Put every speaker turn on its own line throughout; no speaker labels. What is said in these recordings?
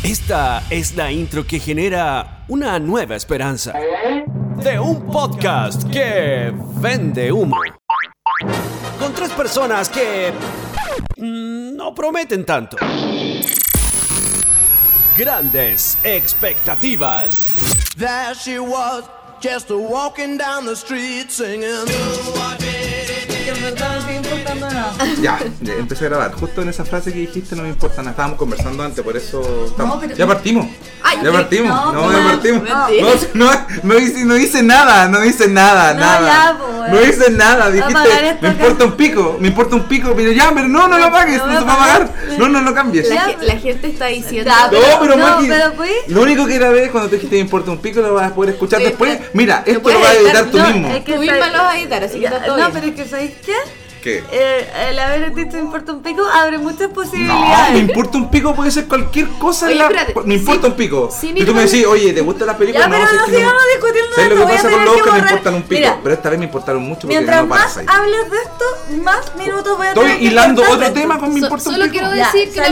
Esta es la intro que genera una nueva esperanza de un podcast que vende humo. Con tres personas que no prometen tanto. Grandes expectativas.
There she was, just walking down the street singing.
Ya, empecé a grabar. Justo en esa frase que dijiste no me importa nada. Estábamos conversando antes, por eso estamos.
No, pero...
Ya partimos.
Ay,
ya partimos. Ya partimos. No hice nada.
Ya, pues,
no hice nada. Dijiste, me importa un pico. Pero ya, pero no lo apagues, no se va a apagar. No cambies.
La gente está diciendo.
Pero Maki, lo único que grabé cuando te dijiste me importa un pico lo vas a poder escuchar después. Mira, esto lo vas a editar tú mismo.
Tú misma lo vas a editar, así que está todo bien.
No, pero es que ¿sabéis qué?
¿Qué?
El haber dicho me importa un pico abre muchas posibilidades.
No, me importa un pico puede ser cualquier cosa.
Oye, espérate,
me importa un pico. Y tú me decís, oye, ¿te gustan las películas?
Ya, pero no sigamos discutiendo
¿sabes
esto?
lo que pasa con los que me
borrar.
importan un pico?
Mira,
pero esta vez me importaron mucho porque
mientras
no
más
Parasite.
hables de esto, más minutos voy a tener
Estoy
que
hilando
cortar
otro
de
tema
esto.
con me importa un
Solo
pico.
quiero
Ya,
decir que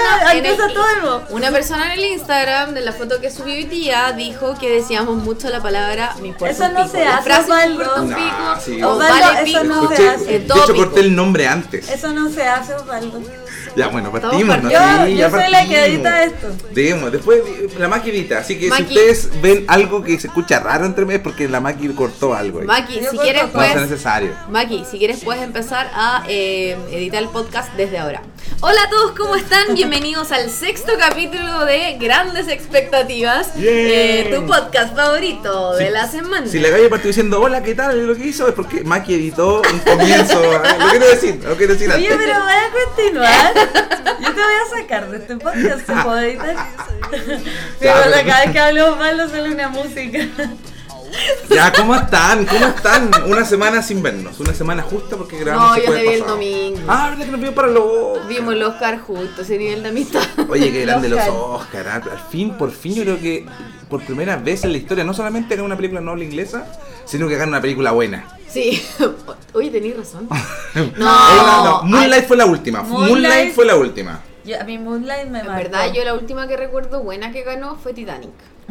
una
persona en el Instagram de la foto que subí hoy día dijo que decíamos mucho la palabra me importa
Eso
un
no
pico.
se
La
hace,
frase me
Osvaldo.
importa un
Nah,
pico
sí.
o
Osvaldo,
vale
eso
pico.
no se
Escuché,
hace.
de hecho corté el nombre antes.
Eso no se hace, Osvaldo.
Ya, bueno, partimos. ¿no?
Yo
Sí, ya
soy la que
partimos.
edita esto.
Demos, después la Maki edita, así que
Maki.
si ustedes ven algo que se escucha raro entre meses es porque la Maki cortó algo ahí.
Maki,
Yo
si
corto
quieres
todo.
No es
puedes
necesario.
Maki, si quieres puedes empezar a editar el podcast desde ahora. Hola a todos, ¿cómo están? Bienvenidos al sexto capítulo de Grandes Expectativas, tu podcast favorito de la semana.
Si la Gaby partió diciendo hola, ¿qué tal? Lo que hizo es porque Maki editó un comienzo. Lo quiero decir
Oye,
antes.
pero voy a continuar. Yo te voy a sacar de este podcast, ¿se puede editar? Pero cada vez que hablo Osvaldo sale una música.
Ya, ¿cómo están? Una semana sin vernos, una semana justa porque grabamos
No, yo
después
te vi el
pasado.
domingo.
Ah, verdad que nos vio para los...
Vimos el Oscar justo, ese nivel de amistad.
Oye, qué grande los
Oscar.
Oscar. Por fin yo creo que por primera vez en la historia no solamente gana una película no habla inglesa, sino que gana una película buena.
Sí. Oye, tenés razón.
No, Moonlight fue la última. Moonlight fue la última.
A mí Moonlight me
En
marcó.
verdad, yo la última que recuerdo buena que ganó fue Titanic.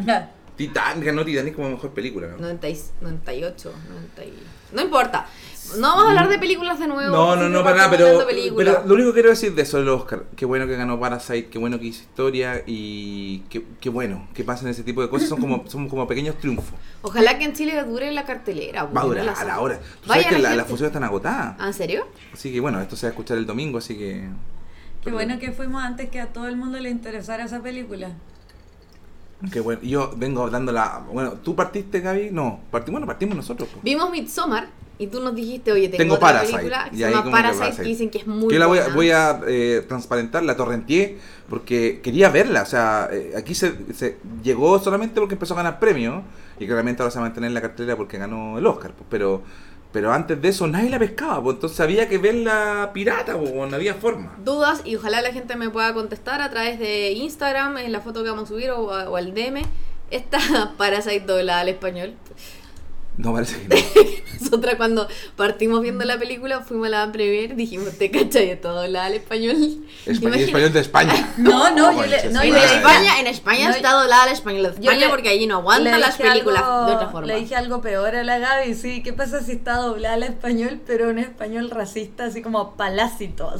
Ganó Titanic como mejor película, ¿no?
98, 90 y... No importa. No vamos a hablar de películas de nuevo.
No, para nada, pero lo único que quiero decir de eso del Oscar, qué bueno que ganó Parasite, qué bueno que hizo historia y qué bueno que pasen ese tipo de cosas, son como pequeños triunfos.
Ojalá que en Chile dure la cartelera.
Va a durar a la hora. Tú sabes que las funciones están agotadas.
¿Ah, en serio?
Así que bueno, esto se va a escuchar el domingo, así que...
Qué bueno que fuimos antes que a todo el mundo le interesara esa película.
Qué bueno. Yo vengo dando Bueno, ¿tú partiste, Gaby? No, partimos nosotros. Po.
Vimos Midsommar y tú nos dijiste, oye,
Tengo
otra
Parasite,
película que
y
se
ahí
llama
como que
Parasite,
Parasite.
que dicen que es muy
Yo la
buena.
voy a transparentar, la torrenteé porque quería verla. O sea, aquí se llegó solamente porque empezó a ganar premios y claramente ahora se va a mantener en la cartelera porque ganó el Oscar. Pues, pero antes de eso nadie la pescaba, pues, entonces había que verla pirata, pues, no había forma.
Dudas y ojalá la gente me pueda contestar a través de Instagram en la foto que vamos a subir o al DM. Esta Parasite doblada al español.
No, parece que no.
Nosotras cuando partimos viendo la película fuimos a la premier, dijimos, ¿te cachai? Esto doblada al español.
Español de España.
No,
Y en España está doblada al español de España porque allí no aguantan las películas de otra forma.
Le dije algo peor a la Gaby, sí, ¿qué pasa si está doblada al español, pero en español racista, así como palácitos?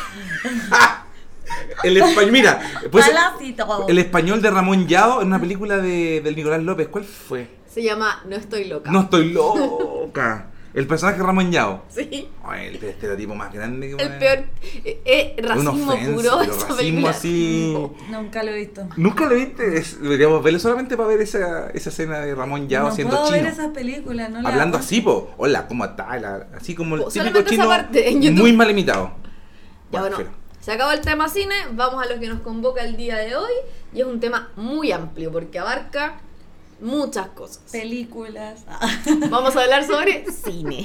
El español, mira, pues,
Palácitos.
el español de Ramón Llao en una película del Nicolás López, ¿cuál fue?
Se llama No estoy loca.
No estoy loca. El personaje de Ramón Llao.
Sí.
Ay, el estereotipo más grande que
El peor racismo puro.
pero
esa
racismo
película.
así.
Nunca lo he visto.
¿Nunca lo viste? Deberíamos verlo solamente para ver esa escena de Ramón Llao
No
haciendo
puedo
chino.
ver esas películas, no
Hablando
las...
así, po. Hola, ¿cómo estás? Así como el típico
Solamente esa
chino
parte en YouTube.
muy mal imitado.
Ya bueno,
filo.
se acabó el tema cine, vamos a lo que nos convoca el día de hoy y es un tema muy amplio porque abarca muchas cosas.
Películas.
Vamos a hablar sobre cine.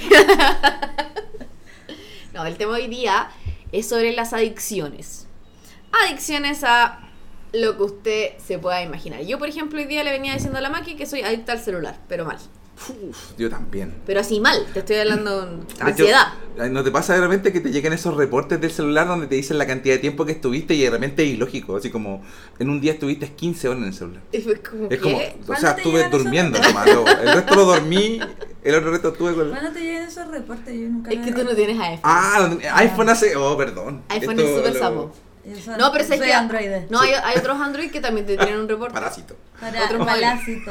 No, el tema hoy día es sobre las adicciones. Adicciones a lo que usted se pueda imaginar. Yo, por ejemplo, hoy día le venía diciendo a la Maki que soy adicta al celular, pero mal.
Yo también.
Pero así mal, te estoy hablando de
De hecho,
ansiedad.
¿no te pasa de repente que te llegan esos reportes del celular donde te dicen la cantidad de tiempo que estuviste y de repente es ilógico? Así como, en un día estuviste 15 horas en el celular.
Y fue como,
Es como,
¿qué?
o sea,
te
estuve
llegan esos
durmiendo nomás. El resto lo dormí, el otro resto estuve con...
¿Cuándo te llegan esos reportes? Yo nunca
Es
lo
que
he
tú no
visto.
tienes iPhone.
iPhone hace... Oh, perdón.
iPhone
Esto
es súper
lo-
sapo.
Yo
No, pero es
soy
que
Android.
No, hay otros Android que también te tienen un reporte.
Parásito.
Para
otro
Palacito.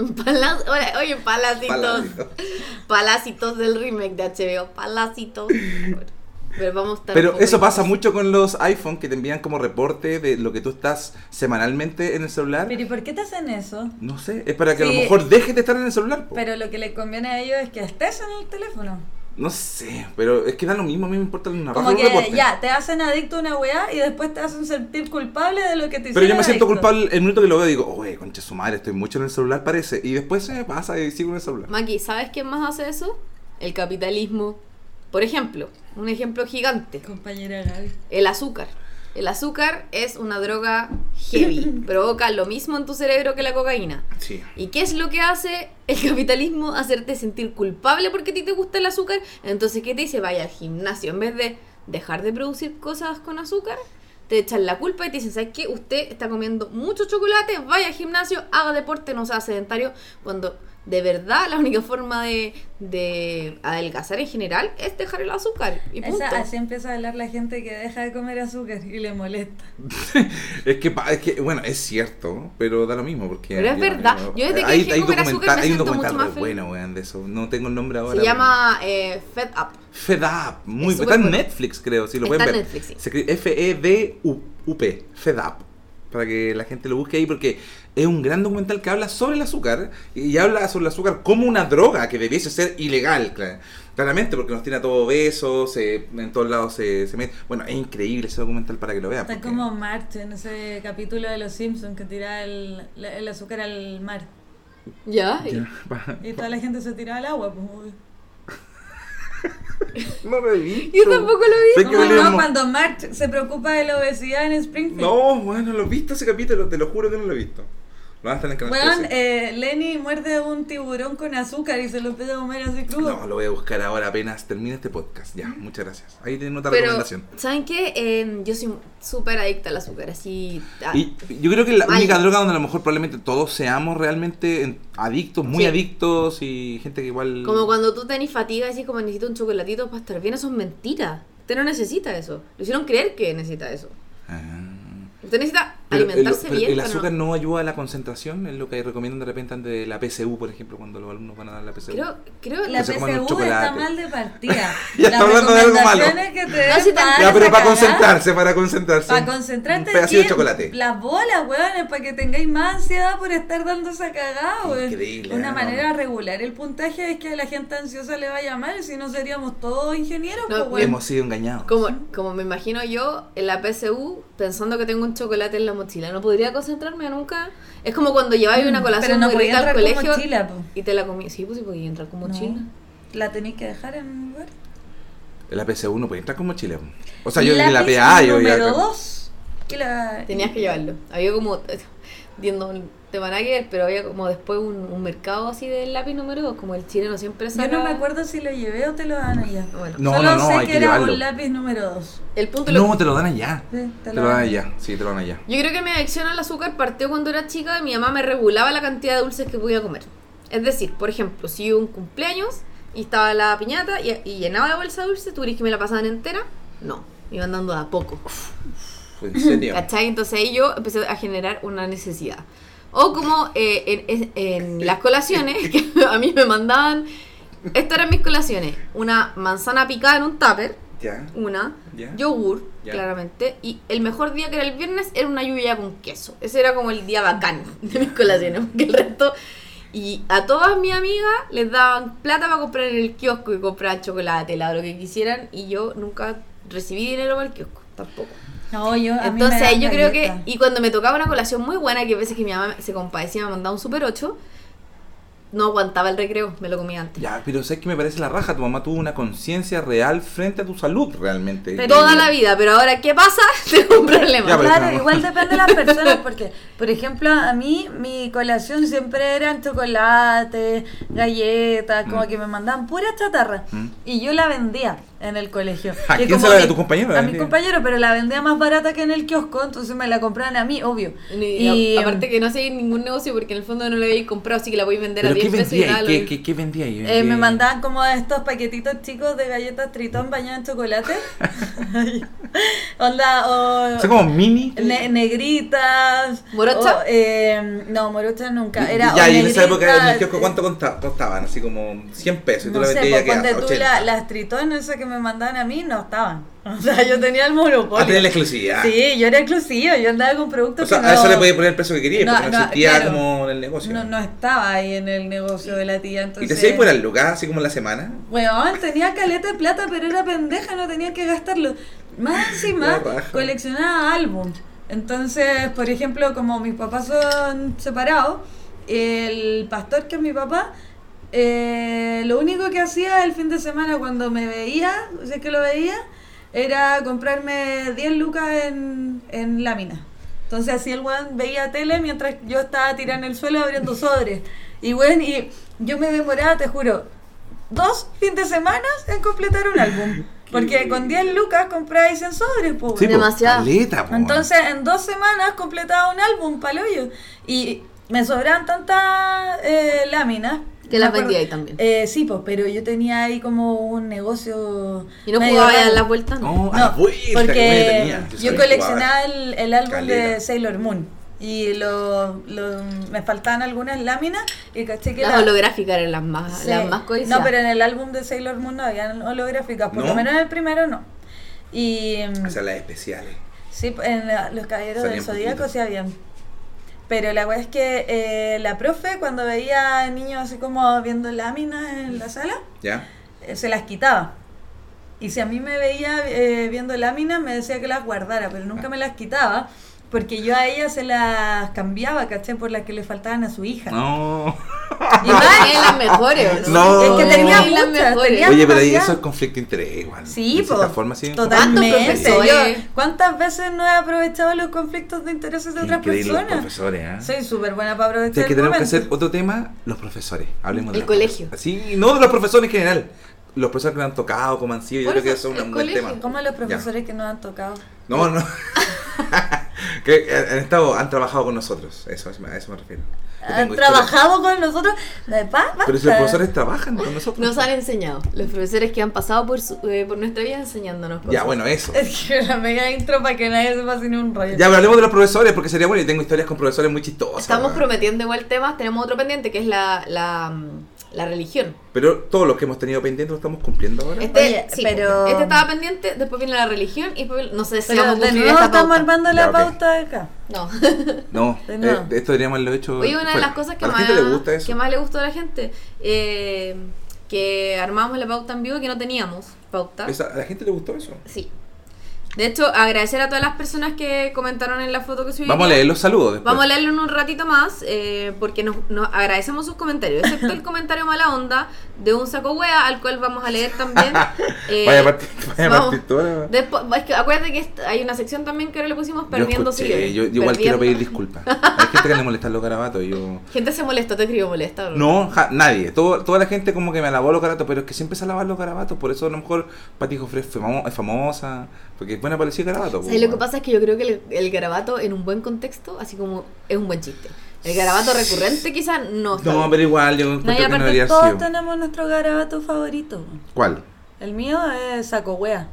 Oye, palacitos.
Parásito.
Palacitos del remake de HBO. Palacitos. Pero vamos a estar
Pero
un poco
eso pasa
ahí.
mucho con los iPhone que te envían como reporte de lo que tú estás semanalmente en el celular.
Pero ¿y por qué te hacen eso?
No sé, es para que a
Sí.
lo mejor dejes de estar en el celular. Po.
Pero lo que le conviene a ellos es que estés en el teléfono.
No sé, pero es que da lo mismo, a mí me importa una
Como
raja un
que
reporte.
ya, te hacen adicto a una weá y después te hacen sentir culpable de lo que te hicieron.
Pero yo me siento
adicto.
culpable el minuto que lo veo y digo, oye, concha su madre, estoy mucho en el celular, parece. Y después se me pasa y sigo en el celular.
Maki, ¿sabes quién más hace eso? El capitalismo. Por ejemplo, un ejemplo gigante.
Compañera Gaby.
El azúcar. El azúcar es una droga heavy. Provoca lo mismo en tu cerebro que la cocaína.
Sí.
¿Y qué es lo que hace el capitalismo? Hacerte sentir culpable porque a ti te gusta el azúcar. Entonces, ¿qué te dice? Vaya al gimnasio. En vez de dejar de producir cosas con azúcar, te echan la culpa y te dicen, ¿sabes qué? Usted está comiendo mucho chocolate, vaya al gimnasio, haga deporte, no sea sedentario. Cuando de verdad la única forma de adelgazar en general es dejar el azúcar. Y punto.
Así empieza a hablar la gente que deja de comer azúcar y le molesta.
es que, bueno, es cierto, pero da lo mismo porque...
Pero es verdad. Yo desde que dejé de comer azúcar me
hay un
siento
documental
mucho más
re bueno, weón, de eso. No tengo el nombre ahora.
Se llama Fed Up.
Fed Up. Muy,
Es
está en
súper bueno.
Netflix, creo, si lo
Está
pueden
en
ver.
Netflix, sí.
Se escribe F-E-D-U-P. Fed Up. Para que la gente lo busque ahí, porque es un gran documental que habla sobre el azúcar y habla sobre el azúcar como una droga que debiese ser ilegal, claramente, porque nos tiene a todos obesos, en todos lados se mete. Bueno, es increíble ese documental para que lo vean.
Está
porque-
como March en ese capítulo de Los Simpsons que tira el azúcar al mar.
¿Ya?
Ya,
Y toda la gente se tira al agua. Pues, obvio.
no lo he visto.
Yo tampoco lo vi.
Sé que
No,
leemos-
no, cuando March se preocupa de la obesidad en Springfield.
No, bueno, lo he visto ese capítulo, te lo juro que no lo he visto. Lo van a estar en el canal
Weón,
13.
Lenny muerde un tiburón con azúcar y se lo empieza a comer así crudo.
No, lo voy a buscar ahora apenas termine este podcast. Ya, muchas gracias. Ahí tienen otra
Pero,
recomendación.
¿saben qué? Yo soy súper adicta al azúcar, así...
Y yo creo que la
Mal.
única droga donde a lo mejor probablemente todos seamos realmente adictos, muy
Sí.
adictos y gente que igual...
Como cuando tú tenés fatiga y decís como necesito un chocolatito para estar bien, eso es mentira. Usted no necesita eso. Lo hicieron creer que necesita eso.
Ah.
Usted necesita
Pero
alimentarse
pero
bien.
el
pero
azúcar
no.
no ayuda a la concentración, es lo que recomiendan de repente ante de la PSU, por ejemplo, cuando los alumnos van a dar la PSU.
Creo
La
Que se coman un
PSU
chocolate.
está mal de partida.
Ya está hablando de algo malo.
Las recomendaciones que te
No,
den
si
para
te-
Ya,
dar
pero
esa
para
cagada,
concentrarse.
para concentrarte
Un pedacito de
aquí,
chocolate.
Las bolas, weón, es para que tengáis más ansiedad por estar dando esa cagada, weón.
Increíble,
Una
¿no?
manera de regular el puntaje es que a la gente ansiosa le vaya mal, si no seríamos todos ingenieros,
No,
pues, weón.
Hemos sido engañados.
Como me imagino yo en la PSU pensando que tengo un chocolate en la mochila. No podría concentrarme nunca. Es como cuando lleváis una colación
Pero no
muy
podía
rica al
entrar con
colegio
mochila, po.
y te la comí. Sí, pues sí, podía entrar con mochila.
No. La tenéis que dejar en un lugar.
La PSU no puede entrar como Chile. O sea, yo de la
Lápiz
PA, yo
número
ya...
2.
Tenías que llevarlo. Había como, viendo un tema nada que ver, pero había como después un mercado así del lápiz número 2, como el chileno siempre
Yo
saca.
no me acuerdo si lo llevé o te lo dan allá.
Bueno,
No,
Solo
no,
sé
hay
que
que
era
llevarlo.
un lápiz número 2.
el punto
No, te lo dan allá.
Sí,
Te lo dan allá, sí, te lo dan allá.
Yo creo que mi adicción al azúcar partió cuando era chica y mi mamá me regulaba la cantidad de dulces que podía comer. Es decir, por ejemplo, si hubo un cumpleaños y estaba la piñata y llenaba de bolsa dulce, ¿tú crees que me la pasaban entera? No, me iban dando de a poco.
¿En serio?
¿Cachai? Entonces ahí yo empecé a generar una necesidad. O como en las colaciones, que a mí me mandaban, estas eran mis colaciones, una manzana picada en un tupper,
Ya.
una,
Ya.
yogur,
Ya.
claramente, y el mejor día que era el viernes era una lluvia con queso. Ese era como el día bacán de mis colaciones, porque el resto... Y a todas mis amigas les daban plata para comprar en el kiosco y comprar chocolate, helado, lo que quisieran, y yo nunca recibí dinero para el kiosco, tampoco.
No, yo, a mí me
Entonces
dan
yo creo que,
galletas.
y cuando me tocaba una colación muy buena, que a veces que mi mamá se compadecía, me mandaba un Super 8, no aguantaba el recreo, me lo comía antes.
Ya, pero ¿sabes qué me parece la raja? Tu mamá tuvo una conciencia real frente a tu salud, realmente.
Pero toda la vida, pero ahora, ¿qué pasa? Tengo un problema.
Ya, pero
Claro,
no.
igual depende de las personas, porque, por ejemplo, a mí mi colación siempre eran chocolate, galletas, como que me mandaban pura chatarra. Y yo la vendía en el colegio.
¿A
Y
quién
como
se la vendía? ¿A tu compañero?
A mi compañero, pero la vendía más barata que en el kiosco, entonces me la compraban a mí, obvio.
Y aparte que no hacía ningún negocio porque en el fondo no lo habéis comprado, así que la voy a vender a
¿Pero qué
10 pesos y nada.
vendía? ¿Qué vendía ahí?
Me mandaban como estos paquetitos chicos de galletas Tritón bañadas en chocolate. Onda, o...
¿Son como mini?
negritas.
¿Morocha?
No, morocha nunca. Era
Ya,
o
y en esa
negritas,
época en el kiosco, ¿cuánto costaban? Así como 100 pesos. Y tú
No
la
sé,
vendías
pues
ya
ponte
que a
tú
80.
las Tritón, esas que me mandaban a mí, no estaban. O sea, yo tenía el monopolio.
Tenía la exclusividad.
Sí, yo era exclusivo, yo andaba con productos
O sea,
que
a eso
no...
le podía poner el precio que quería,
No,
porque no
no,
existía
claro.
como en el negocio.
No estaba ahí en el negocio de la tía, entonces...
¿Y te hacías por las lucas, así como en la semana?
Weón, tenía caleta de plata, pero era pendeja, no tenía que gastarlo. Más encima,
La raja.
coleccionaba álbum. Entonces, por ejemplo, como mis papás son separados, el pastor que es mi papá, lo único que hacía el fin de semana cuando me veía, o sea que lo veía, era comprarme 10 lucas en lámina. Entonces así el weón veía tele mientras yo estaba tirada en el suelo abriendo sobres. Y weón, y yo me demoraba, te juro, 2 fines de semana en completar un álbum. Porque con 10 lucas compráis 100 sobres, po.
Sí,
Demasiado.
Caleta, po.
Entonces en 2 semanas completaba un álbum paloyo. Y me sobraban tantas láminas.
Que las vendía ahí también.
Sí, pues, pero yo tenía ahí como un negocio.
¿Y no
medio
jugaba a
raro.
las vueltas?
No, a
No,
la vuelta, que
porque
me tenía.
yo
sabía
coleccionaba
jugar.
el álbum de
Caleta.
Sailor Moon. Y me faltaban algunas láminas y caché que
Las holográficas eran las más,
Sí.
las más codiciadas.
No, pero en el álbum de Sailor Moon no habían holográficas, por
¿No?
lo menos en el primero no. Y
O sea, las especiales.
sí, los caballeros
Salían
del Zodíaco
poquitos.
sí habían. Pero la weá es que la profe, cuando veía niños así como viendo láminas en la sala,
¿Ya?
se las quitaba. Y si a mí me veía viendo láminas, me decía que las guardara, pero nunca me las quitaba, porque yo a ella se las cambiaba, ¿cachai? Por las que le faltaban a su hija.
No.
Y más,
Eran las mejores, ¿o
No.
es que tenía
Sí, las
muchas,
mejores.
tenía
Oye, pero ahí
demasiadas.
eso es conflicto de interés igual.
Sí,
de cierta
po,
forma, sí.
totalmente.
¿Cuántos profesores?
¿Cuántas veces no he aprovechado los conflictos de intereses de otras
Increíble los
personas?
profesores, ¿eh?
Soy súper buena para
O
aprovechar
sea, que
el
tenemos que
momento.
hacer otro tema, los profesores. Hablemos de
El
los
colegio.
profesores. Sí, no de los profesores en general. Los profesores que nos han tocado, como han sido, yo
Por
creo que
eso,
eso es
el
un buen
colegio.
tema.
¿Cómo los profesores que nos han tocado?
No, no. Que han trabajado con nosotros, a eso me refiero. Yo
¿Han
tengo
trabajado con nosotros? Basta.
Pero si los profesores trabajan con nosotros.
Nos han enseñado. Los profesores que han pasado por nuestra vida enseñándonos cosas.
Ya, bueno, eso.
Es que la mega intro para que nadie se pase ni un rollo.
Ya, pero hablemos de los profesores porque sería bueno y tengo historias con profesores muy chistosas.
Estamos
¿verdad?
prometiendo igual temas. Tenemos otro pendiente que es la religión.
Pero todos los que hemos tenido pendientes lo estamos cumpliendo ahora.
Oye,
Sí,
pero-
este estaba pendiente, después viene la religión y después no sé si
Pero
vamos a
de
cumplir
nuevo
esta
estamos
pauta.
armando la
Ya, ok.
pauta de acá.
No.
No,
De nuevo.
esto deberíamos haberlo hecho.
Oye, una de
fuera.
las cosas que
¿A la
más,
gente le gusta eso?
que más le gustó a la gente, que armamos la pauta en vivo, que no teníamos pauta.
¿A la gente le gustó eso?
Sí. De hecho, agradecer a todas las personas que comentaron en la foto que subí.
Vamos a leer los saludos después.
Vamos a leerlo en un ratito más, porque nos agradecemos sus comentarios, excepto el comentario mala onda de un saco wea, al cual vamos a leer también.
Vaya partir
vamos.
tú ahora.
Después, es que acuérdate que hay una sección también que ahora le pusimos perdiendo
Yo escuché,
seguidores.
yo igual quiero
Perdiendo.
pedir disculpas. Hay gente que le molesta los garabatos.
Gente se molesta, te escribo molesta. ¿no?
No, nadie. Toda la gente como que me alabó los garabatos, pero es que siempre se alaban los garabatos. Por eso a lo mejor Pati Jofre es famosa, porque es buena para decir garabatos.
¿Sabes? Lo que pasa es que yo creo que el garabato en un buen contexto, así como es un buen chiste. El garabato recurrente quizás no está
No,
bien.
pero igual yo
No,
encuentro
y
que no
aparte
debería
todos
ser.
tenemos nuestro garabato favorito.
¿Cuál?
El mío es saco wea.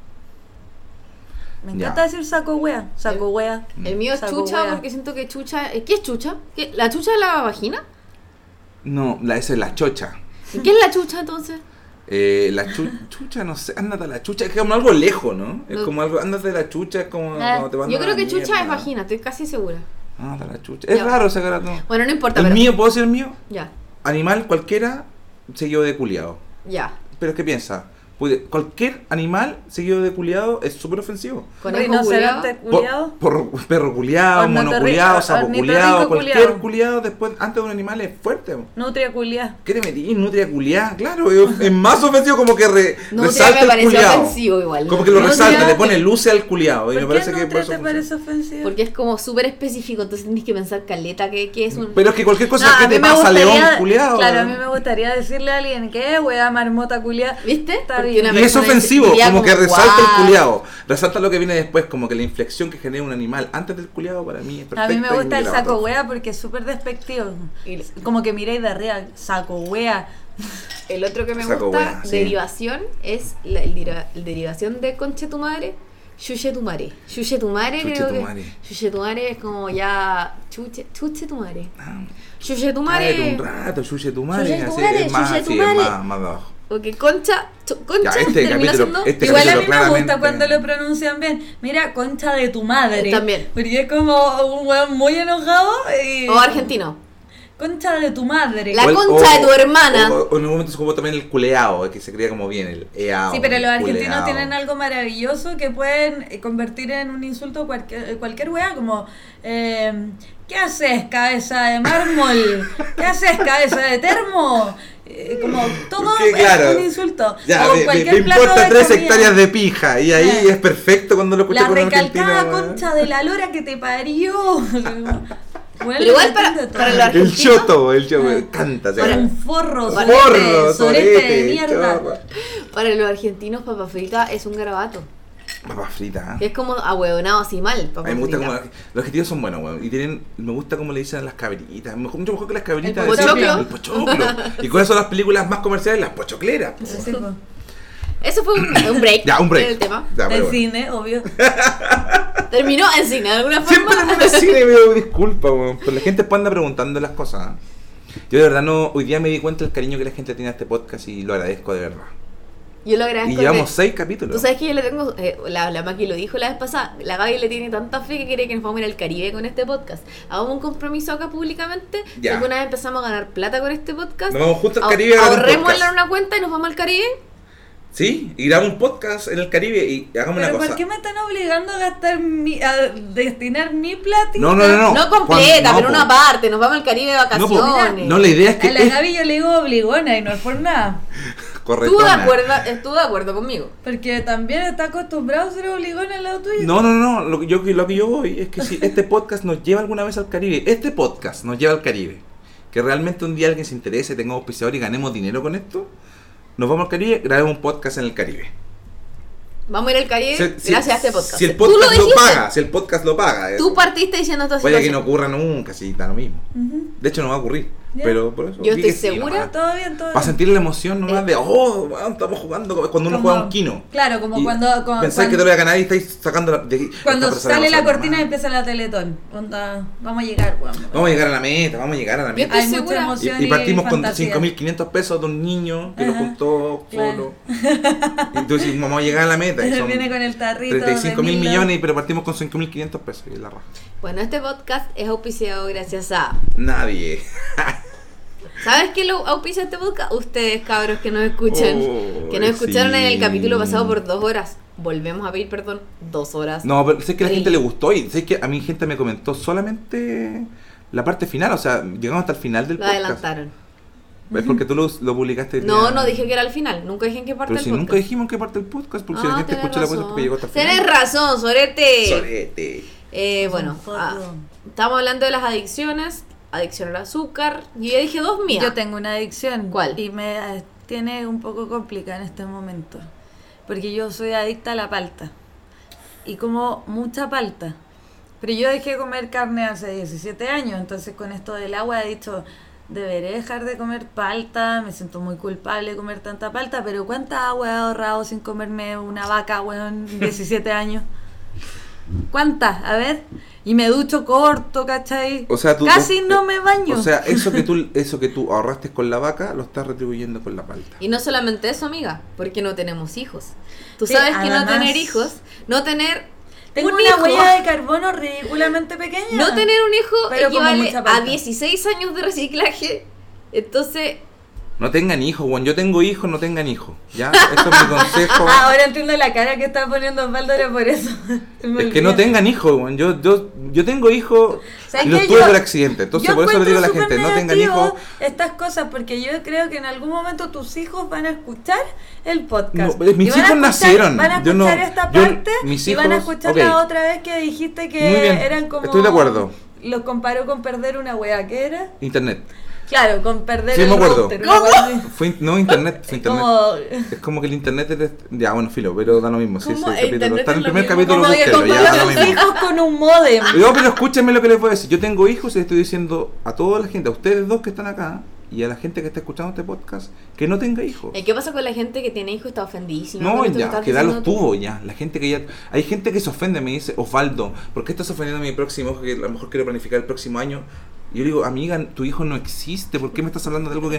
Me
Ya.
encanta decir saco wea. Saco wea.
El mío es
Saco
chucha
wea.
porque siento que chucha... ¿Qué es chucha? ¿La chucha es la vagina?
No, esa es la chocha.
¿Y qué es la chucha entonces?
La chucha, no sé, ándate a la chucha, es como algo lejos, ¿no? Es
No.
como algo, ándate a la chucha, es como cuando te mandan
Yo creo
a
que
la
chucha es
mierda.
vagina, estoy casi segura.
Ándate a la chucha. Es
Ya.
raro ese garabato.
Bueno, no importa,
El
pero...
mío, ¿puedo decir el mío?
Ya,
Animal cualquiera seguido de culiado.
ya.
Pero ¿qué piensa? Cualquier animal seguido de culiado es súper ofensivo.
Rinoceronte culiado.
Por perro culiado, mono culiado, sapo culiado, cualquier culiado después, antes de un animal es fuerte.
Nutria culiada.
¿Qué te metí? Nutria culiada, claro, es más ofensivo, como que resalta el culiado.
Ofensivo igual.
Como que lo resalta, le pone luces al culiado. Y me parece que
por eso te parece ofensivo?
Porque es como súper específico, entonces tenés que pensar caleta que es un...
Pero es que cualquier cosa que te pasa, león culiado.
Claro, a mí me gustaría decirle a alguien que wea marmota culiada.
¿Viste?
Está bien.
Y es ofensivo, como que resalta el culiado. Resalta lo que viene después, como que la inflexión que genera un animal antes del culiado para mí es perfecta.
A mí me gusta el saco wea porque es súper despectivo. Como que miráis de arriba, saco wea.
El otro que me
Saco
gusta,
wea, sí.
derivación, es el derivación de conche tu madre. Chuche tu madre. Chuche tu madre, creo que. Chuche tu madre es como ya. Chuche tu madre. Chuche tu madre.
Un rato, chuche tu madre.
Chuche tu
Así
madre,
es más,
chuche tu
sí, es
madre.
más de abajo.
Porque concha
Ya, este
termina
capítulo-
siendo.
este
Igual a mí me
claramente-
gusta cuando lo pronuncian bien. Mira, concha de tu madre.
También.
Porque es como un weón muy enojado y...
O argentino.
Concha de tu madre.
La concha de tu hermana.
O en un momento se jugó también el culeado, que se creía como bien, el eao.
Sí, pero los argentinos
culeao.
tienen algo maravilloso que pueden convertir en un insulto cualquier weá, como ¿qué haces, cabeza de mármol? ¿Qué haces, cabeza de termo? Como todo
Que, claro,
es un insulto.
Ya,
O
me
cualquier plato
importa
de
3
comida.
hectáreas de pija, y ahí es perfecto cuando lo escuché
La
con un
recalcada
argentino.
concha de la lora que te parió. Bueno,
Pero igual
lo
para
entiendo todo.
los
El
argentinos.
choto, canta. o sea,
Para un forro,
forro,
sorete de mierda.
chorro.
Para los argentinos, papa frita es un garabato.
Papa frita.
Que es como ahueonado así mal.
A
Papa
mí me gusta
frita.
como los argentinos son buenos, weón. Y tienen, me gusta como le dicen a las cabritas. Mucho mejor que las cabritas.
El pochoclo.
El pochoclo. Y con eso las películas más comerciales, las pochocleras. po.
Sí, po.
Eso fue un break.
Ya, un break.
Del tema.
Ya, pero
El
bueno.
cine, obvio.
Terminó en cine, de alguna
Siempre
forma.
en el cine me doy disculpa, weón. Pero la gente después anda preguntando las cosas. ¿eh? Yo de verdad no, hoy día me di cuenta del cariño que la gente tiene a este podcast y lo agradezco de verdad.
Yo lo agradezco.
Y llevamos
que-
6 capítulos.
Tú sabes que yo le tengo, la Maki lo dijo la vez pasada, la Gaby le tiene tanta fe que quiere que nos vamos a ir al Caribe con este podcast. Hagamos un compromiso acá públicamente. Si
Ya.
alguna vez empezamos a ganar plata con este podcast,
Nos vamos juntos al Caribe a grabar un
ahorrémosle
podcast.
una cuenta y nos vamos al Caribe.
Sí, y grabamos un podcast en el Caribe y hagamos
Pero
una
¿por
cosa.
qué me están obligando a gastar a destinar mi platita?
No.
No completa,
no,
pero
po.
una parte, nos vamos al Caribe de
No, po.
vacaciones.
No, la idea es que
A la Gaby yo le digo obligona y no es por nada.
correctona.
Estuvo de acuerdo conmigo.
Porque también está acostumbrado a ser obligona al lado tuyo.
No, lo que yo voy es que si este podcast nos lleva alguna vez al Caribe, este podcast nos lleva al Caribe, que realmente un día alguien se interese, tengamos auspiciador y ganemos dinero con esto, nos vamos al Caribe, grabemos un podcast en el Caribe.
Vamos a ir al Caribe gracias a este podcast.
Si el
Tú lo
podcast lo,
dijiste.
paga, si el podcast lo paga.
Tú partiste diciendo esta
Puede que
situación.
no ocurra nunca, sí, da lo mismo. De hecho no va a ocurrir,
Ya.
pero por eso.
Yo
di que
estoy
sí,
segura,
nomás.
Todo bien, todo bien.
Para sentir la emoción nomás de, weón, estamos jugando, cuando uno
Como-
juega un kino.
Claro, como
Y
cuando
pensáis que te voy a ganar y estáis sacando la, de,
cuando
esta persona
sale la
va a ser
cortina y
más.
empieza la Teletón. Onda, vamos a llegar, weón.
Vamos a llegar a la meta, vamos a llegar a la
Yo
meta.
estoy
Hay mucha
segura.
emoción
Y partimos con
fantasía.
5.500 pesos de un niño que lo
Ajá,
juntó
claro.
solo. Y entonces decimos, vamos a llegar a la meta. Y son
Viene con el tarrito
35 mil
de
millones, pero partimos con 5.500 pesos. Y es la raja.
Bueno, este podcast es auspiciado gracias a...
Nadie.
¿Sabes qué lo auspicia este podcast? Ustedes, cabros, que nos escuchan.
Oh,
que nos escucharon en el
sí.
capítulo pasado por 2 horas. Volvemos a pedir perdón, 2 horas.
No, pero sé que a la
Sí.
gente le gustó y sé que a mi gente me comentó solamente la parte final. O sea, llegamos hasta el final del
Lo
podcast.
adelantaron.
Es porque tú lo publicaste.
No,
ya.
no dije que era al final. Nunca dije en qué parte
Pero
del
si
podcast.
nunca dijimos en qué parte del podcast, porque si la
Ah,
gente
tenés
escucha la cosa es
razón.
porque llegó hasta el final.
Tenés razón, Sorete.
Sorete.
Bueno,
Son
estamos hablando de las adicciones. Adicción al azúcar. Yo ya dije 2 mías.
Yo tengo una adicción.
¿Cuál?
Y me tiene un poco complicada en este momento. Porque yo soy adicta a la palta. Y como mucha palta. Pero yo dejé de comer carne hace 17 años. Entonces con esto del agua he dicho, deberé dejar de comer palta. Me siento muy culpable de comer tanta palta. Pero ¿cuánta agua he ahorrado sin comerme una vaca, weón, 17 años? ¿Cuántas? A ver. Y me ducho corto, ¿cachai?
O sea, tú,
Casi no me baño.
O sea, eso que tú ahorraste con la vaca, lo estás retribuyendo con la palta.
Y no solamente eso, amiga, porque no tenemos hijos. Tú
Sí,
sabes que no
además-
tener hijos, no tener
Tengo
un
una
hijo,
huella de carbono ridículamente pequeña.
no tener un hijo
Pero como
equivale
mucha
a
palta.
16 años de reciclaje. Entonces,
No tengan hijos, weón. Yo tengo hijos, no tengan hijos. ¿Ya? Eso es mi consejo.
Ahora entiendo la cara que está poniendo Osvaldo, era por eso.
Es que no tengan hijos, weón. Yo tengo hijos y los tuve por accidente. Entonces por eso le digo a la gente, no tengan hijos.
Estas cosas, porque yo creo que en algún momento tus hijos van a escuchar el podcast.
No, mis hijos nacieron.
Van a escuchar esta parte
mis
y van a escuchar la otra vez que dijiste que eran como...
Estoy de acuerdo.
Los comparó con perder una wea, ¿qué era?
Internet.
Claro, con perder
el
router.
¿Cómo? No, internet. Fue internet.
Como...
Es como que el internet es... Ya, bueno, filo, pero da lo mismo. Sí,
capítulo.
Está en el primer capítulo,
como que
búsquenlo, ya da lo
tus
mismo.
hijos con un modem.
No, pero escúchenme lo que les voy a decir. Yo tengo hijos y les estoy diciendo a toda la gente, a ustedes dos que están acá y a la gente que está escuchando este podcast, que no tenga hijos.
¿Qué pasa con la gente que tiene hijos y está ofendidísima?
No, ya, que da los tubos ya. La gente que ya... Hay gente que se ofende, me dice, Osvaldo, ¿por qué estás ofendiendo a mi próximo hijo que a lo mejor quiero planificar el próximo año? Y yo digo, amiga, tu hijo no existe, ¿por qué me estás hablando de algo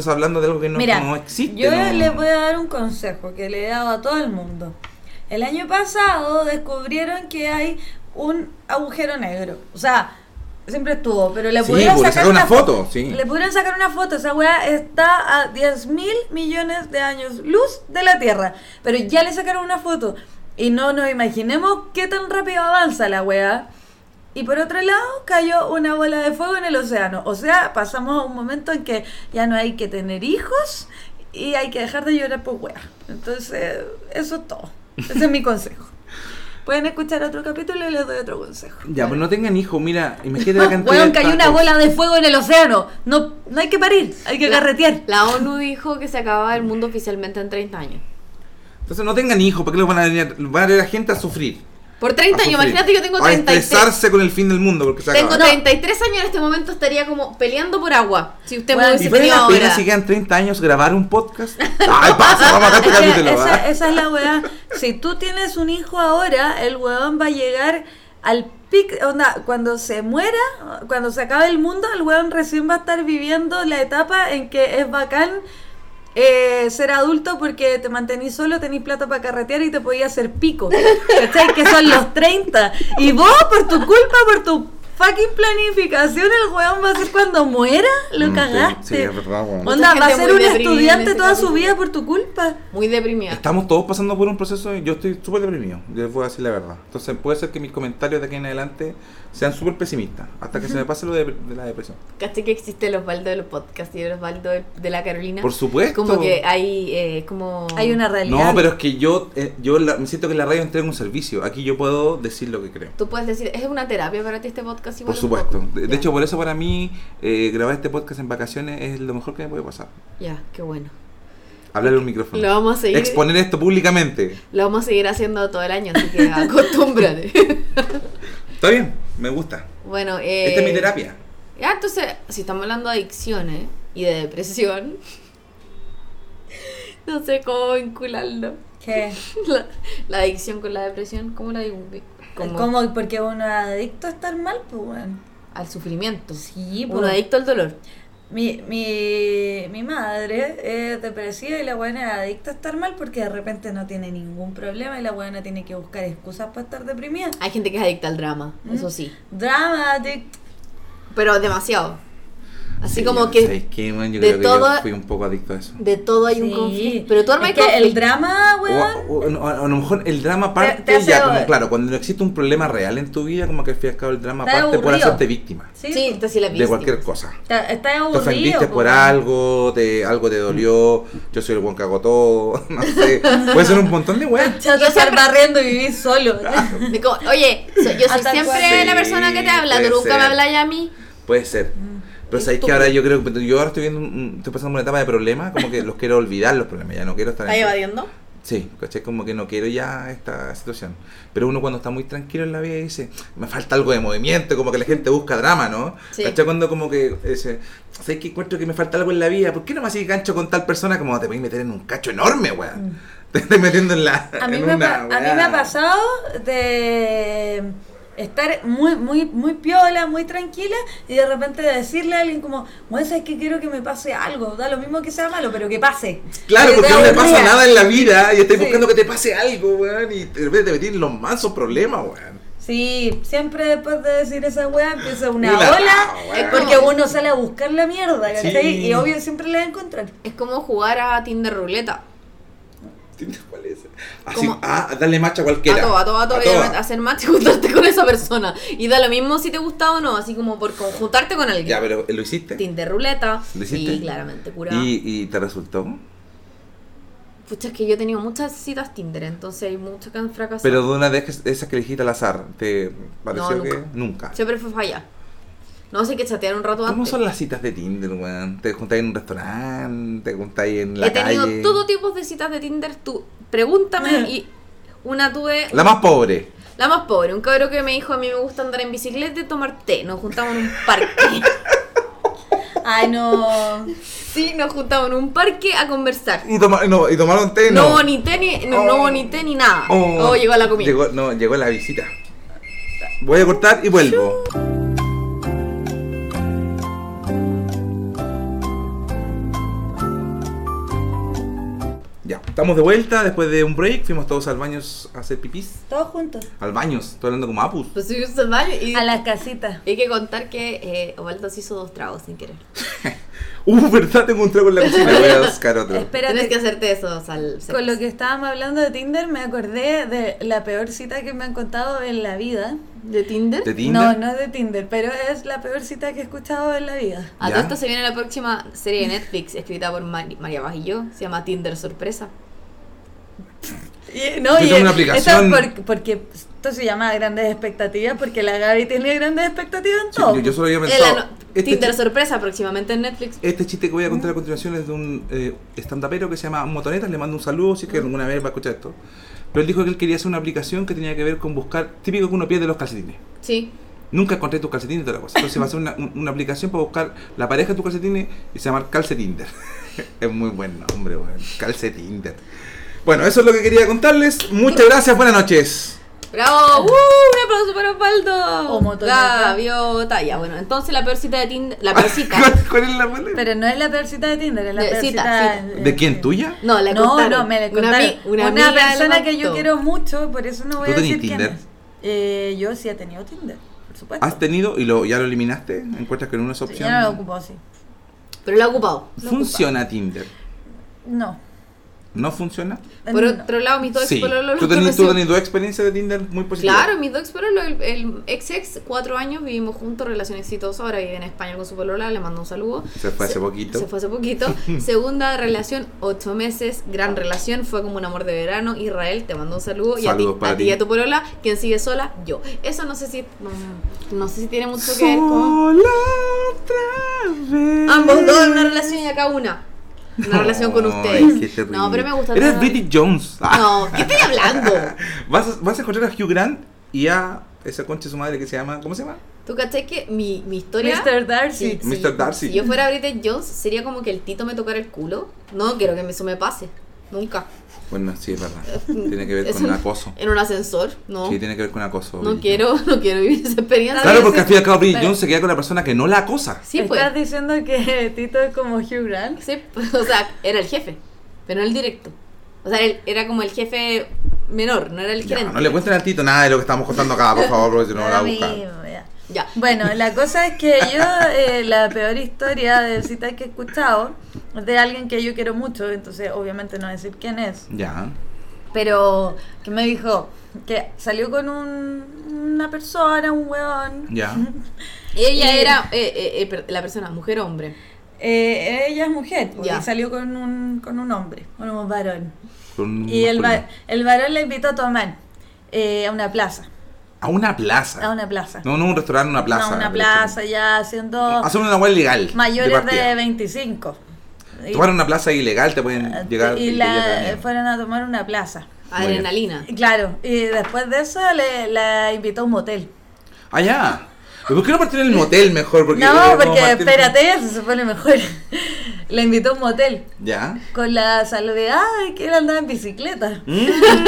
que no,
Mira,
no existe?
Yo
no.
les voy a dar un consejo que le he dado a todo el mundo. El año pasado descubrieron que hay un agujero negro. O sea, siempre estuvo, pero le pudieron sacar
una foto. Sí.
Le pudieron sacar una foto. Esa weá está a 10.000 millones de años luz de la Tierra. Pero ya le sacaron una foto. Y no nos imaginemos qué tan rápido avanza la weá. Y por otro lado, cayó una bola de fuego en el océano. O sea, pasamos a un momento en que ya no hay que tener hijos y hay que dejar de llorar por weá. Entonces, eso es todo. Ese es mi consejo. Pueden escuchar otro capítulo y les doy otro consejo.
Ya, pues no tengan hijos, mira, imagínate la cantidad
Weón, cayó una bola de fuego en el océano. No hay que parir, hay que carretear.
La ONU dijo que se acababa el mundo oficialmente en 30 años.
Entonces no tengan hijos, ¿para qué los van a venir? Van a ver a la gente a sufrir.
Por 30 años, imagínate, yo tengo 33.
A estresarse con el fin del mundo porque se acaba.
Tengo 33 años, en este momento estaría como peleando por agua. Si usted me hubiese
¿y vale
tenido
la pena
ahora?
si quedan 30 años grabar un podcast? ¡Ay, pasa! Vamos a este capítulo,
esa es la weá. Si tú tienes un hijo ahora, el weón va a llegar al pic, onda, cuando se muera, cuando se acabe el mundo, el weón recién va a estar viviendo la etapa en que es bacán ser adulto porque te mantenís solo, tenís plata para carretear y te podías hacer pico, ¿cachai? Que son los 30 y vos por tu culpa, por tu fucking planificación, el weón va a ser cuando muera, lo cagaste.
Sí, es verdad, weón.
Onda, va a
Mucha gente
ser
muy
un
deprimida
estudiante
en este
toda su
capítulo.
vida por tu culpa.
Muy deprimida.
Estamos todos pasando por un proceso y yo estoy súper deprimido, les voy a decir la verdad. Entonces puede ser que mis comentarios de aquí en adelante sean súper pesimistas, hasta que se me pase lo de la depresión.
¿Caché que existe el Osvaldo de los podcasts y el Osvaldo de la Carolina?
Por supuesto.
Como que hay como...
Hay una realidad.
No, pero es que yo me siento que en la radio entrego un servicio. Aquí yo puedo decir lo que creo.
Tú puedes decir, ¿es una terapia para ti este podcast? Igual
Por supuesto. De hecho, por eso para mí grabar este podcast en vacaciones es lo mejor que me puede pasar.
Ya, qué bueno.
Hablarle un micrófono.
Lo vamos a seguir.
Exponer esto públicamente.
Lo vamos a seguir haciendo todo el año, así que acostúmbrate.
Está bien, me gusta.
Bueno,
Esta es mi terapia.
Ya, entonces, si estamos hablando de adicciones y de depresión, no sé cómo vincularlo.
¿Qué?
La adicción con la depresión, ¿cómo la digo?
¿Cómo? Porque uno es adicto a estar mal, pues bueno.
Al sufrimiento.
Sí,
Uno adicto al dolor.
Mi madre es depresiva y la buena es adicta a estar mal porque de repente no tiene ningún problema y la buena tiene que buscar excusas para estar deprimida.
Hay gente que es adicta al drama, eso sí.
Drama addict.
Pero demasiado. Así
Sí,
como que
¿sabes qué, man? Yo
de
creo que
todo-
yo fui un poco adicto a eso.
de todo hay un
Sí.
conflicto. Pero tú armas
Es que el drama, weón.
O a lo mejor el drama parte
te hace-
ya, como claro, cuando no existe un problema real en tu vida, como que al fin y al cabo el drama
Está
parte por
aburrido.
hacerte víctima
Sí, entonces la
de cualquier cosa.
Está
Te
aburrido.
ofendiste por
po,
algo te dolió, yo soy el buen que hago todo, no sé, puede ser un montón de weas.
Chato
Yo
estar
siempre-
barriendo y vivir solo.
Oye, yo soy
Hasta
siempre
cuándo.
la persona que te habla,
Sí,
tú nunca
puede
me
ser.
hablas a mí.
Puede ser. Pero sabéis que ahora yo creo que yo ahora estoy viendo estoy pasando una etapa de problemas, como que los quiero olvidar los problemas, ya no quiero estar
¿Estás evadiendo?
Sí, ¿cachai? Como que no quiero ya esta situación. Pero uno cuando está muy tranquilo en la vida dice, me falta algo de movimiento, como que la gente busca drama, ¿no?
Sí.
¿Cachai? Cuando como que dice, ¿sabes qué encuentro que me falta algo en la vida? ¿Por qué no me haces gancho con tal persona? Como te voy a meter en un cacho enorme, weón. Te estoy metiendo en la...
A mí,
en
me,
una,
a mí me ha pasado de estar muy piola, muy tranquila y de repente decirle a alguien como, bueno, ¿sabes qué? Quiero que me pase algo, da lo mismo que sea malo, pero que pase.
Claro, porque no le pasa
nada
nada en la vida y estoy
Sí.
buscando que te pase algo, weón, y de repente te metí en los mansos problemas, weón.
Sí, siempre después de decir esa weá empieza una
Una
ola,
weá.
porque uno sale a buscar la mierda, ¿cachai?
Sí.
Y obvio siempre la va a encontrar.
Es como jugar a Tinder ruleta.
¿Cuál es? Así,
¿Cómo?
darle match a cualquiera.
A todo, obviamente, hacer match y juntarte con esa persona. Y da lo mismo si te gusta o no, así como por juntarte con alguien.
Ya, pero ¿lo hiciste?
Tinder ruleta.
¿Lo hiciste?
Sí, claramente, curado.
¿Y te resultó?
Pucha, es que yo he tenido muchas citas Tinder, entonces hay muchas que han fracasado.
Pero de una de esas que elegiste al azar, ¿te pareció
No,
que
nunca.
nunca?
Siempre fue fallar. No sé, que chatear un rato
¿Cómo
antes.
son las citas de Tinder, weón? ¿Te juntáis en un restaurante? ¿Te juntáis en la
He tenido
calle?
todo tipo de citas de Tinder. Tú, pregúntame y una tuve...
La más pobre.
La más pobre, un cabrón que me dijo: a mí me gusta andar en bicicleta y tomar té. Nos juntamos en un parque.
Ay, no.
Sí, nos juntamos en un parque a conversar.
¿Y tomaron té?
No hubo ni té ni, no hubo ni té ni nada. Oh, llegó la comida.
Llegó la visita. Voy a cortar y vuelvo. Ya, estamos de vuelta después de un break. Fuimos todos al baño a hacer pipís.
Todos juntos.
Al baño, estoy hablando como Apus.
Pues subimos al baño y
A las casitas.
hay que contar que Osvaldo se hizo 2 tragos sin querer.
¿Verdad? Tengo un trago en la cocina. Voy a buscar otro.
Espérate,
Tienes que hacerte eso al sexo.
con lo que estábamos hablando de Tinder me acordé de la peor cita que me han contado en la vida.
¿De Tinder?
¿De Tinder?
No es de Tinder, pero es la peor cita que he escuchado en la vida.
A
¿Ya?
todo esto se viene la próxima serie de Netflix escrita por María Bajillo. Se llama Tinder Sorpresa.
Y, no,
Yo
y
tengo una aplicación.
esto porque esto se llama Grandes Expectativas, porque la Gaby tiene grandes expectativas en
Sí,
todo.
yo solo había
La
pensado.
Tinder Sorpresa próximamente en Netflix.
Este chiste que voy a contar a continuación es de un stand-upero que se llama Motonetas. Le mando un saludo si es que alguna vez va a escuchar esto. Pero él dijo que él quería hacer una aplicación que tenía que ver con buscar, típico que uno pierde los calcetines.
Sí.
Nunca encontré tus calcetines y toda la cosa. Entonces va a ser una aplicación para buscar la pareja de tus calcetines y se llama Calcetinder. Es muy buen nombre, weón. Calcetinder. Bueno, eso es lo que quería contarles. Muchas gracias, buenas noches.
¡Bravo! ¡Un aplauso para Osvaldo!
O motoneta.
Gaviota. Ya, bueno, entonces la peor cita de Tinder. La peor cita.
¿Cuál es la buena?
Pero no es la peor cita de Tinder, es la
De
peor
cita,
cita.
¿De quién? ¿Tuya?
No, la
No,
contaron.
no, me la
Una
contaron.
una
Una
amiga
persona
la
que yo
contó.
quiero mucho, por eso no voy
¿Tú
a
tenías
decir quién
Tinder?
es. Yo sí he tenido Tinder, por supuesto.
¿Has tenido y ya lo eliminaste? ¿Encuentras que no es opción?
Ya no lo ocupo así.
Pero lo ha ocupado.
¿Funciona Tinder?
No.
¿No funciona?
Por
No.
otro lado, mis dos
Sí.
expololos
¿Tú
los
tenías
conocí.
dos experiencias de Tinder muy positivas?
Claro, mis dos expololos, el ex 4 años, vivimos juntos, relación exitosa, ahora vive en España con su polola, le mando un saludo.
Se fue hace poquito.
Se fue hace poquito. Segunda relación, 8 meses, gran relación, fue como un amor de verano. Israel, te mando un saludo.
Saludos para
a ti
ti.
y a tu polola, quien sigue sola, yo. Eso no sé si tiene mucho que ver con...
Sola otra vez.
Ambos dos en una relación y acá una. Una relación con
Ay,
ustedes.
qué terrible.
No, pero me gusta.
Eres
todo.
Bridget Jones.
No, ¿qué estoy hablando?
Vas a encontrar a Hugh Grant y a esa concha de su madre que se llama. ¿Cómo se llama?
¿Tú cachai que mi historia...
Mr. Darcy.
Sí,
Mr. Darcy.
Si yo fuera Bridget Jones, sería como que el Tito me tocara el culo. No quiero que eso me pase. Nunca.
Bueno, sí, es verdad. Tiene que ver
Es
con
un-
acoso.
En un ascensor, no.
Sí, tiene que ver con acoso.
No
Bridget Jones.
quiero vivir esa experiencia.
Claro, porque al fin y al cabo Bridget
Pero-
Jones se queda con la persona que no la acosa.
Sí, pues.
¿Estás diciendo que Tito es como Hugh Grant?
Sí, pues, o sea, era el jefe, pero no el directo. O sea, él era como el jefe menor, no era el
Ya,
gerente.
no le cuenten al Tito nada de lo que estamos contando acá, por favor, porque si no lo va a
Lo
buscar.
mismo, ya.
Ya.
Bueno, la cosa es que yo, la peor historia de citas que he escuchado es de alguien que yo quiero mucho, entonces obviamente no voy a decir quién es,
Ya.
pero que me dijo que salió con una persona, un weón.
Ya.
Ella
Y-
era la persona, mujer o hombre.
Ella es mujer, pues,
Ya.
y salió con un hombre, con un varón.
Con un
Y el
masculino.
varón la invitó a tomar a una plaza.
A una plaza.
A una plaza.
No, un restaurante, una plaza.
No, una plaza ya siendo
Hacer una web legal.
mayores de
partida.
25.
Tomar una plaza ilegal te pueden llegar.
Y
llegar
fueron a tomar una plaza.
Adrenalina.
Claro, y después de eso la invitó a un motel.
Ah, ya. ¿Y por qué no partir en el motel mejor? Porque
No,
como
porque
partir-
espérate, eso se pone mejor. La invitó a un motel
Ya.
con la salvedad de que él andaba en bicicleta.
Mm.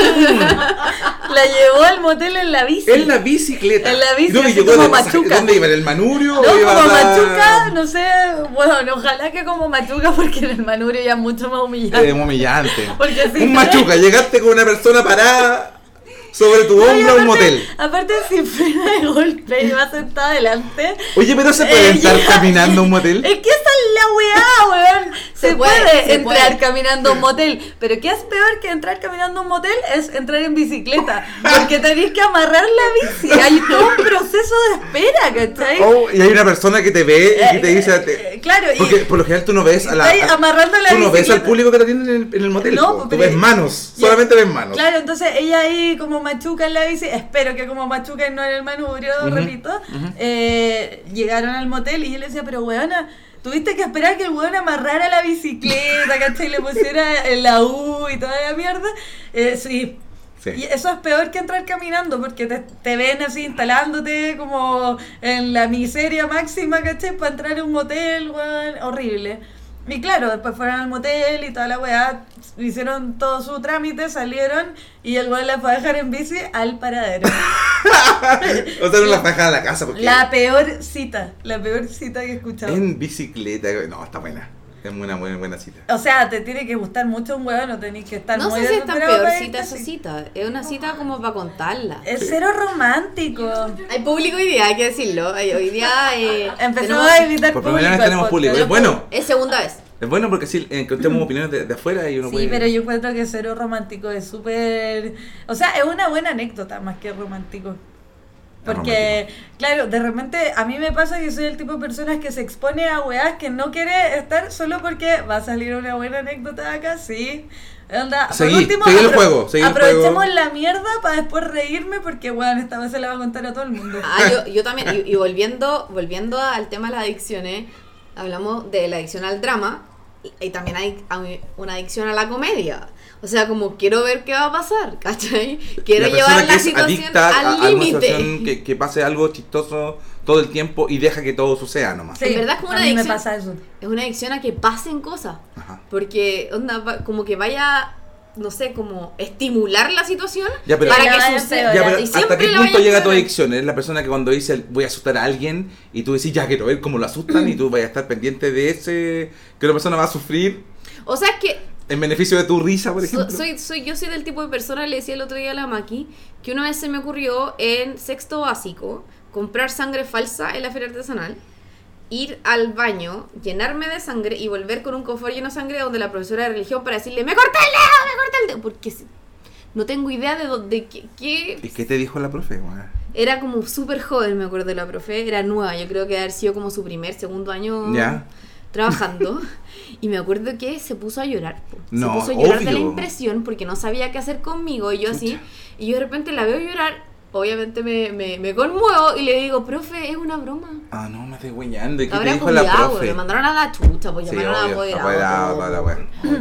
La llevó al motel en la bici.
En la bicicleta.
En la bici,
¿Y dónde
así
llegó
como
de pasaje?
Machuca.
¿Dónde iba? ¿En el Manurio?
No,
o iba
como
a-
Machuca, no sé, bueno, ojalá que como Machuca, porque en el Manubrio ya es mucho más humillante.
Humillante.
Porque sí.
Un Machuca, llegaste con una persona parada, sobre tu hombro a un motel.
Aparte, si frena de golpe y va sentado adelante.
Oye, pero se puede estar caminando a un motel.
Es que esa es la weá, weón. Se puede entrar caminando a un motel. Pero ¿qué es peor que entrar caminando a un motel? Es entrar en bicicleta. Porque tenés que amarrar la bici. Hay todo un proceso de espera, ¿cachai?
Oh, y hay una persona que te ve y que te dice.
Claro,
porque por lo general tú no ves
amarrando la
tú no ves
bicicleta.
al público que te atiende en el motel.
No,
tú ves manos, solamente ves manos.
Claro, entonces ella ahí como machuca en la bici, espero que como machuca y no en el manubrio, repito, llegaron al motel y yo le decía, pero weona, tuviste que esperar que el weón amarrara la bicicleta, ¿cachai? Y le pusiera la U y toda la mierda. Sí. Y eso es peor que entrar caminando, porque te ven así instalándote como en la miseria máxima, ¿cachai? Para entrar a un motel, weón, horrible. Y claro, después fueron al motel y toda la weá, hicieron todo su trámite, salieron y el weón la fue a dejar en bici al paradero.
O sea, no la fue a dejar a la casa. Porque
la peor cita que he escuchado.
En bicicleta, no, está buena. Es una buena cita.
O sea, te tiene que gustar mucho un weón, no tenés que estar
no
muy
sé si es tan peor cita
esa
cita. Es una cita como para contarla.
Es cero romántico.
Hay público hoy día, hay que decirlo. Hoy día
empezamos a invitar
por
público.
Por primera vez tenemos público. Es bueno.
Es segunda vez.
Es bueno porque sí, encontramos opiniones de afuera y uno puede...
Sí, pero yo encuentro que cero romántico es súper... O sea, es una buena anécdota más que romántico. Porque, claro, de repente a mí me pasa que soy el tipo de personas que se expone a weas que no quiere estar solo porque va a salir una buena anécdota de acá, sí. Onda, por último, aprovechemos la mierda para después reírme porque, bueno, esta vez se la va a contar a todo el mundo.
Yo también, y volviendo al tema de las adicciones, hablamos de la adicción al drama y también hay una adicción a la comedia. O sea, como quiero ver qué va a pasar, ¿cachai? Quiero llevar la situación al límite.
Que pase algo chistoso todo el tiempo y deja que todo suceda nomás.
Sí, en verdad es como una
adicción.
A mí
me pasa eso.
Es una adicción a que pasen cosas.
Ajá.
Porque, onda, como que vaya, no sé, como estimular la situación
ya, pero,
para que suceda.
Ya, pero
y
¿hasta qué punto llega tu adicción? Es la persona que cuando dice voy a asustar a alguien y tú decís ya quiero ver cómo lo asustan y tú vas a estar pendiente de ese que la persona va a sufrir.
O sea, es que
en beneficio de tu risa, por ejemplo.
Yo soy del tipo de persona, le decía el otro día a la Maki, que una vez se me ocurrió en sexto básico comprar sangre falsa en la feria artesanal, ir al baño, llenarme de sangre y volver con un cofre lleno de sangre donde la profesora de religión para decirle ¡me corté el dedo! Porque no tengo idea de qué...
¿Y qué te dijo la profe? Bueno.
Era como súper joven, me acuerdo de la profe, era nueva, yo creo que haber sido como su segundo año...
Ya.
Trabajando y me acuerdo que se puso a llorar.
No,
se puso a llorar
obvio.
de la impresión porque no sabía qué hacer conmigo y yo así, y yo de repente la veo llorar, obviamente me conmuevo y le digo, profe, es una broma.
Ah, no, me estoy güeyando. ¿Y qué te
Ahora
dijo la profe?
Me mandaron a la chucha, pues llamaron a la apoderado.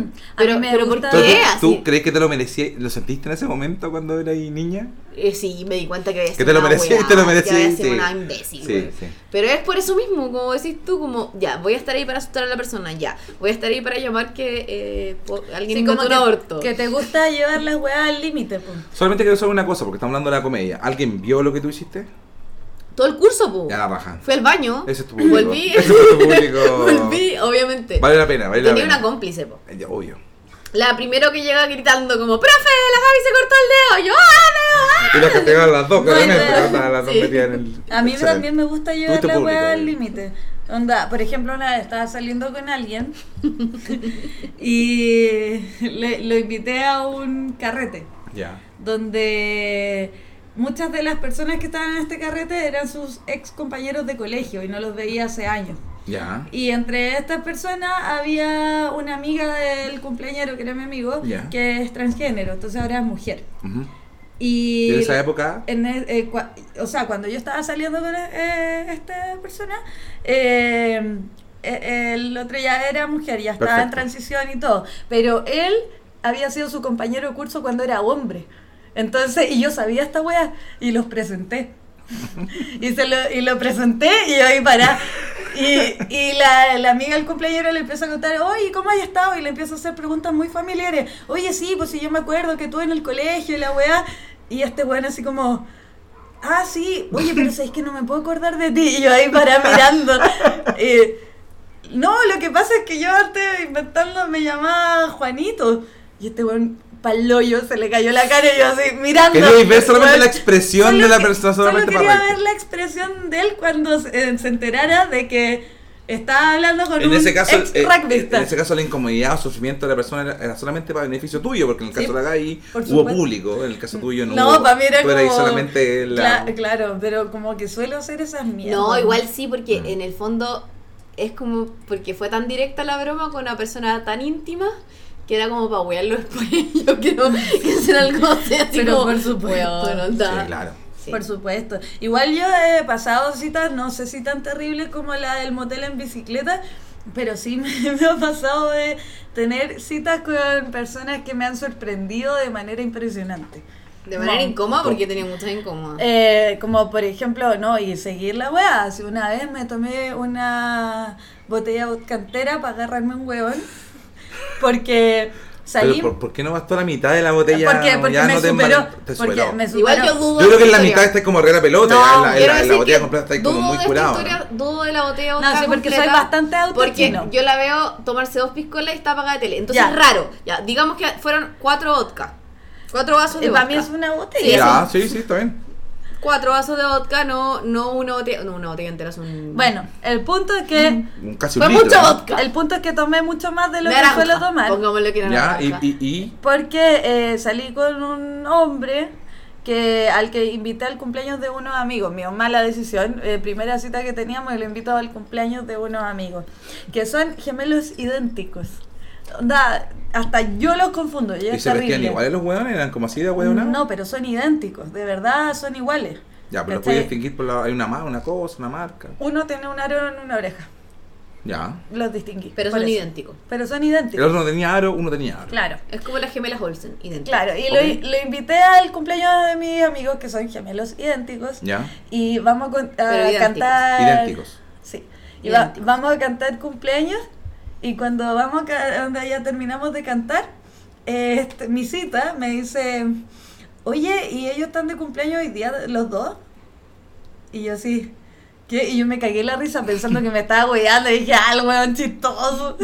Pero ¿por qué?
¿Tú crees que te lo merecías? ¿Lo sentiste en ese momento cuando eras niña?
Sí, me di cuenta que
te lo merecías, te lo merecías.
Sí. Una imbécil, sí. Pero es por eso mismo, como decís tú, como ya, voy a estar ahí para asustar a la persona, ya, voy a estar ahí para llamar que alguien inventó un aborto.
Que te gusta llevar las weas al límite, pues.
Solamente quiero saber una cosa, porque estamos hablando de la comedia. ¿Alguien vio lo que tú hiciste?
Todo el curso, po.
Ya la raja.
Fui al baño.
Ese es tu público.
Volví.
Ese fue tu público.
Volví, obviamente.
Vale la pena,
Tenía una cómplice, po.
Obvio.
La primero que llega gritando como, profe, la Gaby se cortó el dedo. Yo, ¡ah,
y las que pegaban las dos, claramente.
Bueno,
Las dos metían en el...
A mí también me gusta llevar la
público,
wea al límite. Onda, por ejemplo, una vez estaba saliendo con alguien y lo invité a un carrete.
Ya.
Donde muchas de las personas que estaban en este carrete eran sus ex compañeros de colegio y no los veía hace años.
Ya.
Y entre estas personas había una amiga del cumpleañero que era mi amigo, que es transgénero, entonces ahora es mujer.
Uh-huh.
Y
en esa época,
o sea, cuando yo estaba saliendo con esta persona, el otro ya era mujer, ya estaba en transición y todo, pero él había sido su compañero de curso cuando era hombre. Entonces, y yo sabía esta wea y los presenté. y lo presenté y yo ahí pará. Y la amiga del cumpleañero le empieza a contar, oye, ¿cómo has estado? Y le empieza a hacer preguntas muy familiares. Oye, sí, pues si yo me acuerdo que tú en el colegio y la weá. Y este weón así como, ah, sí, oye, pero sabes que no me puedo acordar de ti. Y yo ahí pará mirando. No, lo que pasa es que yo antes inventando me llamaba Juanito. Y este weón paloyo, se le cayó la cara y yo así mirando.
Quería ver solamente
Weón,
la expresión de la persona, solamente
solo
para
quería
reírte.
ver la expresión de él cuando se enterara de que estaba hablando con
En
un
ese caso,
ex rugbyista.
en ese caso la incomodidad o sufrimiento de la persona era solamente para beneficio tuyo, porque en el caso
Sí,
de la Gaby
por
hubo
supuesto.
público, en el caso tuyo no
No,
hubo.
para mí era
Tú eras
como...
solamente la...
Claro, pero como que suelo hacer esas mierdas.
No, igual sí, porque en el fondo es como porque fue tan directa la broma con una persona tan íntima que era como para wearlo después. Yo quiero que hacer algo así,
Pero
como,
por supuesto.
weón, onda.
Sí, claro.
Sí.
Por supuesto. Igual yo he pasado citas, no sé si tan terribles como la del motel en bicicleta, pero sí me ha pasado de tener citas con personas que me han sorprendido de manera impresionante.
De manera
No.
incómoda porque tenía muchas incómodas.
Como por ejemplo, no, y seguir la weá. Si una vez me tomé una botella vodka entera para agarrarme un huevón, porque salí...
Pero ¿por qué no bastó la mitad de la botella?
Porque
ya
me
no te
superó.
te
Porque
superó.
me superó.
Igual yo dudo.
Yo creo que en
de
la
esta
mitad
historia.
está como re la pelota,
No,
ya
quiero
en
decir
la botella
que
completa está como
dudo
muy
de esta
curado.
historia, dudo de la botella
No,
vodka
sí, porque
completa,
soy bastante autoquino.
Porque yo la veo tomarse 2 piscolas y está apagada de tele. Entonces
Ya.
es raro. Ya, digamos que fueron 4 vodka. 4 vasos de
Para
vodka.
mí es una
Sí,
botella.
Ya, sí, está bien.
4 vasos de vodka, no una botella. No, una botella entera son.
Bueno, el punto es que...
Casi
Fue
un litro.
mucho vodka.
El punto es que tomé mucho más de lo que
Naranja,
suelo tomar.
pongámosle que era
Ya,
naranja.
y
Porque salí con un hombre al que invité al cumpleaños de unos amigos. Mi mala decisión. Primera cita que teníamos y lo invito al cumpleaños de unos amigos. Que son gemelos idénticos. Onda, hasta yo los confundo. Y
¿Y
es
se vestían
terrible.
iguales los hueones? ¿Eran como así de hueonados?
No, pero son idénticos. De verdad son iguales.
Ya, pero los
¿Cachai?
puedes distinguir por hay una cosa, una marca.
Uno tiene un aro en una oreja.
Ya.
Los distinguí.
Pero
por
son
eso.
idénticos.
Pero son
El
idénticos.
otro no tenía aro, uno tenía aro.
Claro.
Es como las gemelas Olsen, idénticas.
Claro, y
Ok.
lo invité al cumpleaños de mis amigos que son gemelos idénticos.
Ya.
Y vamos a
Pero idénticos.
cantar.
Idénticos.
Sí. Y
Idénticos.
vamos a cantar cumpleaños. Y cuando vamos donde ya terminamos de cantar, mi cita me dice: oye, ¿y ellos están de cumpleaños hoy día los dos? Y yo así, ¿qué? Y yo me cagué la risa pensando que me estaba hueando. Y dije, el weón chistoso.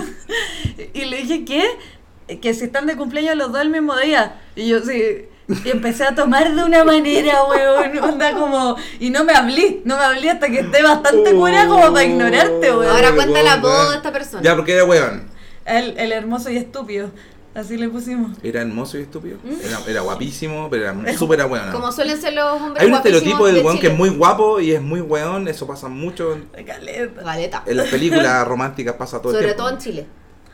Y le dije, ¿qué? Que si están de cumpleaños los dos el mismo día. Y yo sí. Y empecé a tomar de una manera, weón. Onda como. Y no me hablé hasta que esté bastante curada como para ignorarte, weón.
Ahora
Qué
cuenta el
weón,
apodo
weón.
de esta persona.
Ya, porque era hueón.
El hermoso y estúpido. Así le pusimos.
Era hermoso y estúpido. Era guapísimo, pero era súper hueón.
Como suelen ser los hombres
Hay un
guapísimos
estereotipo del
de
hueón que
Chile.
es muy guapo y es muy hueón. Eso pasa mucho
Caleta.
Galeta.
en las películas románticas, pasa todo el
Sobre
tiempo.
todo en Chile.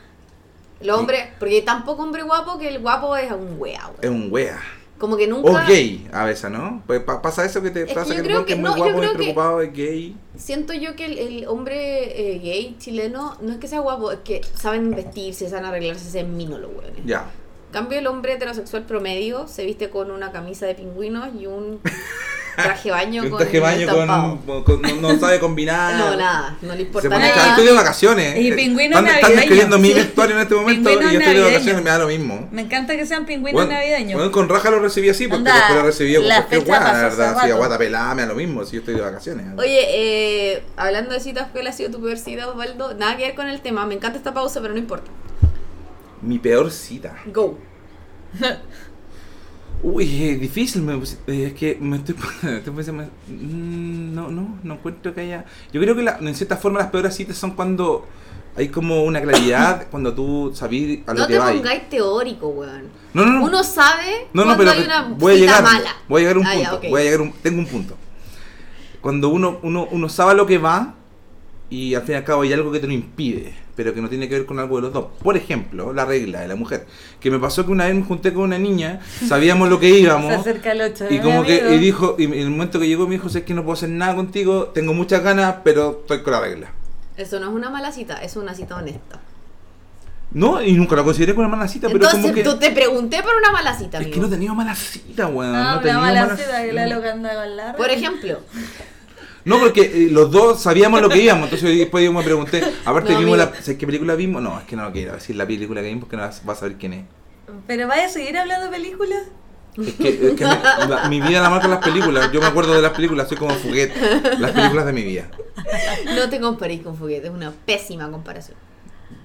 Los hombres, porque hay tan poco hombre guapo que el guapo es un wea.
Es un wea.
Como que nunca.
O gay, a veces, ¿no? Pues pasa eso que te
Es que
pasa
yo
que el
creo
hueón que es
que-
muy
no, yo
guapo y
creo que-
preocupado es gay.
Siento yo que el hombre gay chileno no es que sea guapo, es que saben vestirse, saben arreglarse, se mino los hueones.
Ya.
En cambio, el hombre heterosexual promedio se viste con una camisa de pingüinos y un traje de baño
Un
con
traje de baño
estampado.
no sabe combinar.
No, nada, no le
Se
importa
pone
nada.
chaval, estoy de vacaciones.
Y pingüino
Están
navideño.
describiendo mi
Sí.
vestuario en este momento
Pingüino
y yo estoy de
navideño.
vacaciones, me da lo mismo.
Me encanta que sean pingüinos
Bueno,
navideños.
bueno, con raja lo recibí así, porque
Anda,
después lo recibí con
la
cualquier
fecha
guana, la
pasó hace
verdad. Si
rato.
aguata pelada, me da lo mismo, si yo estoy de vacaciones.
Oye, hablando de citas, ¿cuál ha sido tu peor cita, Osvaldo? Nada que ver con el tema, me encanta esta pausa, pero no importa.
Mi peor cita.
Go.
Uy, es difícil, es que me estoy pensando, no encuentro que haya... Yo creo que en cierta forma las peores citas son cuando hay como una claridad, cuando tú sabes a lo
No
que
te
vas.
pongáis teórico, weón.
No.
Uno sabe
No,
cuando
pero
hay una
voy a
cita
llegar,
mala.
voy a llegar a un
Ah,
punto,
ya, ok.
tengo un punto. Cuando uno sabe a lo que va y al fin y al cabo hay algo que te lo impide, pero que no tiene que ver con algo de los dos. Por ejemplo, la regla de la mujer. Que me pasó que una vez me junté con una niña, sabíamos lo que íbamos.
Se acerca el 8
Y como que y dijo, y en el momento que llegó me dijo, sé que no puedo hacer nada contigo, tengo muchas ganas, pero estoy con la regla.
Eso no es una mala cita, es una cita honesta.
No, y nunca la consideré como una mala cita, pero
Entonces,
como que...
tú te pregunté por una mala cita,
Es
amigo.
que no he tenido mala cita, weón.
No,
no he
una
tenido
mala
mala
cita que la loca anda con la
Por ejemplo,
No, porque los dos sabíamos lo que íbamos, entonces después yo me pregunté, aparte
No,
vimos
amigo.
¿sabes qué película vimos? No, es que no quiero decir la película que vimos porque no vas a saber quién es.
¿Pero vaya a seguir hablando de películas?
Es que mi vida la marcan las películas, yo me acuerdo de las películas, soy como Fuguet, las películas de mi vida.
no te comparéis con Fuguet, es una pésima comparación.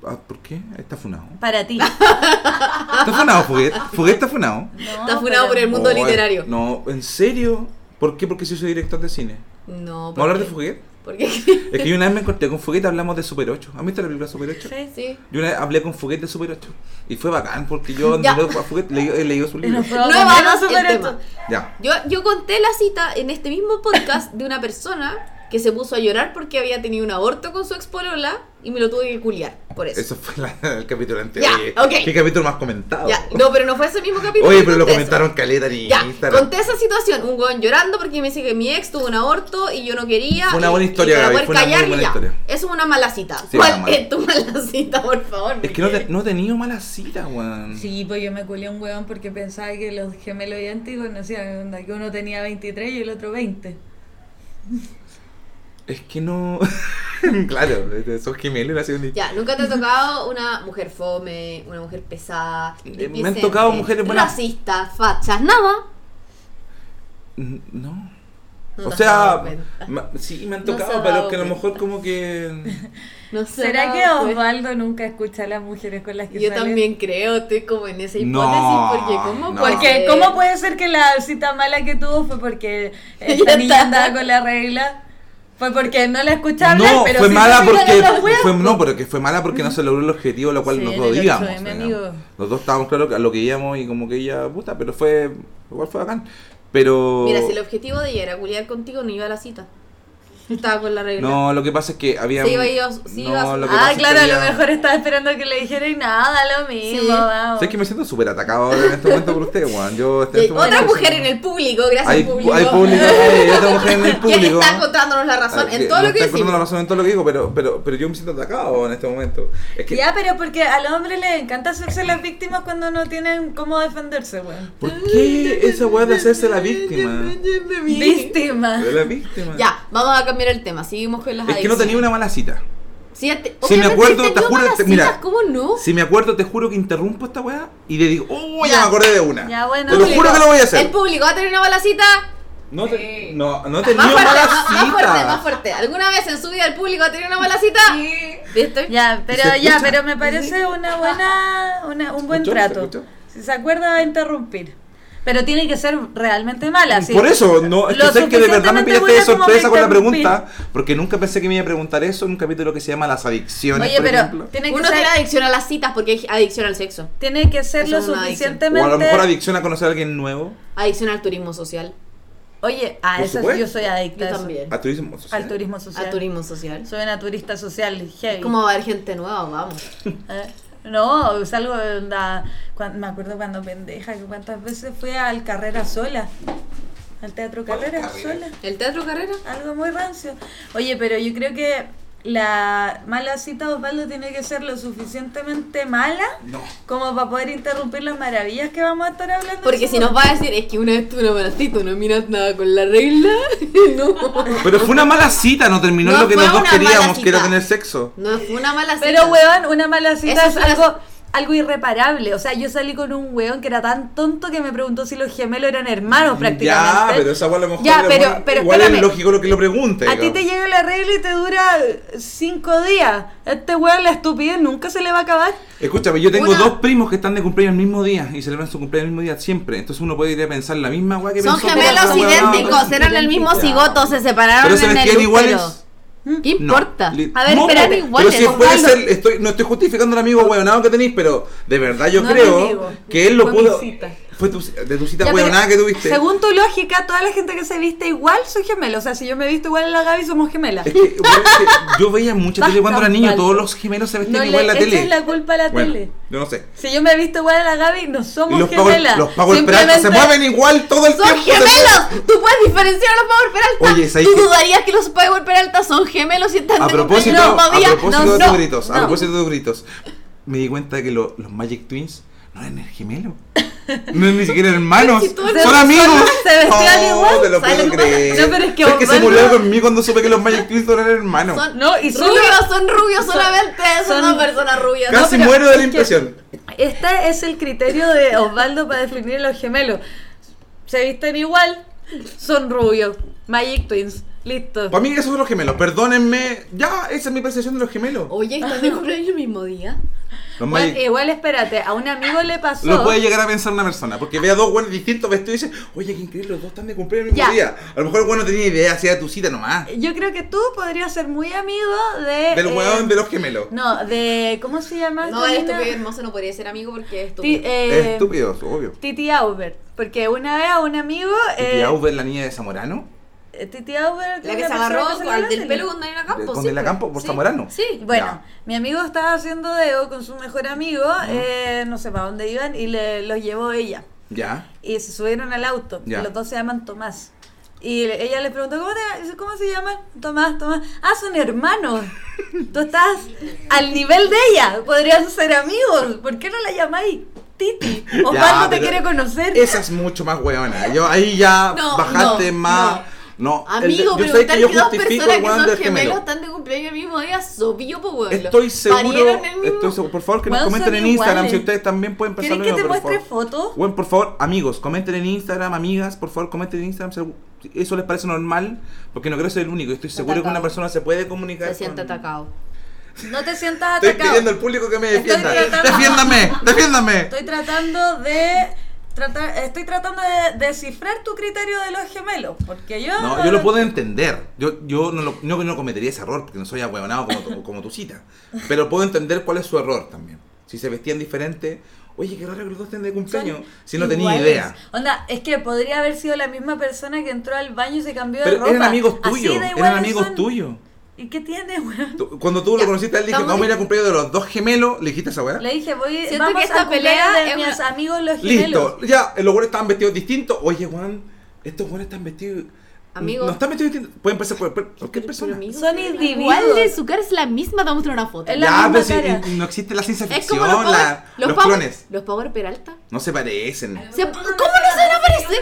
¿Por qué? Está funado.
Para ti.
¿Está funado, Fuguet? ¿Fuguet está funado?
Está funado por el mundo literario.
No, ¿en serio? ¿Por qué? Porque si soy director de cine.
No,
¿Vamos a hablar de Fuguet?
¿Por qué?
Es que yo una vez me encontré con Fuguet, hablamos de Super 8. ¿Han visto la película Super 8?
Sí.
Sí.
Yo una vez hablé con Fuguet de Super 8. Y fue bacán porque yo
Ya.
a Fuguet he leído su libro.
No evadamos el tema.
Ya.
Yo conté la cita en este mismo podcast de una persona que se puso a llorar porque había tenido un aborto con su expolola y me lo tuve que culiar por eso.
Eso fue el capítulo anterior.
Ya, ok.
¿Qué capítulo más comentado?
Ya, no, pero no fue ese mismo capítulo.
Oye,
que
pero lo
conté
comentaron
eso.
caleta en
Ya,
Instagram.
conté esa situación, un weón llorando porque me dice que mi ex tuvo un aborto y yo no quería.
Fue una buena historia,
para
Gaby,
poder
fue una muy
callar y
buena
ya.
historia.
Eso es una mala cita.
Sí, una
¿Cuál
mala.
es tu mala cita, por favor?
Es que no he tenido mala cita, weón.
Sí, pues yo me culé a un weón porque pensaba que los gemelos idénticos, no sé, onda, que uno tenía 23 y el otro 20.
Es que no. Claro, esos gemelos nacidos de...
Ya, ¿nunca te ha tocado una mujer fome, una mujer pesada?
Me han tocado mujeres buenas.
Racistas, fachas, nada.
No.
No
O
te has
sea,
dado cuenta.
sí me han
No se ha
tocado, pero
dado
es que a lo
cuenta.
mejor como que...
No sé.
¿Será
nada,
que
pues.
Osvaldo nunca escucha a las mujeres con las que
Yo
sale?
también creo, estoy como en esa hipótesis,
No,
porque ¿cómo
no.
puede
Porque,
ser?
¿cómo puede ser que la cita mala que tuvo fue porque
Ya
esta niña
está.
andaba con la regla? Fue porque no la escuchaba hablar,
No,
pero
fue
sí
mala
se fijan
porque...
en los huevos.
No, pero que fue mala porque no se logró el objetivo, lo cual
Sí,
nos
en el
odiamos.
8M, amigo.
Los dos estábamos claros a lo que íbamos y como que ella, puta, pero fue... Igual fue bacán. Pero...
Mira, si el objetivo de ella era culiar contigo, no iba a la cita. Estaba con la regla.
No, lo que pasa es que había...
Se iba a- se iba a-
lo que pasa
Ah,
es que
claro, a lo
había-
mejor estaba esperando que le dijera y nada, lo mismo,
Sí.
vamos.
¿Sabes que me siento súper atacado ahora en este momento por usted, Juan? Yo
Y hay
este momento
otra
me
mujer
siento-
en el público, gracias
Hay
público.
hay público, hay otra mujer en el público.
Que está contándonos la razón
Ah,
en todo
no
lo que
está encontrando
decimos.
la razón en todo lo que digo, pero yo me siento atacado en este momento. Es que,
Ya, pero porque a los hombres les encanta hacerse las víctimas cuando no tienen cómo defenderse, weón.
¿por qué esa weá de hacerse la víctima?
Víctima.
De la víctima.
Ya, vamos a cambiar el tema. Seguimos con las
Es que no tenía una mala cita.
Sí,
Si me acuerdo, te juro, mira,
¿cómo no?
Si me acuerdo, te juro que interrumpo esta weá y le digo, ¡oh, ya
Ya.
me acordé de una!
Ya, bueno.
Te lo juro que lo voy a
El
hacer.
público va a tener una mala cita.
No he
Más
tenido
fuerte,
mala
más fuerte,
cita.
más fuerte. ¿Alguna vez en su vida el público ha tenido una mala cita? ¿Viste?
Ya, pero
¿Se escucha?
pero me parece una buena, un buen
¿Se
trato.
escuchó?
Si se acuerda va a interrumpir. Pero tiene que ser realmente mala, sí.
Por eso, no, es que
Lo
sé que de verdad me
suficientemente
pillaste de
buena como
sorpresa con la
para interrumpir.
pregunta, porque nunca pensé que me iba a preguntar eso en un capítulo que se llama Las adicciones,
Oye,
por
pero
ejemplo.
tiene que
Uno
ser,
tiene adicción a las citas porque hay adicción al sexo.
tiene que ser
Eso
lo
es una adicción.
suficientemente.
O a lo mejor adicción a conocer a alguien nuevo,
Adicción al turismo social.
Oye,
Por
eso
supuesto.
yo soy adicta
Yo
a eso.
también.
a turismo social.
Al turismo social.
Al turismo social.
Soy una turista social heavy.
¿Cómo va a haber gente nueva? Vamos.
No, salgo de onda. Me acuerdo cuando pendeja, que cuántas veces fui al Carrera sola. Al Teatro
¿Cuál
Carrera
Carrera?
sola.
¿El teatro carrera?
Algo muy rancio. Oye, pero yo creo que la mala cita de Osvaldo tiene que ser lo suficientemente mala
No.
como para poder interrumpir las maravillas que vamos a estar hablando.
Porque
en
si
su
nos va a decir, es que una vez tuve una mala cita, no miras nada con la regla. No.
Pero fue una mala cita, no terminó
No
lo que
fue
los dos
una mala
queríamos, que era
cita.
tener sexo.
No fue una mala cita.
Pero, weón, una mala cita
Eso
es
es una-
algo irreparable. O sea, yo salí con un weón que era tan tonto que me preguntó si los gemelos eran hermanos prácticamente.
Ya, pero esa weá a lo mejor
Ya,
era
pero-
muy-
pero
igual
espérame.
es lógico lo que lo pregunte.
A ti
digamos.
te llega la regla y te dura 5 días. Este weón, la estupidez nunca se le va a acabar.
Escúchame, yo tengo
Una-
dos primos que están de cumpleaños el mismo día y celebran su cumpleaños el mismo día siempre. Entonces uno puede ir a pensar la misma weá que
Son
pensó
gemelos
toda esa weá.
idénticos, eran el mismo cigoto, se separaron
Pero se
en el
vestían
útero.
iguales.
¿Qué
No,
importa?
li-
A ver,
no,
eran
pero
iguales.
si puede
Osvaldo.
ser, no estoy justificando al amigo huevonado que tenéis, pero de verdad yo
No,
creo
amigo,
que él lo
fue mi
pudo.
cita.
Fue de tu cita
Ya,
huevonada
pero
que tuviste.
Según tu lógica, toda la gente que se viste igual soy gemelo. O sea, si yo me visto igual a la Gaby, somos gemelas.
Es que, bueno, es que yo veía mucha tele cuando era
Basta,
niño,
Osvaldo.
todos los gemelos se vestían
No
igual en la
le
tele.
eches la culpa a la
Bueno,
tele.
yo no sé.
Si yo me he visto igual a la Gaby, no
Y
somos
los
gemelas.
Power Peralta se mueven igual todo el
¡Son
tiempo.
gemelos! ¿Tú puedes diferenciar a los Power Peralta?
Oye, ¿sabes
¿Tú
qué?
dudarías que los Power Peralta son gemelos y están
A
de
propósito,
cumpleaños
a
todavía?
propósito
No,
de
no,
tus gritos, a
no.
propósito de tus gritos, me di cuenta de que los Magic Twins no eran el gemelo. No eran ni siquiera hermanos.
Si tú
Son
eres-
amigos.
se vestían
No,
igual.
te lo
¿Sabes
puedo
lo que pasa?
creer.
No, pero es que
¿Sabes que se
Osvaldo-
murió algo en mí cuando supe que los Magic Twins no eran hermanos?
Son
No, y solo-
rubios solamente. Son
son-
dos personas rubias.
Casi
pero
muero de la
es que-
impresión.
Este es el criterio de Osvaldo para definir a los gemelos. Se visten igual, son rubios. Magic Twins. Listo.
Para mí esos son los gemelos, perdónenme. Ya, esa es mi percepción de los gemelos.
Oye, ¿están de cumpleaños el mismo día?
Los
Bueno,
más-
igual espérate, a un amigo le pasó.
Lo puede llegar a pensar una persona, porque ve a dos buenos distintos vestidos y dice, oye, qué increíble, los dos están de cumpleaños el mismo
Ya.
día. A lo mejor el bueno no tenía idea, hacía tu cita nomás.
Yo creo que tú podrías ser muy amigo de.
Del hueón de los gemelos.
No, de. ¿Cómo se llama?
No,
esta
el
mina?
estúpido hermoso no podría ser amigo porque es
Ti-
estúpido.
Estúpidos, obvio.
Titi Aubert. Porque una vez a un amigo.
¿Y Auber, la niña de Zamorano?
Titi Aubert.
La que
una
se
persona
agarró
que salió
al
en la
del
tele.
pelo con Daniela Campos.
¿Con
sí,
Daniela
pues.
Campos por
Sí.
Zamorano?
Sí.
Bueno,
Ya.
mi amigo estaba haciendo dedo con su mejor amigo, no sé para dónde iban, y los llevó ella.
Ya.
Y se subieron al auto.
Ya.
Y los dos se llaman Tomás. Y ella le preguntó, ¿cómo se llaman? Tomás. Ah, son hermanos. Tú estás al nivel de ella. Podrían ser amigos. ¿Por qué no la llamáis Titi? Osvaldo
Ya,
te
pero
quiere conocer.
Esa es mucho más hueona. Yo ahí ya
No,
bajaste
no,
más. No,
Amigo,
yo sé
preguntar
que yo
que dos
justifico
personas
el
que
hueón
son
del
gemelos
gemelo.
están de cumpleaños el mismo día, sobio, po, weón.
Estoy seguro,
Parieron el mismo.
por favor que nos
Weón,
comenten
son
en Instagram
iguales.
si ustedes también pueden pensar
¿Querés
lo
que
mismo,
te
por
muestre
favor.
fotos?
Bueno, por favor, amigos, comenten en Instagram, amigas, por favor, comenten en Instagram si eso les parece normal, porque no creo ser el único. Estoy seguro que una
Atacado.
persona se puede comunicar.
Se siente
con-
atacado.
No te sientas
Estoy
atacado.
pidiendo al público que me
Estoy
defienda.
tratando-
Defiéndame.
Estoy tratando de descifrar tu criterio de los gemelos. Porque yo.
No, yo lo puedo entender. Yo no cometería ese error porque no soy ahueonado como tu cita. Pero puedo entender cuál es su error también. Si se vestían diferente, oye, qué raro que los dos estén de cumpleaños. Si no tenía
iguales.
idea.
Onda, es que podría haber sido la misma persona que entró al baño y se cambió de
Pero
ropa.
eran amigos
Así
tuyos.
de
Eran
iguales
amigos
son.
tuyos.
¿Y qué tiene, weón?
Cuando tú lo
Ya,
conociste, él dijo,
estamos
vamos a ir a cumpleaños de los dos gemelos. ¿Le dijiste esa weá?
Le dije,
Siento
vamos
que esta
al cumpleaños
pelea
de
es
mis
una-
amigos los gemelos.
Listo. Ya, los buenos estaban vestidos distintos. Oye, Juan, estos buenos están vestidos...
Amigo.
No están vestidos distintos. Pueden pasar cualquier persona.
Son individuos.
Igual su cara es la misma, te voy a mostrar una foto.
Es la
Ya,
misma
pero si
cara.
no existe la ciencia
Es
ficción,
como los
los
Power,
clones.
Los Power Peralta.
No se parecen.
¿Cómo no se van a parecer?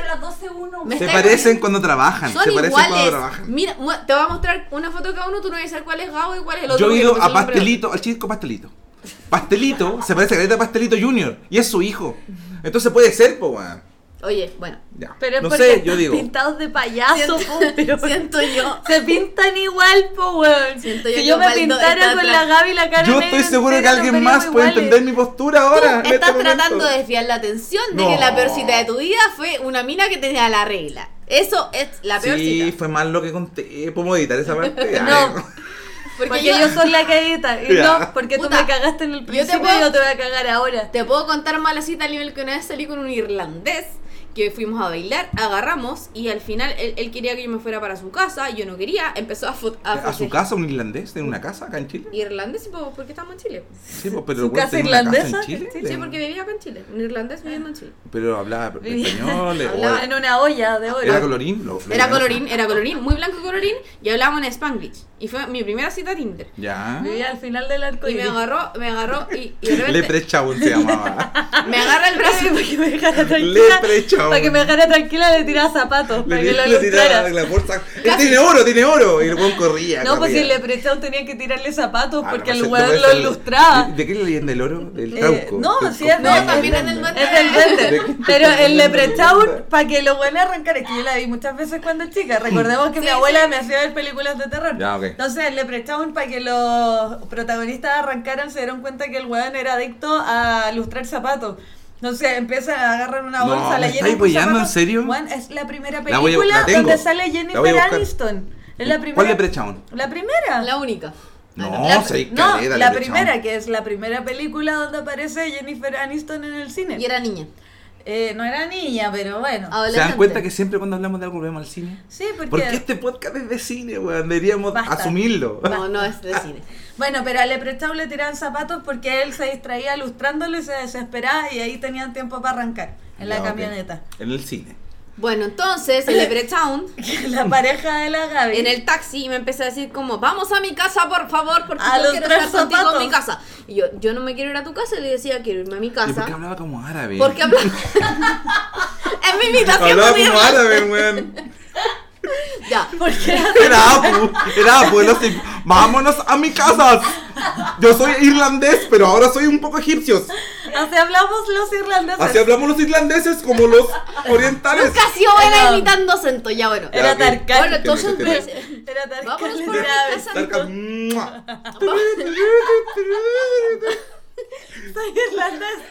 Me
Se
está-
parecen cuando trabajan.
Son
Se parecen cuando
iguales.
trabajan.
Mira, te voy a mostrar una foto de cada uno, tú no vas a saber cuál es Gabo y cuál es el otro.
Yo he
porque
ido
le
a
pusieron nombre.
Pastelito, al chico Pastelito. Pastelito se parece a Caleta Pastelito Junior y es su hijo. Entonces puede ser, po, weón.
Oye, bueno.
Ya.
Pero es
No
porque
sé,
están
yo digo.
pintados de payaso, po, pero
Siento yo.
se pintan igual, po, weón.
Siento yo
Si
que
yo me
Osvaldo
pintara
está
con
atrás.
la Gaby la cara
Yo
negra
estoy seguro que
entera, nos
alguien más
veríamos
puede
iguales.
entender mi postura ahora. en
Estás
este momento.
tratando de desviar la atención de
No.
que la peor cita de tu vida fue una mina que tenía la regla. Eso es la peor
Sí,
cita.
fue mal lo que conté. ¿Podemos editar esa parte?
No. Porque yo soy la que edita. Y
Ya.
no, porque tú
Puta,
me cagaste en el
yo te
principio
puedo-
y yo te voy a cagar ahora.
Te puedo contar mala cita al nivel que una vez salí con un irlandés que fuimos a bailar, agarramos y al final él quería que yo me fuera para su casa, yo no quería, empezó a
¿A su casa un irlandés? ¿En una casa acá en Chile?
Irlandés, pues, porque estamos en Chile.
Sí, pues, pero
¿Su
el güey
casa
tenía una
irlandesa?
en Chile.
Sí, porque vivía acá en Chile, un irlandés viviendo en Chile.
Pero hablaba
Vivía-
español.
Hablaba
En una olla de oro.
¿Era colorín?
Era colorín, muy blanco colorín, y hablábamos en Spanglish. Y fue mi primera cita a Tinder.
Ya.
Vivía al final del arco
Y me agarró y de repente
Leprechaun se llamaba.
me agarra el brazo
para que me dejara tranquila.
Leprechaun.
Para que me dejara tranquila le tiraba zapatos. Para que lo
Le tiraba
ilustrara.
la bolsa. Él tiene oro. Y el buen corría.
No, pues si
corría.
el Leprechaun tenía que tirarle zapatos
Ah,
porque
no,
el
no
weón
puede
lo
ser.
ilustraba.
¿De qué le leyenda el oro? Del trauco.
no, sí es
No,
de-
también es del duende.
Es del duende. Pero el Leprechaun, para que lo bueno arrancar, es que yo la vi muchas veces cuando chica. Recordemos que
Sí,
mi abuela
sí.
me hacía ver películas de terror.
Ya, ok.
Entonces el Leprechaun, para que los protagonistas arrancaran, se dieron cuenta que el weón era adicto a lustrar zapatos. Entonces empiezan a agarrar una
No,
bolsa,
¿me
la
estáis
llenan con
weyando,
zapatos.
en serio?
Weón, es la primera
La voy a-
película
la tengo.
donde sale
La voy a
Jennifer
buscar.
Aniston. Es la primera.
¿Cuál Leprechaun?
La primera.
La única.
No,
La-
seis
no,
caleta,
la
Leprechaun.
primera, que es la primera película donde aparece Jennifer Aniston en el cine.
Y era niña.
No era niña, pero bueno.
¿Se
Adolescente.
dan cuenta que siempre cuando hablamos de algo volvemos al cine?
Sí, porque...
Porque este podcast es de cine, weón. Deberíamos
Basta.
asumirlo.
No, no es de cine.
Bueno, pero a Leprechaun le tiraban zapatos porque él se distraía lustrándolo y se desesperaba y ahí tenían tiempo para arrancar en la
Ya, ok.
camioneta.
En el cine.
Bueno, entonces el Leprechaun
La pareja de la Gaby.
en el taxi me empecé a decir como, vamos a mi casa por favor, porque
A
yo
los
quiero
tres
estar contigo
zapatos.
en mi casa. Y yo no me quiero ir a tu casa, y le decía, quiero irme a mi
¿Y por
casa.
qué hablaba como árabe?
Porque habla... es mi invitación.
Hablaba
por
como
Irlanda.
árabe, weón.
Ya.
¿Por qué?
Era Apu, no sé. Vámonos a mi casa. Yo soy irlandés, pero ahora soy un poco egipcio.
Así hablamos los irlandeses.
Así hablamos los irlandeses como los orientales.
Nunca ha sido buena imitando acento, ya bueno.
Era
ok.
Tarkan.
Bueno, entonces
Era Tarkan.
vámonos por
Era
mi casa.
Tarkan. ¡Mua!
Soy irlandés.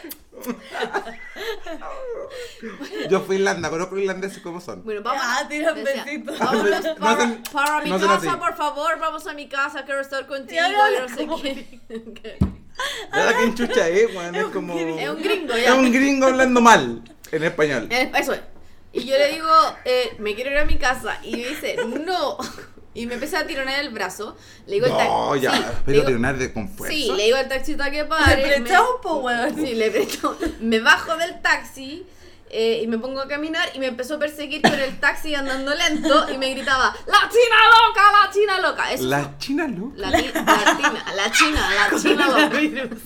Yo fui a Irlanda, conozco irlandeses como son.
Bueno, vamos.
Tira un
decía,
besito.
vámonos
No
para,
hacen-
para mi
no hacen
casa,
así.
por favor. Vamos a mi casa, quiero estar contigo.
Y ahora
Yo no sé
como-
qué.
¿Verdad que en chucha weón? Es como...
Es un gringo,
Es
ya.
un gringo hablando mal en español.
Eso es. Y yo le digo, me quiero ir a mi casa. Y me dice, no. Y me empieza a tironear el brazo. Le digo
No, ya,
sí,
pero
le digo-
tironar de con fuerza.
Sí, le digo al taxista que pare.
Le prestamos, po, weón.
Sí, le prestó. Me bajo del taxi y me pongo a caminar y me empezó a perseguir con el taxi andando lento y me gritaba, ¡La china loca, la china loca! Eso
La china loca.
la china loca.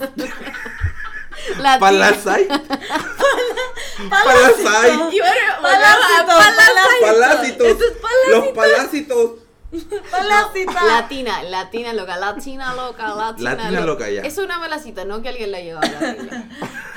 La
Palasite. Palasite.
Y bueno,
Palácitos.
Eso es
Los palácitos.
Palacita.
Latina loca, la china loca, la china
Latina loca, ya.
Es una malacita, no que alguien la lleva a la regla.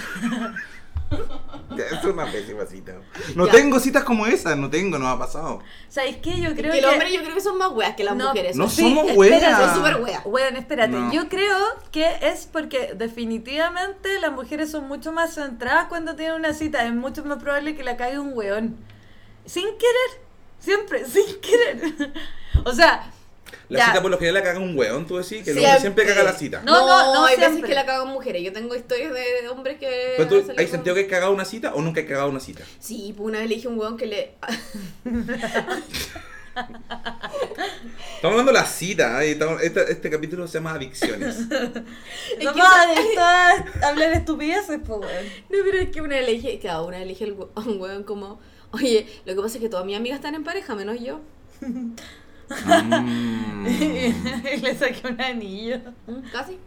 Es una pésima cita. No
Ya.
tengo citas como esa, no me ha pasado.
¿Sabes qué? Yo creo
Que el hombre yo creo que son más weas que las
No,
mujeres.
No
Sí,
somos
espérate,
weas.
son súper weas.
Bueno, espérate,
No.
yo creo que es porque definitivamente las mujeres son mucho más centradas cuando tienen una cita. Es mucho más probable que la caiga un weón. Sin querer, siempre, sin querer. O sea,
La
ya.
cita por lo general la caga un weón, tú decís que el hombre siempre caga la cita.
No,
hay veces
siempre.
que la cagan mujeres. Yo tengo historias de hombres que.
Pero tú,
han salido
¿hay
con-
sentido que hay cagado una cita o nunca hay cagado una cita?
Sí, pues una vez le dije a un weón que le.
Estamos hablando de la cita, este capítulo se llama Adicciones.
Somos adictos a hablar estupideces, pues, weón.
No, pero es que una vez le dije. Claro, una vez le dije a un weón como. Oye, lo que pasa es que todas mis amigas están en pareja, menos yo.
Y le saqué un anillo.
Casi.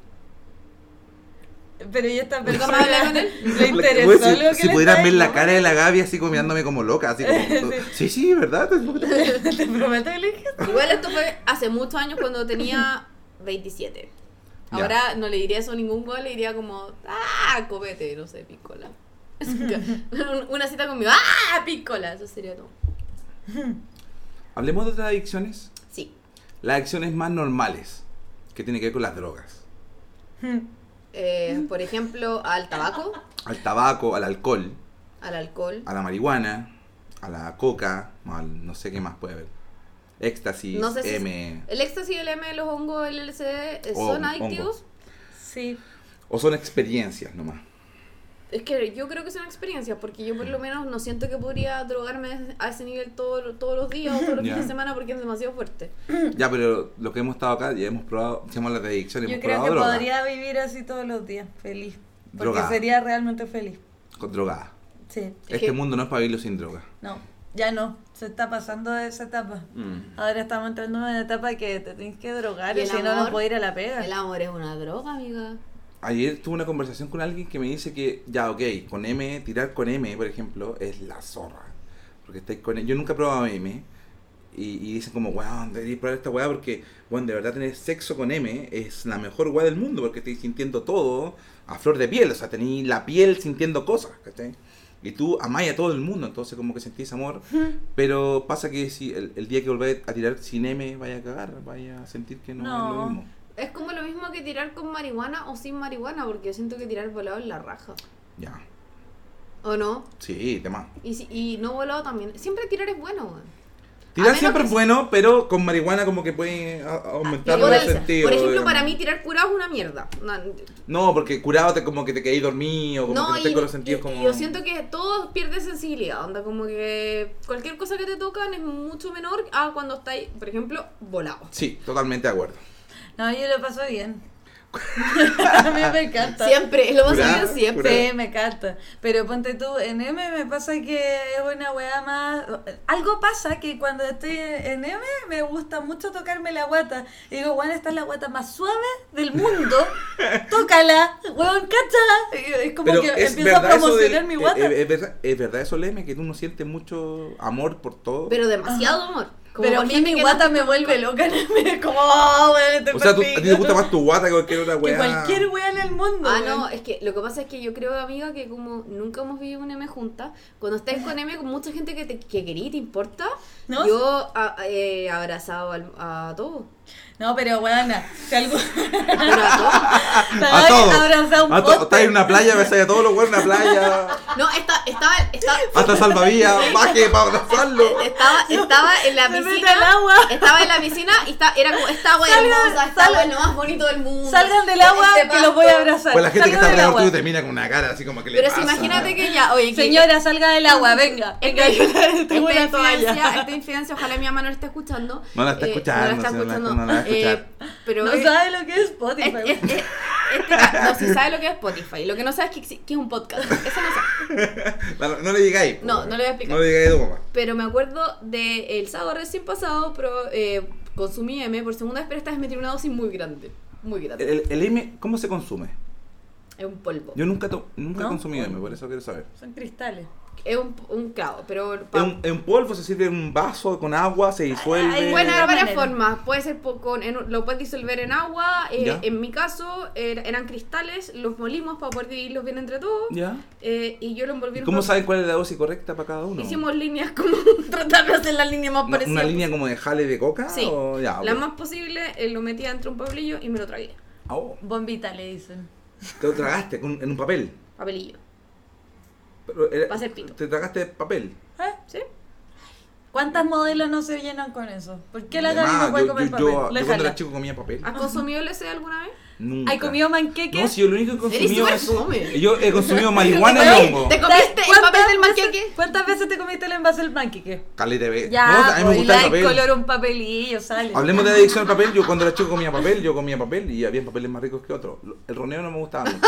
Pero ya está
¿Nunca más hablé con él?
Le interesó
Güey,
lo que
si
le
pudieran
estaba
ver la
diciendo.
cara de la Gaby así como mirándome como loca, así como... Sí, ¿verdad?
Te prometo que le dije.
Igual esto fue hace muchos años cuando tenía 27.
Ya.
Ahora no le diría eso a ningún weón, le diría como, copete, no sé, piscola. Una cita conmigo, piscola, eso sería todo.
Hablemos de otras adicciones.
Sí.
Las adicciones más normales, que tienen que ver con las drogas.
Por ejemplo, al tabaco,
Al tabaco, al alcohol,
al alcohol.
a la marihuana, a la coca, al no sé qué más puede haber. Éxtasis,
No sé si
M...
el éxtasis, el M, los hongos, el LSD son adictivos.
Sí.
O son experiencias nomás.
Es que yo creo que son experiencias, porque yo por lo menos no siento que podría drogarme a ese nivel todos los días o todos los
Ya.
fines de semana porque es demasiado fuerte.
Ya, pero lo que hemos estado acá, ya hemos probado, se llama la de adicción,
Yo
hemos
creo
probado
que
droga.
podría vivir así todos los días, feliz. Porque
Drogada.
sería realmente feliz.
Con drogada.
Sí.
Este
que-
mundo no es para vivirlo sin droga.
No, ya no. Se está pasando de esa etapa. Ahora estamos entrando en una etapa que te tienes que drogar
¿Y
y
el
si no, no
amor?
puedes ir a la pega.
El amor es una droga, amiga.
Ayer tuve una conversación con alguien que me dice que, ya, ok, con M, tirar con M, por ejemplo, es la zorra. Porque estáis con yo nunca he probado M. Y dicen como, weón, deberías probar esta weá porque, bueno, de verdad tener sexo con M es la mejor weá del mundo porque estáis sintiendo todo a flor de piel. O sea, tenéis la piel sintiendo cosas, ¿cachai? Y tú amáis a todo el mundo, entonces como que sentís amor. Pero pasa que si el día que volváis a tirar sin M, vaya a cagar, vaya a sentir que no, es lo mismo.
Es como lo mismo que tirar con marihuana o sin marihuana, porque yo siento que tirar volado es la raja.
Ya.
¿O no?
Sí, tema.
Y no volado también. Siempre tirar es bueno, weón.
Tirar
menos
siempre
que
es bueno, pero con marihuana como que puede aumentar
Igual,
el sentido.
por ejemplo,
digamos.
para mí tirar curado es una mierda.
No, porque curado como que te quedáis dormido, como que no estés con los sentidos como...
yo siento que todo pierde sensibilidad. Onda, como que cualquier cosa que te tocan es mucho menor a cuando estáis, por ejemplo, volado.
Sí, totalmente de acuerdo.
No, yo lo paso bien. A mí me encanta.
Siempre, lo vas a
Curado,
hacer siempre.
curado.
Sí, me encanta. Pero ponte tú, en M me pasa que es una weá más... Algo pasa que cuando estoy en M me gusta mucho tocarme la guata. Y digo, bueno, esta es la guata más suave del mundo. Tócala, weón, cacha. Y es como
Pero
que
es
empiezo a
verdad eso
promocionar mi guata.
es verdad eso, Leme, que tú no sientes mucho amor por todo.
Pero demasiado amor. Como
Pero a
por
mí
gente
mi
que
guata
no-
me vuelve loca. Es como, oh, weón, este
O sea, a ti
perfil.
te gusta más tu guata que cualquier otra
Que
weá.
cualquier wea en el mundo.
Ah,
weón.
no, es que lo que pasa es que yo creo, amiga, que como nunca hemos vivido un M juntas, cuando estés con M, con mucha gente que querí y te importa,
¿No?
yo he abrazado a todos.
No, pero weona, si algo.
Pero a todos.
A todos.
Abrazado un
Estás
poste.
en una playa, ves a todos los weones en una playa.
No, estaba
Hasta salvavidas, baje para abrazarlo.
estaba en la
Se mete
piscina.
al agua.
Estaba en la piscina y era como esta agua hermosa, esta agua es lo más bonito del mundo.
Salgan del agua
Este
que los voy a
pasto.
abrazar.
Pues la gente que
Salgan
está
del
alrededor
agua.
tuyo te mira con una cara así como que le
Pero
pasa.
si imagínate que ya, oye, que
Señora, salga del agua, venga. Venga, yo le tengo una toalla.
esta infidencia, ojalá mi mamá no la esté escuchando.
No la está escuchando,
No la está
sí, no la-
escuchando.
no la va a escuchar.
Pero
No sabe lo que es Spotify.
no, si sabe lo que es Spotify. Lo que no sabe es que es un podcast. Eso no sabe.
No le digáis.
No, no le voy a explicar.
No le digáis a tu mamá.
Pero me acuerdo del sábado recién pasado, pero consumí M por segunda vez, pero esta vez me tiré una dosis muy grande. Muy grande.
El M, ¿cómo se consume?
Es un polvo.
Yo nunca he
¿No?
consumido M, por eso quiero saber.
Son cristales.
Es un clavo, pero...
Es un polvo, se sirve en un vaso con agua, se disuelve.
Ay,
Bueno, hay
de
varias
manera.
formas. Puede ser lo puedes disolver en agua.
Ya.
En mi caso eran cristales, los molimos para poder dividirlos bien entre todos.
¿Ya?
Y yo lo envolví en
¿Cómo
un
saben cuál es la dosis correcta para cada uno?
Hicimos líneas como tratar de hacer la línea más parecida.
¿Una línea como de jale de coca?
Sí,
O ya,
la
ok.
más posible, lo metí dentro de un papelillo y me lo tragué.
Oh,
Bombita le dicen.
te lo tragaste en un papel.
Papelillo.
Pero
Va a ser pito.
Te tragaste papel.
¿Sí?
¿Cuántas modelos no se llenan con eso? ¿Por qué la
De
Gaby
más,
no puede
yo,
comer
yo,
papel?
yo cuando
Déjala.
era chico comía papel.
¿Has consumido LSD alguna vez?
Nunca.
¿Hay comido manqueque?
No, si yo lo único que he
Eres
consumido
súper
es...
fome.
Yo he consumido marihuana y
Oye,
hongo.
¿te comiste el papel del manqueque?
¿Cuántas veces te comiste el envase del panqueque?
Caleta de vez.
Ya,
No, a mí me
pues,
gusta el
y
papel.
color un papelillo, sale.
Hablemos de adicción al papel. Yo cuando era chico comía papel y había papeles más ricos que otros. El roneo no me gustaba mucho.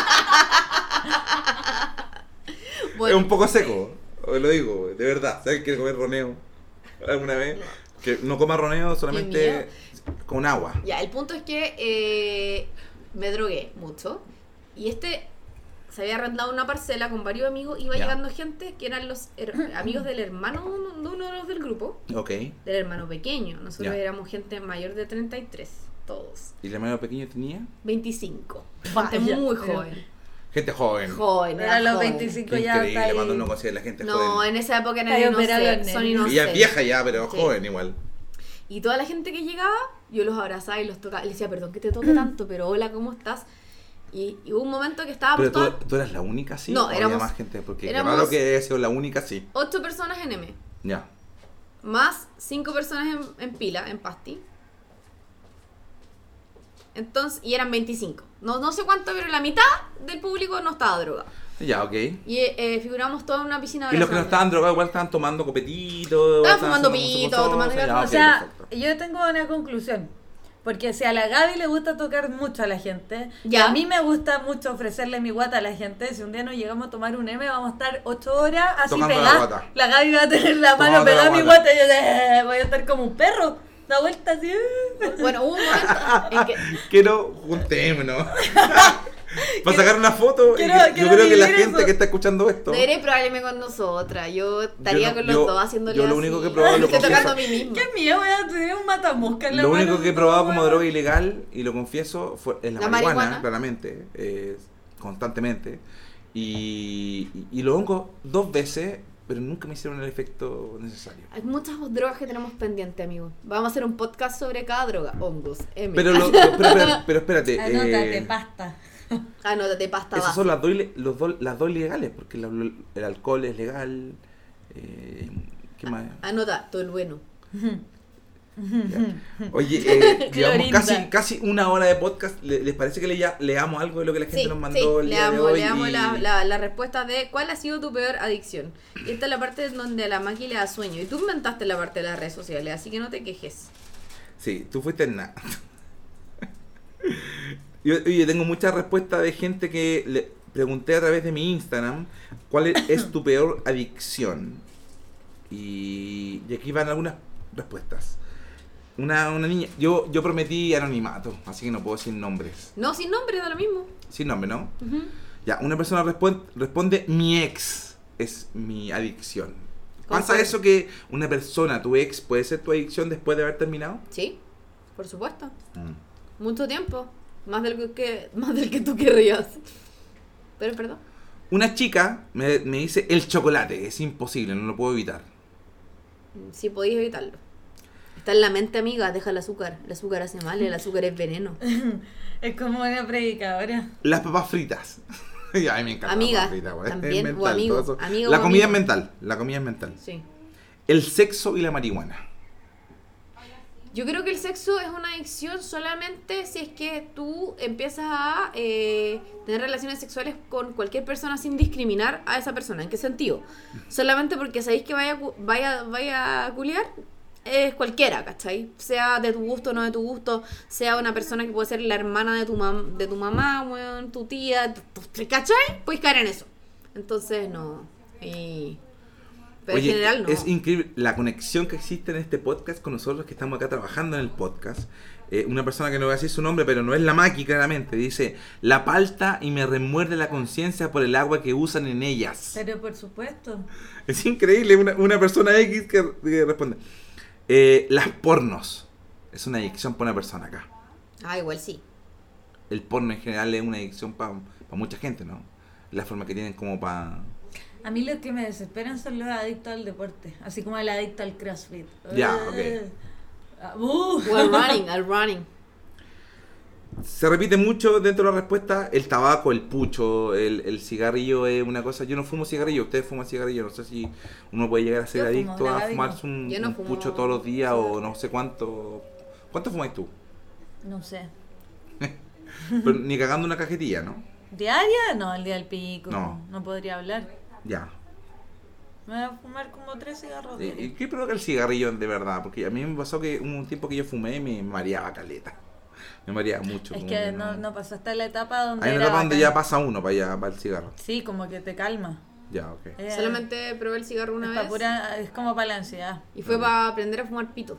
Bueno,
Es un poco seco, lo digo, de verdad. ¿Sabes que quiere comer roneo alguna vez? Que no coma roneo
miedo.
solamente con agua.
ya, el punto es que me drogué mucho. Y se había arrendado una parcela con varios amigos. Iba
Ya.
llegando gente que eran los amigos del hermano de uno de los del grupo.
Ok.
Del hermano pequeño. Nosotros
Ya.
éramos gente mayor de 33, todos.
¿Y el hermano pequeño tenía?
25.
Vaya,
Gente muy
pero-
joven.
Gente joven.
Joven,
Pero a los
joven.
25
Qué
ya está
increíble
ahí.
cuando uno considera a la gente
No,
joven.
en esa época
Está ahí
eran
operado
inocentes,
los
son
nervios.
Ella es
inocentes.
vieja ya, pero
Sí.
joven igual.
Y toda la gente que llegaba, yo los abrazaba y los tocaba. Y les decía, perdón que te toque tanto, pero hola, ¿cómo estás? Y hubo un momento que estábamos
Pero
todas
tú eras la única, sí.
No,
¿O había
éramos-
más gente, porque
éramos-
qué raro que haya sido la única, sí.
8 personas en M,
Ya.
más 5 personas en pila, en pasti. Entonces, y eran 25. No sé cuánto, pero la mitad del público no estaba drogado.
Ya, ok.
Y figuramos toda en una piscina
Y los que no
abrazándonos.
estaban drogados igual estaban tomando copetitos.
Estaban fumando pito, tomando
ya,
cosas.
ok,
O sea,
perfecto.
yo tengo una conclusión. Porque si a la Gaby le gusta tocar mucho a la gente, y
Ya.
a mí me gusta mucho ofrecerle mi guata a la gente, si un día nos llegamos a tomar un M, vamos a estar 8 horas así
Tocando la
pegadas.
guata.
La Gaby va a tener la mano
Tomándote
pegada
la
a mi
guata.
guata y yo voy a estar como un perro. Da vuelta así.
Bueno, hubo un momento en que
Quiero juntémonos. Para sacar una foto.
Quiero-
yo
quiero
creo que la
vivir
gente
eso.
que está escuchando esto.
debería probarme con nosotras. Yo estaría
no-
con los
yo-
dos haciéndole
yo lo
así.
único que he probado, lo
Estoy tocando a
confieso.
mí misma.
Qué miedo, voy a tener un matamosca en la
Lo
mano.
único que he probado como droga ilegal, y lo confieso, es la
La
marihuana,
marihuana.
claramente, constantemente. Y lo hongos 2 veces, pero nunca me hicieron el efecto necesario.
Hay muchas drogas que tenemos pendientes, amigo. Vamos a hacer un podcast sobre cada droga. Hongos, M.
Pero espérate.
Anótate, pasta.
Anótate, pasta
Esas
base.
son las dos legales, porque el alcohol es legal. ¿Qué más?
Anota, todo el bueno.
Ya. Oye, llevamos
Clorinda.
casi una hora de podcast. ¿Les parece que leamos algo de lo que la gente
Sí,
nos mandó el día de hoy?
leamos
Y-
la respuesta de ¿cuál ha sido tu peor adicción? Y esta es la parte donde a la Maki le da sueño. Y tú inventaste la parte de las redes sociales, así que no te quejes.
Sí, tú fuiste en nada. Yo tengo muchas respuestas de gente que le pregunté a través de mi Instagram cuál es tu peor adicción. Y aquí van algunas respuestas. Una niña, yo prometí anonimato, así que no puedo decir nombres.
No, sin nombre, da lo mismo.
Sin nombre, ¿no?
Ujú.
Ya, una persona responde mi ex es mi adicción. ¿Pasa eso que una persona, tu ex, puede ser tu adicción después de haber terminado?
Sí, por supuesto. Mucho tiempo. Más del que tú querrías. Pero perdón.
Una chica me dice el chocolate, es imposible, no lo puedo evitar.
Sí podéis evitarlo. Está en la mente, amiga, deja el azúcar. El azúcar hace mal, el azúcar es veneno.
Es como una predicadora.
Las papas fritas. Y a mí me encanta
Amiga,
las papas fritas, güey.
también,
Es mental,
o amigo,
todo eso.
amigo
La
o
comida
amigo.
es mental, la comida es mental.
Sí.
El sexo y la marihuana.
Yo creo que el sexo es una adicción solamente si es que tú empiezas a tener relaciones sexuales con cualquier persona sin discriminar a esa persona. ¿En qué sentido? Solamente porque sabéis que vaya a culiar, es cualquiera, ¿cachai? Sea de tu gusto o no de tu gusto, sea una persona que puede ser la hermana de tu mamá, weón, tu tía, ¿cachai? Puedes caer en eso. Entonces, no. Pero
Oye,
en general no.
es increíble la conexión que existe en este podcast con nosotros que estamos acá trabajando en el podcast. Una persona que no voy a decir su nombre, pero no es la Maki, claramente, dice: la palta y me remuerde la conciencia por el agua que usan en ellas.
Pero por supuesto.
Es increíble, una persona X que responde: las pornos. Es una adicción para una persona acá.
Ah, igual sí.
El porno en general es una adicción para mucha gente, ¿no? La forma que tienen como para...
A mí los que me desesperan son los adictos al deporte, así como el adicto al CrossFit.
Ya, ok.
O al running.
Se repite mucho dentro de la respuesta el tabaco, el pucho, el cigarrillo es una cosa. Yo no fumo cigarrillo, ustedes fuman cigarrillo. No sé si uno puede llegar a ser
Yo fumo,
adicto a
grabadito.
fumarse un
Yo no fumo
pucho todos los días o
cigarrillo.
no sé cuánto. ¿Cuánto fumáis tú?
No sé.
Pero ni cagando una cajetilla, ¿no?
¿Diaria? No, el día del pico.
No.
No podría hablar.
Ya.
Me voy a fumar como 3 cigarros
¿Y
diarios.
qué provoca el cigarrillo de verdad? Porque a mí me pasó que hubo un tiempo que yo fumé y me mareaba caleta. Me mareaba mucho.
Es
como
que no pasaste la etapa donde
Hay una
era
etapa donde
bacán.
ya pasa uno para allá, para el cigarro.
Sí, como que te calma.
Ya, ok.
Solamente probé el cigarro una
es,
vez.
es como para la ansiedad.
Y fue para aprender a fumar pito.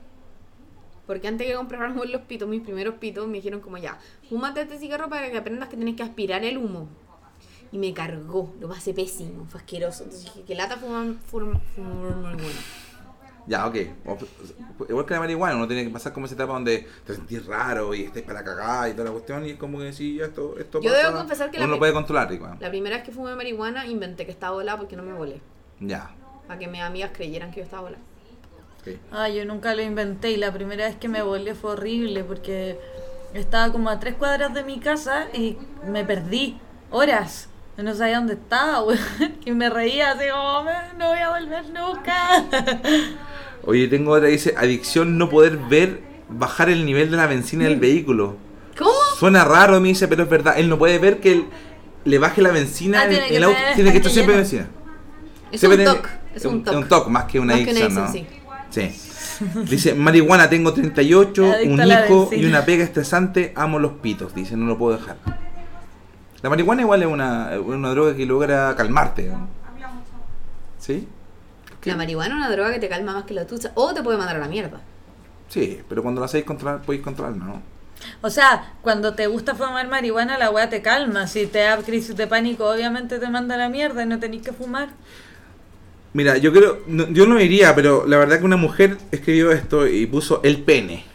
Porque antes que compráramos los pitos, mis primeros pitos, me dijeron como ya, fúmate este cigarro para que aprendas que tienes que aspirar el humo. Y me cargó, lo pasé pésimo, fue asqueroso. Entonces dije que lata fumar muy bueno.
Ya, ok. Igual que la marihuana, uno tiene que pasar como esa etapa donde te sentís raro y estés para cagar y toda la cuestión y es como que sí, esto
Yo
pasa,
debo confesar que
uno lo puede controlar igual.
la primera vez que fumé marihuana inventé que estaba volada porque no me volé.
Ya.
Para que mis amigas creyeran que yo estaba volada.
Okay.
Yo nunca lo inventé y la primera vez que me volé fue horrible porque estaba como a 3 cuadras de mi casa y me perdí horas. No sabía dónde estaba, güey. Y me reía así como, no voy a volver nunca.
Oye, tengo otra, dice, adicción no poder ver bajar el nivel de la benzina del vehículo.
¿Cómo?
Suena raro, me dice, pero es verdad. Él no puede ver que le baje la benzina,
Tiene que
el auto
tener
tiene que
tanque
estar siempre
lleno.
benzina.
Es
Siempre
un
tiene-
toque. Es
es
un toque.
un toque, más que una
Más que una
adicción, ¿no?
adicción,
Sí. Dice, marihuana, tengo 38,
Adicto
un
a la
hijo y
benzina.
una pega estresante, amo los pitos. Dice, no lo puedo dejar. La marihuana igual es una droga que logra calmarte, ¿no? ¿Sí?
La marihuana es una droga que te calma más que la tucha o te puede mandar a la mierda.
Sí, pero cuando la sabéis controlar, podéis controlarla, ¿no?
O sea, cuando te gusta fumar marihuana, la weá te calma. Si te da crisis de pánico, obviamente te manda a la mierda y no tenés que fumar.
Mira, yo creo, yo no iría, pero la verdad que una mujer escribió esto y puso el pene.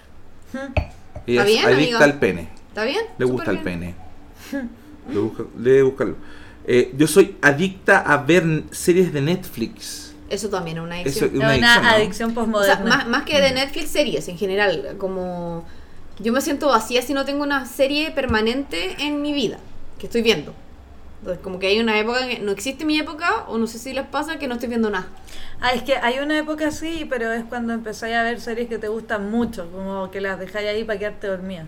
Ella
¿Está
es
bien,
adicta
amigo?
al pene.
¿Está bien?
Le gusta
Súper
el
bien.
pene. Debe buscarlo. Yo soy adicta a ver series de Netflix.
Eso también es una
Eso
adicción.
es
Es
una
una
adicción, ¿no?
adicción
O sea,
posmoderna.
más que de Netflix, series en general. Como yo me siento vacía si no tengo una serie permanente en mi vida que estoy viendo. Entonces, como que hay una época que no existe mi época, o no sé si les pasa que no estoy viendo nada.
Es que hay una época así, pero es cuando empezáis a ver series que te gustan mucho, como que las dejáis ahí para quedarte dormida.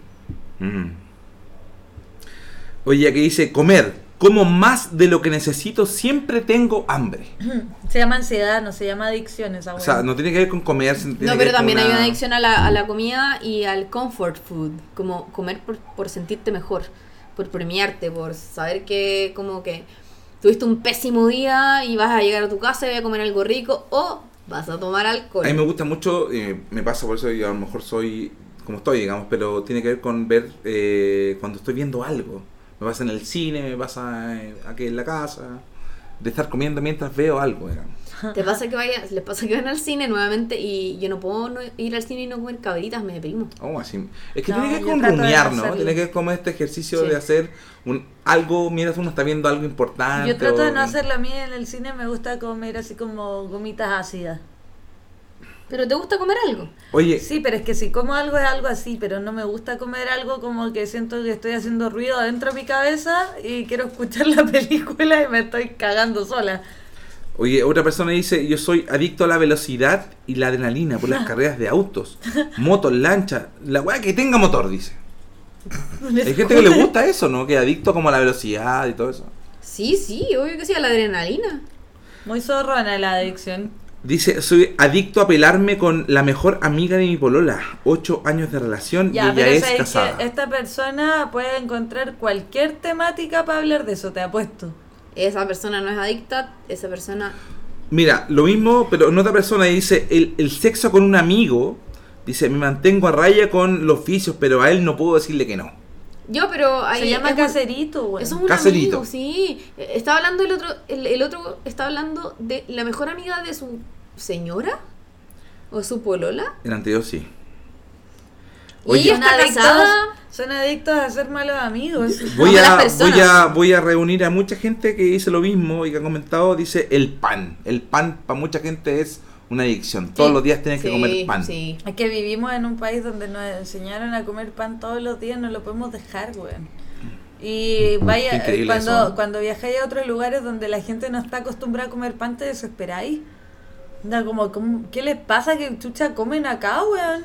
Oye, aquí dice, comer. Como más de lo que necesito, siempre tengo hambre.
Se llama ansiedad, no se llama adicción esa
O
weá.
sea, no tiene que ver con comer. Tiene que
No,
ver
pero
con
también hay una adicción a la comida y al comfort food. Como comer por sentirte mejor, por premiarte, por saber que como que tuviste un pésimo día y vas a llegar a tu casa y vas a comer algo rico o vas a tomar alcohol.
A mí me gusta mucho, me pasa por eso, yo a lo mejor soy como estoy, digamos, pero tiene que ver con ver cuando estoy viendo algo. Me pasa en el cine, me pasa aquí en la casa. de estar comiendo mientras veo algo, digamos.
¿Les pasa que van al cine nuevamente y yo no puedo ir al cine y no comer cabritas? Me deprimo.
Así. Es que
No,
tiene que ver
yo
con
trato de
rumiar, ¿no?
hacerlo.
Tiene que ver con este ejercicio
Sí.
de hacer algo mientras uno está viendo algo importante.
Yo trato de no
o-
hacerlo a mí en el cine, me gusta comer así como gomitas ácidas.
¿Pero te gusta comer algo?
Oye,
Sí, pero es que si como algo es algo así, pero no me gusta comer algo como que siento que estoy haciendo ruido adentro de mi cabeza y quiero escuchar la película y me estoy cagando sola.
otra persona dice, yo soy adicto a la velocidad y la adrenalina por las carreras de autos, motos, lanchas, la weá que tenga motor, dice. Hay gente que le gusta eso, ¿no? Que es adicto como a la velocidad y todo eso.
Sí, obvio que sí, a la adrenalina.
Muy zorrona la adicción.
Dice, soy adicto a pelarme con la mejor amiga de mi polola. 8 años de relación
Ya,
y ella
pero
es
sabes
casada.
que esta persona puede encontrar cualquier temática para hablar de eso, te apuesto.
Esa persona no es adicta, esa persona...
Mira, lo mismo, pero en otra persona dice, el sexo con un amigo, dice, me mantengo a raya con los vicios, pero a él no puedo decirle que no.
Pero ahí
Se llama
es
caserito, güey.
Eso es un
Caserito.
amigo, sí. Estaba hablando el otro está hablando de la mejor amiga de su señora o su polola.
El anterior sí.
Y ella
Son
está casada.
Son adictos a ser malos amigos.
Voy
malas
a,
personas.
voy a reunir a mucha gente que dice lo mismo y que ha comentado, dice el pan. El pan para mucha gente es una adicción. Todos los días tienes que comer pan.
Sí.
Es que vivimos en un país donde nos enseñaron a comer pan todos los días, no lo podemos dejar, güey. Y vaya,
Increíble eso, ¿no?
cuando viajáis a otros lugares donde la gente no está acostumbrada a comer pan, te desesperáis. Da como, ¿qué les pasa que chucha comen acá, weón?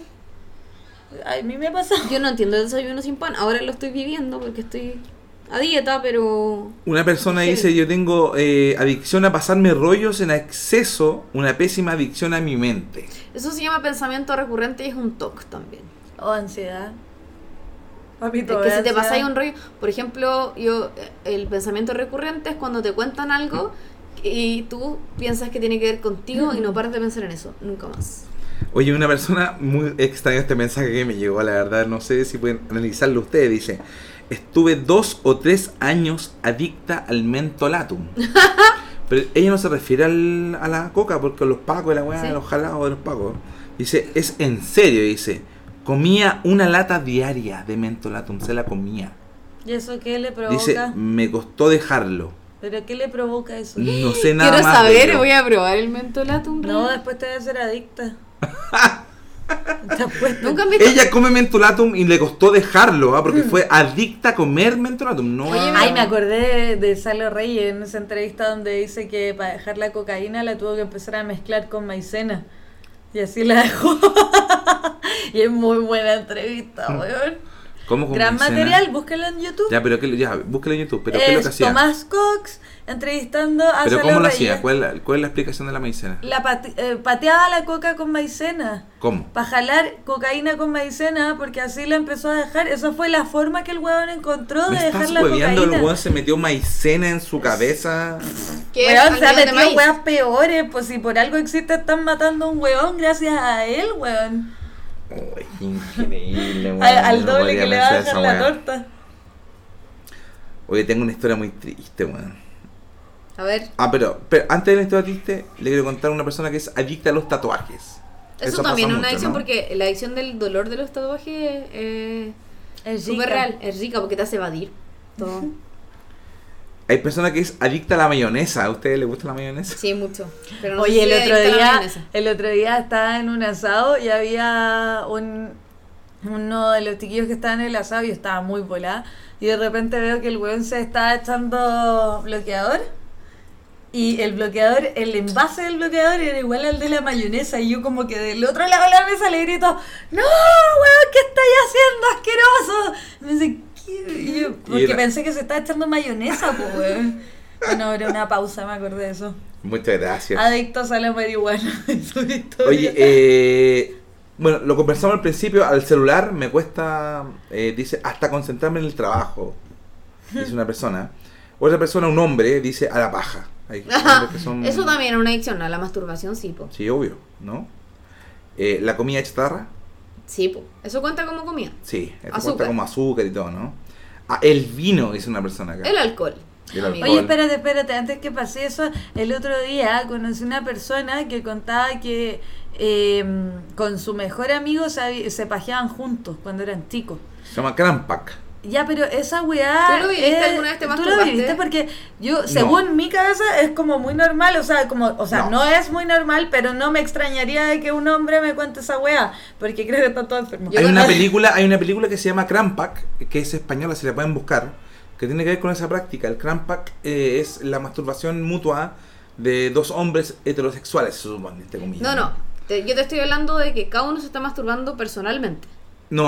A mí me pasa.
Yo no entiendo el desayuno sin pan. Ahora lo estoy viviendo porque estoy a dieta, pero...
Una persona
Sí.
dice, yo tengo adicción a pasarme rollos en exceso, una pésima adicción a mi mente.
Eso se llama pensamiento recurrente y es un TOC también.
O ansiedad.
Es
Papito,
que si te
ansiedad.
pasáis un rollo, por ejemplo, el pensamiento recurrente es cuando te cuentan algo y tú piensas que tiene que ver contigo y no paras de pensar en eso, nunca más.
Oye, una persona muy extraña este mensaje que me llegó, la verdad, no sé si pueden analizarlo ustedes, dice, estuve 2 o 3 años adicta al mentolatum. Pero ella no se refiere a la coca, porque los pacos y la weá,
Sí.
los jalados de los pacos. Dice, es en serio, dice, comía una lata diaria de mentolatum, se la comía.
¿Y eso qué le provoca?
Dice, me costó dejarlo.
¿Pero qué le provoca eso?
No sé nada
Quiero
más de
saber,
ello.
voy a probar el mentolatum.
No, después te vas a ser adicta. Te apuesto.
Nunca han visto...
Ella come mentolatum y le costó dejarlo, porque fue adicta a comer mentolatum. No,
Oye,
Ay, me acordé de Salo Reyes en esa entrevista donde dice que para dejar la cocaína la tuvo que empezar a mezclar con maicena. Y así la dejó. Y es muy buena entrevista, weón.
¿Cómo con
Gran
maicena?
material, búsquelo en YouTube.
Ya, pero ya, búsquelo en YouTube. Pero ¿qué es lo que hacía?
Tomás Cox entrevistando a
Pero
Salo
¿cómo lo
Reyes.
hacía? ¿Cuál es la explicación de la maicena?
Pateaba la coca con maicena.
¿Cómo?
Para jalar cocaína con maicena, porque así la empezó a dejar. Esa fue la forma que el huevón encontró
¿Me
de dejar
estás
la
hueveando?
cocaína.
El huevón se metió maicena en su cabeza.
¿Qué es?
Weón, se ha
Almidón de
metido
maíz.
weas peores. Pues si por algo existe, están matando a un huevón gracias a él, weón.
Uy, increíble, weón.
Al
No
doble
podría
que le va a
pensar
dejar
esa
la
weá.
torta.
Oye, tengo una historia muy triste, weón.
A ver,
Pero antes de la historia triste, le quiero contar a una persona que es adicta a los tatuajes.
eso
pasa
también es una
mucho,
adicción
¿no?
porque la adicción del dolor de los tatuajes
Es
súper
rica.
real, es rica porque te hace evadir todo.
Hay personas que es adicta a la mayonesa. ¿A ustedes les gusta la mayonesa?
Sí, mucho. Pero no
Oye,
sé si adicta a la mayonesa.
el otro día estaba en un asado y había uno de los chiquillos que estaba en el asado y yo estaba muy volada. Y de repente veo que el weón se estaba echando bloqueador. Y el envase del bloqueador era igual al de la mayonesa. Y yo como que del otro lado de la mesa le grito, ¡No, weón, qué estáis haciendo, asqueroso! Y me dice, ¿qué? Y yo, porque
era-
pensé que se estaba echando mayonesa, pues, weón. Bueno, era una pausa, me acordé de eso.
Muchas gracias.
Adictos a la marihuana. Eso es historia.
Oye, bueno, lo conversamos al principio, al celular me cuesta, dice, hasta concentrarme en el trabajo, dice una persona. Otra persona, un hombre, dice, a la paja. Hay hombres que son...
Eso también es una adicción, a la masturbación, sí, po.
Sí, obvio, ¿no? La comida chatarra,
Sí, po. Eso cuenta como comida.
sí, esto
Azúcar.
cuenta como azúcar y todo, ¿no? Ah, el vino, dice una persona acá.
El alcohol.
Y el alcohol.
Oye, espérate, antes que pase eso, el otro día conocí una persona que contaba que con su mejor amigo se pajeaban juntos cuando eran chicos.
Se llama Crampak.
Ya, pero esa weá...
¿Tú lo viviste alguna vez? ¿Te
¿Tú lo
masturbaste?
viviste? Porque yo, según mi cabeza, es como muy normal, no es muy normal, pero no me extrañaría de que un hombre me cuente esa weá, porque creo que está todo enfermo.
Hay una película que se llama Crampak, que es española, si la pueden buscar, que tiene que ver con esa práctica. El Crampak es la masturbación mutua de dos hombres heterosexuales, se supone, entre comillas.
No. Yo te estoy hablando de que cada uno se está masturbando personalmente.
No.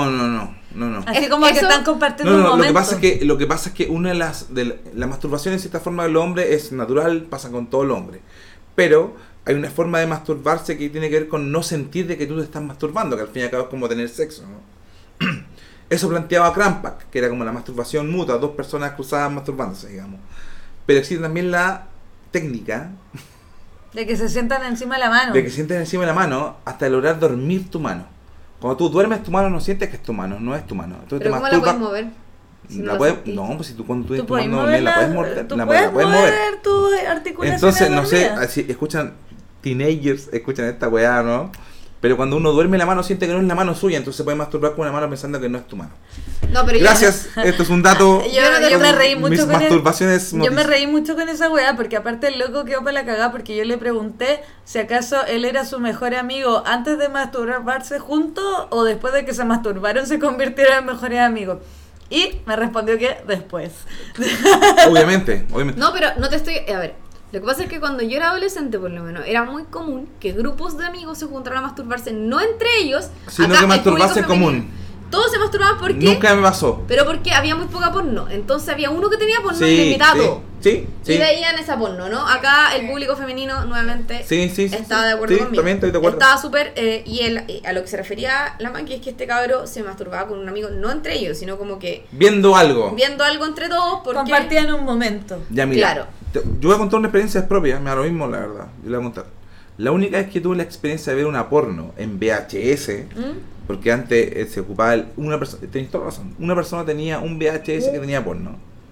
Así como que
eso-
están compartiendo un
No,
momento.
lo que pasa es que una de la masturbación en cierta forma del hombre es natural, pasa con todo el hombre. Pero hay una forma de masturbarse que tiene que ver con no sentir de que tú te estás masturbando, que al fin y al cabo es como tener sexo, ¿no? Eso planteaba Crampak, que era como la masturbación mutua, dos personas cruzadas masturbándose, digamos. Pero existe también la técnica
De que se sientan encima de la mano.
de que sientes encima de la mano hasta lograr dormir tu mano. Cuando tú duermes tu mano no sientes que es tu mano, no es tu mano. Entonces
Pero
te
¿cómo la
masturbas.
puedes mover? Si
La
lo
puedes,
sentís.
no, pues si tú cuando tú tienes
Tú
tu
puedes
mano
mover
la puedes mover,
tú
la
puedes
puedes mover.
tus articulaciones
Entonces, no sé,
dormidas.
así, escuchan teenagers, escuchan esta weá, ¿no? Pero cuando uno duerme la mano siente que no es la mano suya, entonces se puede masturbar con una mano pensando que no es tu mano.
No, pero
Gracias, esto es un dato.
Yo me reí mucho
Mis
con
masturbaciones
Yo me reí mucho con esa weá, porque aparte el loco quedó para la cagada, porque yo le pregunté si acaso él era su mejor amigo antes de masturbarse juntos o después de que se masturbaron se convirtieron en mejores amigos. Y me respondió que después.
Obviamente.
No, pero no te estoy... A ver, lo que pasa es que cuando yo era adolescente, por lo menos, era muy común que grupos de amigos se juntaran a masturbarse, no entre ellos,
Sino
acá
que
el
masturbarse
público femenino.
común.
Todos se masturbaban porque...
Nunca me pasó.
Pero porque había muy poca porno. Entonces había uno que tenía porno y le
Sí,
invitaba
sí,
todo.
sí, sí.
Y veían esa porno, ¿no? Acá el público femenino nuevamente estaba de acuerdo
sí,
conmigo.
también estoy de acuerdo.
Estaba súper... a lo que se refería la Maki es que este cabro se masturbaba con un amigo, no entre ellos, sino como que
Viendo algo.
viendo algo entre todos porque...
Compartían un momento.
Ya mira,
Claro.
yo voy a contar una experiencia propia, me da lo mismo la verdad, yo le voy a contar. La única vez que tuve la experiencia de ver una porno en VHS, porque antes se ocupaba una persona, tenés toda razón, una persona tenía un VHS que tenía porno.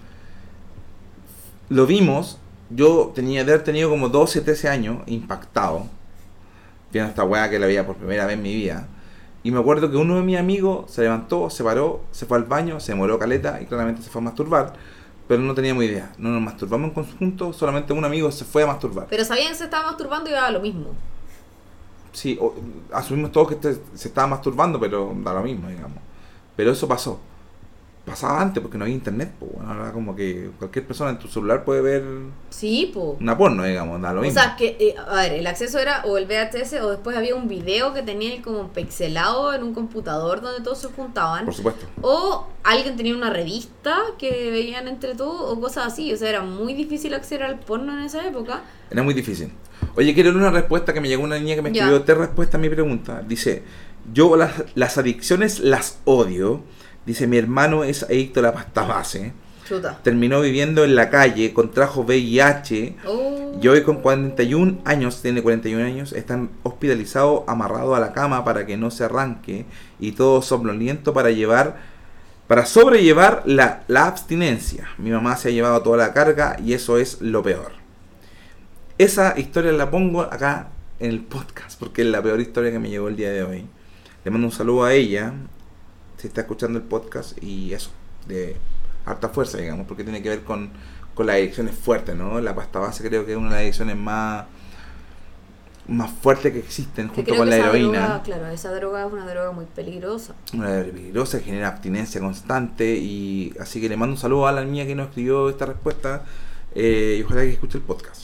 Lo vimos, yo tenía de haber tenido como 12, 13 años, impactado, viendo esta weá que la veía por primera vez en mi vida. Y me acuerdo que uno de mis amigos se levantó, se paró, se fue al baño, se demoró caleta y claramente se fue a masturbar. Pero no teníamos idea, no nos masturbamos en conjunto, solamente un amigo se fue a masturbar.
Pero sabían que se estaba masturbando y daba lo mismo.
Sí, asumimos todos que se estaba masturbando, pero da lo mismo, digamos. Pero eso pasó. Pasaba antes porque no había internet, pues bueno, ahora como que cualquier persona en tu celular puede ver
Sí, po.
una porno, digamos, da lo
O
mismo.
sea, que, a ver, el acceso era o el VHS o después había un video que tenía como pixelado en un computador donde todos se juntaban.
Por supuesto.
O alguien tenía una revista que veían entre todos o cosas así. O sea, era muy difícil acceder al porno en esa época.
Era muy difícil. Oye, quiero leer una respuesta que me llegó una niña que me escribió
Ya.
3 respuestas a mi pregunta. Dice, yo las adicciones las odio. Dice, mi hermano es adicto a la pasta base.
Chuta.
Terminó viviendo en la calle, contrajo VIH.
Oh.
Y hoy con 41 años, tiene 41 años, están hospitalizados, amarrados a la cama para que no se arranque. Y todo somnoliento para sobrellevar la abstinencia. Mi mamá se ha llevado toda la carga y eso es lo peor. Esa historia la pongo acá en el podcast porque es la peor historia que me llegó el día de hoy. Le mando un saludo a ella, si está escuchando el podcast, y eso, de harta fuerza, digamos, porque tiene que ver con las adicciones fuertes, ¿no? La pasta base creo que es una de las adicciones más fuertes que existen,
Que
junto
creo
con
que
la
esa
heroína.
droga, claro, esa droga es una droga muy peligrosa.
Una droga peligrosa, genera abstinencia constante, y así que le mando un saludo a la niña que nos escribió esta respuesta, y ojalá que escuche el podcast.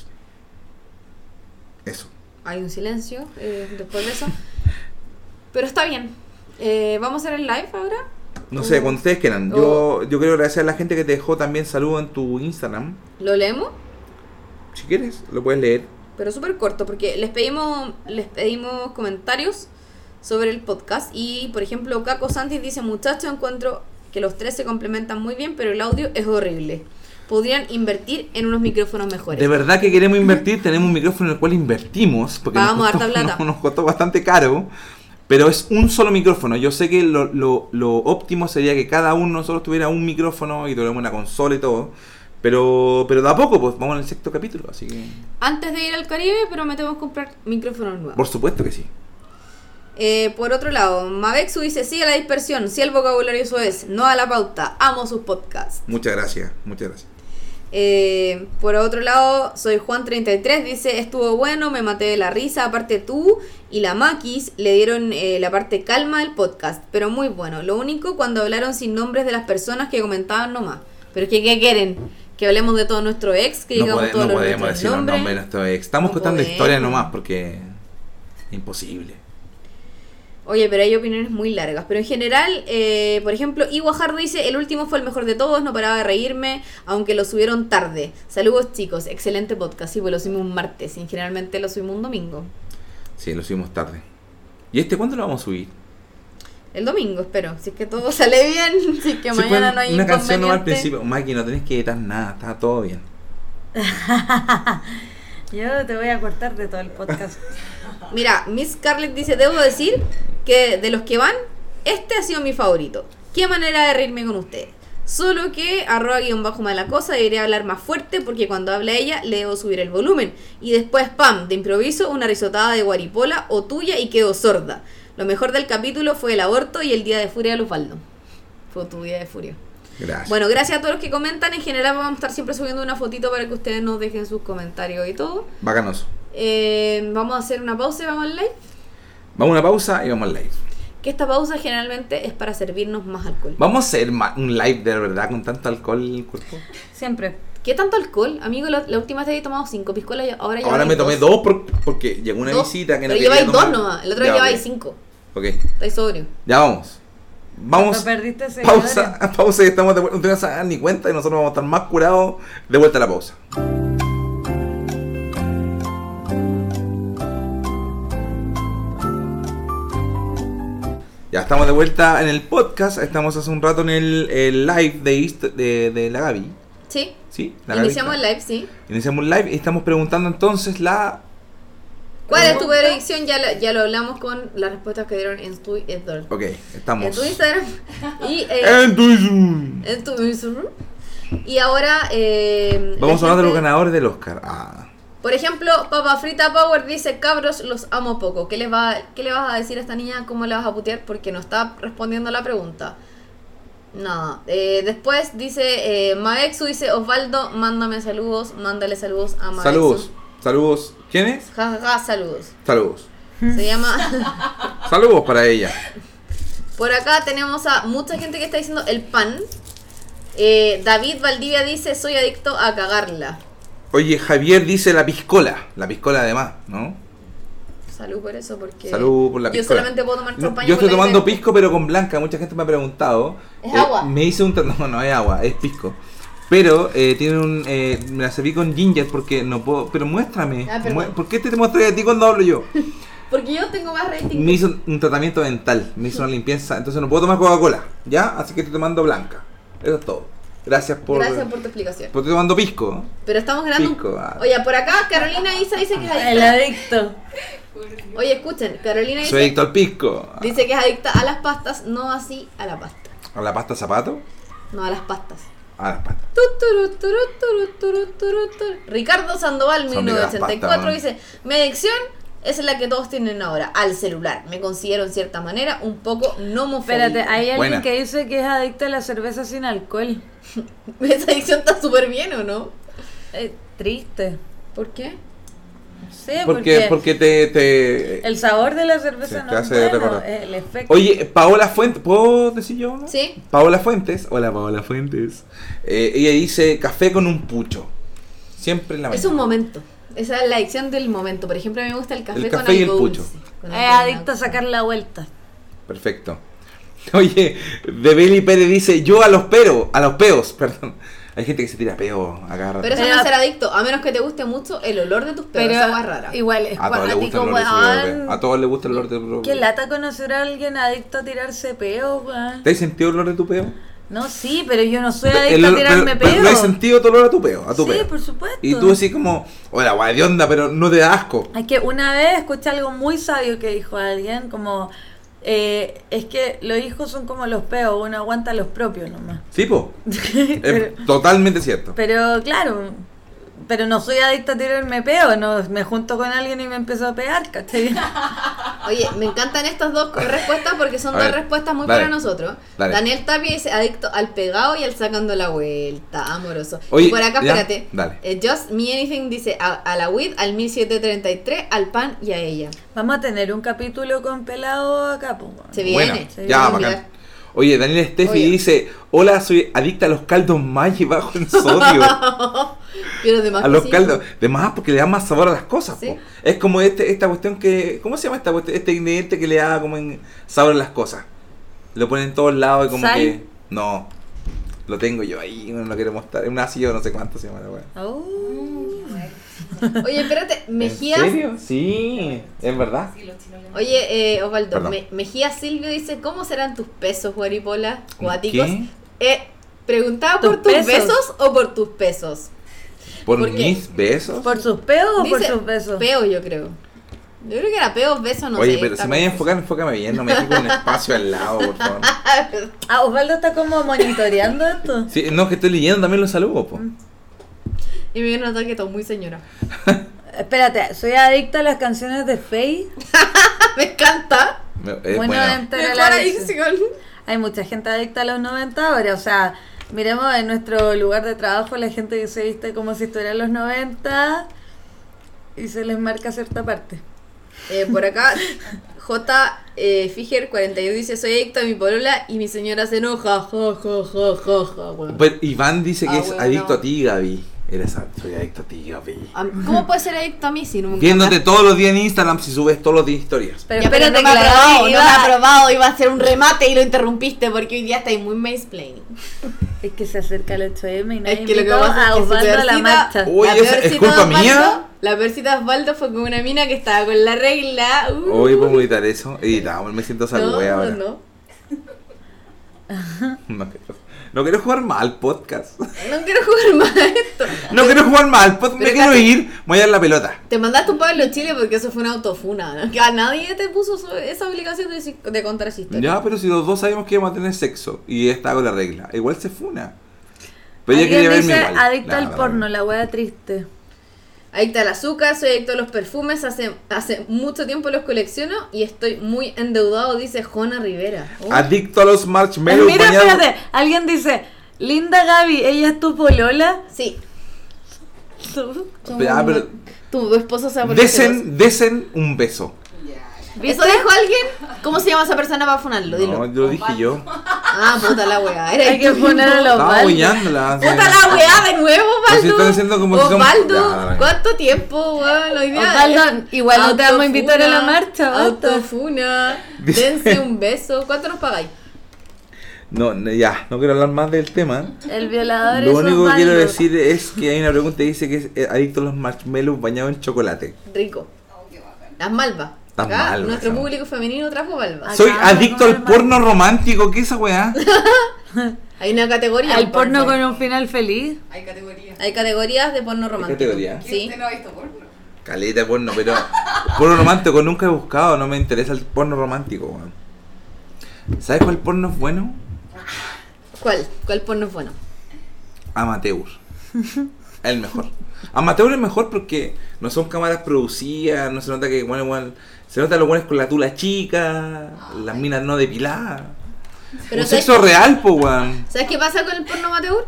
Eso.
Hay un silencio después de eso. Pero está bien. ¿Vamos a hacer el live ahora?
No sé, cuando ustedes quieran. Yo quiero agradecer a la gente que te dejó también saludos en tu Instagram.
¿Lo leemos?
Si quieres, lo puedes leer.
Pero súper corto, porque les pedimos comentarios sobre el podcast. Y, por ejemplo, Caco Santis dice, muchachos, encuentro que los tres se complementan muy bien, pero el audio es horrible. Podrían invertir en unos micrófonos mejores.
De verdad que queremos invertir, tenemos un micrófono en el cual invertimos, porque
Pagamos harta plata.
nos costó bastante caro, pero es un solo micrófono. Yo sé que lo óptimo sería que cada uno de nosotros tuviera un micrófono y tuviéramos una consola y todo, Pero de a poco, pues vamos al sexto capítulo, así que...
Antes de ir al Caribe, prometemos comprar micrófonos nuevos.
Por supuesto que sí.
Por otro lado, Mavexu dice: sí a la dispersión, sí al vocabulario soez, no a la pauta. Amo sus podcasts.
Muchas gracias, muchas gracias.
Por otro lado, soy Juan33, dice: estuvo bueno, me maté de la risa. Aparte tú y la Maquis le dieron la parte calma del podcast, pero muy bueno. Lo único, cuando hablaron sin nombres de las personas que comentaban nomás. Pero es que, ¿qué quieren? Que hablemos de todo nuestro ex, que digamos todos
no
los
podemos
nuestros
decir los
nombres.
nombres de nuestro ex. Estamos
No
contando
podemos.
historias nomás porque... imposible.
Oye, pero hay opiniones muy largas. Pero en general, por ejemplo, Iguajardo dice: el último fue el mejor de todos, no paraba de reírme, aunque lo subieron tarde. Saludos, chicos, excelente podcast. Sí, pues lo subimos un martes y generalmente lo subimos un domingo.
Sí, lo subimos tarde. ¿Y este cuándo lo vamos a subir?
El domingo, espero. Si es que todo sale bien, si es que
Sí,
mañana
fue
no hay
una canción nomás al
inconveniente.
principio. Maki, no tenés que editar nada, está todo bien.
Yo te voy a cortar de todo el podcast.
Mira, Miss Scarlett dice: debo decir que de los que van, este ha sido mi favorito. Qué manera de reírme con ustedes. Solo que @_malacosa debería hablar más fuerte, porque cuando habla ella le debo subir el volumen. Y después, pam, de improviso, una risotada de guaripola o tuya y quedo sorda. Lo mejor del capítulo fue el aborto y el día de furia de Osvaldo. Fue tu día de furia.
Gracias.
Bueno, gracias a todos los que comentan. En general vamos a estar siempre subiendo una fotito para que ustedes nos dejen sus comentarios y todo.
Bacanoso.
Vamos a hacer una pausa y vamos al live.
Vamos a una pausa y vamos al live.
Que esta pausa generalmente es para servirnos más alcohol.
¿Vamos a hacer un live de verdad con tanto alcohol en el cuerpo?
Siempre.
¿Qué tanto alcohol? Amigo, la última vez he tomado 5 piscolas y ahora ya
Ahora me tomé 2 porque llegó una visita que no
pero
quería
lleváis 2
tomar.
nomás, el otro día
Ya,
lleváis
ok.
5.
Ok,
Estáis sobrio.
ya vamos. Vamos.
Cuando perdiste seguidores.
Pausa y estamos de vuelta. No te vas a dar ni cuenta y nosotros vamos a estar más curados de vuelta a la pausa. Ya estamos de vuelta en el podcast. Estamos hace un rato en el live de la Gaby.
¿Sí?
¿Sí? La Gaby
Iniciamos
está.
el live, sí.
Iniciamos el live y estamos preguntando entonces
¿Cuál es tu predicción? Ya lo hablamos con las respuestas que dieron en Twitter.
Ok, estamos.
En tu Instagram. Y
En Twitter.
en tu Instagram. Y ahora...
Vamos a
la
hablar de los
gente-
ganadores del Oscar. Ah.
Por ejemplo, Papa Frita Power dice: cabros, los amo poco. ¿Qué le vas a decir a esta niña? ¿Cómo le vas a putear? Porque no está respondiendo a la pregunta. Nada. Después dice Maexu, dice: Osvaldo, mándame saludos. Mándale saludos a Maexu.
Saludos. Saludos. ¿Quién es?
Ja, ja, ja, saludos.
Saludos.
Se llama...
Saludos para ella.
Por acá tenemos a mucha gente que está diciendo el pan. David Valdivia dice: soy adicto a cagarla.
Oye, Javier dice la piscola. La piscola además, ¿no?
Salud por eso, porque
Salud por la
yo
piscola.
solamente puedo tomar
No,
champaña.
yo estoy
con la
tomando
idea.
pisco pero con blanca. Mucha gente me ha preguntado.
¿Es agua?
Me hice un... No es agua, es pisco. Pero tiene un... me la serví con ginger porque no puedo... Pero muéstrame.
Ah, perdón.
¿Por qué te muestro a ti cuando hablo yo?
Porque yo tengo más rating.
Me hizo un tratamiento dental. Me hizo una limpieza. Entonces no puedo tomar Coca-Cola. ¿Ya? Así que estoy tomando blanca. Eso es todo. Gracias por
Gracias por tu explicación.
estoy tomando pisco.
Pero estamos ganando.
Pisco, ah.
Oye, por acá Carolina Isa dice que es
El
adicta.
adicto.
Oye, escuchen, Carolina
Soy adicto al pisco.
dice que es adicta a las pastas, no así a la pasta.
¿A la pasta zapato?
No a las pastas.
A las pastas.
Ricardo Sandoval,
Son de las
1984,
pastas,
dice: mi adicción es la que todos tienen ahora, al celular. Me considero en cierta manera un poco nomofóbico.
Espérate, hay alguien
Buena.
que dice que es adicto a la cerveza sin alcohol.
Esa adicción está súper bien, ¿o no?
Triste.
¿Por qué?
Sí,
Porque te...
el sabor de la cerveza
Sí,
no
te
es
hace
bueno,
recordar.
es el efecto.
Oye, Paola Fuentes, ¿puedo decir yo? ¿No?
Sí.
Paola Fuentes, hola Paola Fuentes. Ella dice café con un pucho. Siempre en la
Es
mañana.
un momento. Esa es la adicción del momento. Por ejemplo, a mí me gusta el café,
El
con
café y el
algo
pucho.
dulce. Con
Es
algo
adicto a sacar la vuelta.
Perfecto. Oye, de Beli Pérez dice yo a los peos, perdón. Hay gente que se tira peo a cada rato.
Pero eso no es ser adicto, a menos que te guste mucho el olor de tus pedos.
Pero
Esa agua es rara.
igual es
A todos les gusta el olor de su propio peo. A todos les gusta el olor de tu propio
Qué
peo.
lata conocer a alguien adicto a tirarse peo, weón.
¿Te has sentido el olor de tu peo?
No, sí, pero yo no soy
El
adicto a
olor-
tirarme
pero
peo.
¿lo has sentido tu olor a tu peo? A tu
Sí,
peo.
por supuesto.
Y tú decís como, hola, guay de onda, pero no te da asco.
Es que una vez escuché algo muy sabio que dijo alguien, como Es que los hijos son como los peos, uno aguanta los propios nomás.
Sí, po.
Pero-
Es totalmente cierto.
Pero claro, pero no soy adicta a tirarme peo, no me junto con alguien y me empiezo a pegar, ¿cachai?
Oye, me encantan estas dos respuestas porque son
A
dos
ver,
respuestas muy
dale,
para nosotros.
dale.
Daniel Tapia dice adicto al pegado y al sacando la vuelta, amoroso.
Oye,
y por acá,
ya,
espérate,
dale.
Just Me Anything dice a la weed, al 1733, al pan y a ella.
Vamos a tener un capítulo con pelado acá, pues.
Se
Bueno,
viene.
se
ya,
viene.
bacán. Oye, Daniel Steffi
Oye.
dice: hola, soy adicta a los caldos Maggi bajo en sodio.
Pero además
A los caldos, de más porque le da más sabor a las cosas.
Sí.
Po. Es como esta cuestión que, ¿cómo se llama esta cuestión? Este ingrediente que le da como sabor a las cosas. Lo ponen en todos lados y como
¿Sal?
que, no, lo tengo yo ahí, no lo quiero mostrar. Es un ácido, no sé cuánto se llama la weá.
Oh.
Oye, espérate, Mejías.
¿En serio? Sí, es verdad.
Oye, Osvaldo,
Perdón.
Mejías Silvio dice, ¿cómo serán tus pesos, Guaripola?
¿Qué?
Cuáticos. ¿Preguntaba
¿Tus
por tus
pesos?
besos o por tus pesos?
¿Por
¿Por qué?
mis besos?
¿Por sus peos o por
Dice
sus besos?
Peo, yo creo. Yo creo que era peos, besos, no
Oye,
sé.
pero
está
si me voy a
confuso.
enfocar, enfócame bien, no me dejes con un espacio al lado, por favor.
Ah, Osvaldo está como monitoreando esto.
Sí, no, que estoy leyendo también los saludos, po.
Y me viene un ataque todo muy señora.
Espérate, soy adicta a las canciones de Faye.
Me encanta.
Es
Muy
buena.
noventera
Mejor
la
adicción.
Hay mucha gente adicta a los 90 ahora, o sea, miremos en nuestro lugar de trabajo la gente que se viste como si estuviera en los 90 y se les marca cierta parte.
Por acá, J. Figer 42 dice, soy adicto a mi polola y mi señora se enoja. Ja, ja, ja, ja, ja, bueno.
Pero Iván dice que
Ah,
es
bueno.
adicto a ti, Gaby. Soy adicto a ti, Gaby.
¿Cómo puede ser adicto a mí si nunca
Viéndote
me ha-
todos los días en Instagram si subes todos los días historias.
Pero
Ya, pero
espérate,
no me ha
que la
aprobado,
Gaby
no me ha
iba-
aprobado, iba a hacer un remate y lo interrumpiste porque hoy día estáis muy mansplaining.
Es que se acerca el 8M y nadie
Es que lo que
invitó
pasa es
a
que su
Osvaldo a la
peorcita-
marcha.
Oye,
La
¿es
peorcita
culpa
de Osvaldo-
mía?
La peorcita de Osvaldo fue con una mina que estaba con la regla.
Hoy podemos editar eso. Editamos, me siento salvo ahora.
no.
No quiero jugar mal al podcast.
No quiero jugar más esto.
No quiero jugar mal al podcast. Me
Pero
quiero
casi-
ir. Me voy a dar la pelota.
Te mandaste un Pablo Chile porque eso fue una autofuna, ¿no? Que a nadie te puso esa obligación de contar esa historia.
Ya, pero si los dos sabemos que íbamos a tener sexo y está con la regla, igual se funa. Pero ella
Alguien
quería verme
dice
igual.
adicta
La
al porno, la wea triste.
Adicta al azúcar, soy adicto a los perfumes, hace mucho tiempo los colecciono y estoy muy endeudado, dice Jona Rivera. Oh.
Adicto a los marshmallows
Mira,
bañados.
espérate, alguien dice, linda Gaby, ella es tu polola.
Sí.
Ah, pero
Tu esposo se va a poner celoso.
desen un beso.
¿Eso dijo alguien? ¿Cómo se llama esa persona para funarlo? Dilo.
No, yo lo dije yo.
Ah, puta la weá. Era
Hay que
tú.
poner a los
Estaba
Osvaldo.
huellándola.
Puta la weá de nuevo,
Pues si
Osvaldo.
están diciendo como si son-
Osvaldo,
Ya, dale.
¿cuánto tiempo, weón? Hoy día
Osvaldo, igual no te vamos a invitar a la
Autofuna,
marcha, basta.
Autofuna.
Dice-
Dense un beso. ¿Cuánto nos pagáis?
No, ya, no quiero hablar más del tema.
El violador
Lo
es
único que
Osvaldo.
quiero decir es que hay una pregunta que dice que es adicto a los marshmallows bañados en chocolate.
Rico. Las malvas.
Las
Acá,
malvas,
nuestro
son.
público femenino trajo malvas.
Soy
Acá,
adicto
no,
al porno romántico, ¿qué es esa weá?
Hay una categoría.
El porno con un final feliz.
Hay categorías.
Hay categorías de porno romántico.
categoría?
Sí.
¿Usted no ha visto porno?
Caleta de porno, pero porno romántico nunca he buscado, no me interesa el porno romántico, weón. ¿Sabes cuál porno es bueno?
¿Cuál? ¿Cuál porno es bueno?
Amateur. El mejor. Amateur es mejor porque no son cámaras producidas, no se nota que bueno, igual, se nota los buenos con la tula chica, las minas no depiladas.
Pero
Un
¿sabes-
sexo real, po, weón.
¿Sabes qué pasa con el porno amateur?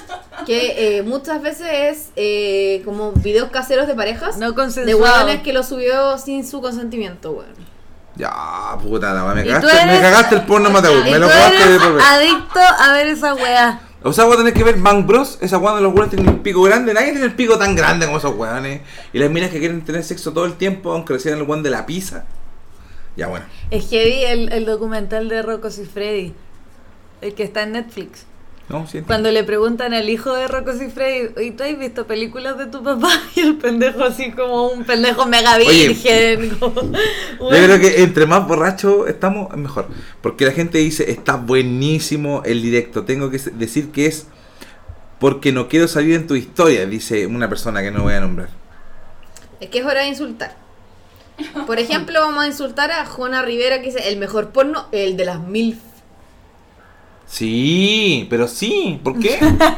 Que muchas veces es como videos caseros de parejas.
No
de
consensuado.
hueones que lo subió sin su consentimiento, weón.
Ya, puta, la weá, me
Y tú
cagaste, me
eres-
cagaste el porno amateur,
Y
me
tú
lo cagaste de
eres
por ver.
adicto a ver esa wea.
O sea, vos tenés que ver Bang Bros, esa weá donde los weones tienen un pico grande, nadie tiene el pico tan grande como esos weones. Y las minas que quieren tener sexo todo el tiempo, aunque reciban el weón de la pizza. Ya, bueno.
Es que vi el documental de Rocco Siffredi, el que está en Netflix.
No, sí, entiendo.
Cuando le preguntan al hijo de Rocco Siffredi, ¿y tú has visto películas de tu papá? Y el pendejo así como un pendejo mega
Oye,
virgen. como-
Yo creo que entre más borrachos estamos, es mejor. Porque la gente dice, está buenísimo el directo. Tengo que decir que es porque no quiero salir en tu historia, dice una persona que no voy a nombrar.
Es que es hora de insultar. Por ejemplo, vamos a insultar a Jona Rivera que dice el mejor porno, el de las MILF.
Sí, pero sí, ¿por qué?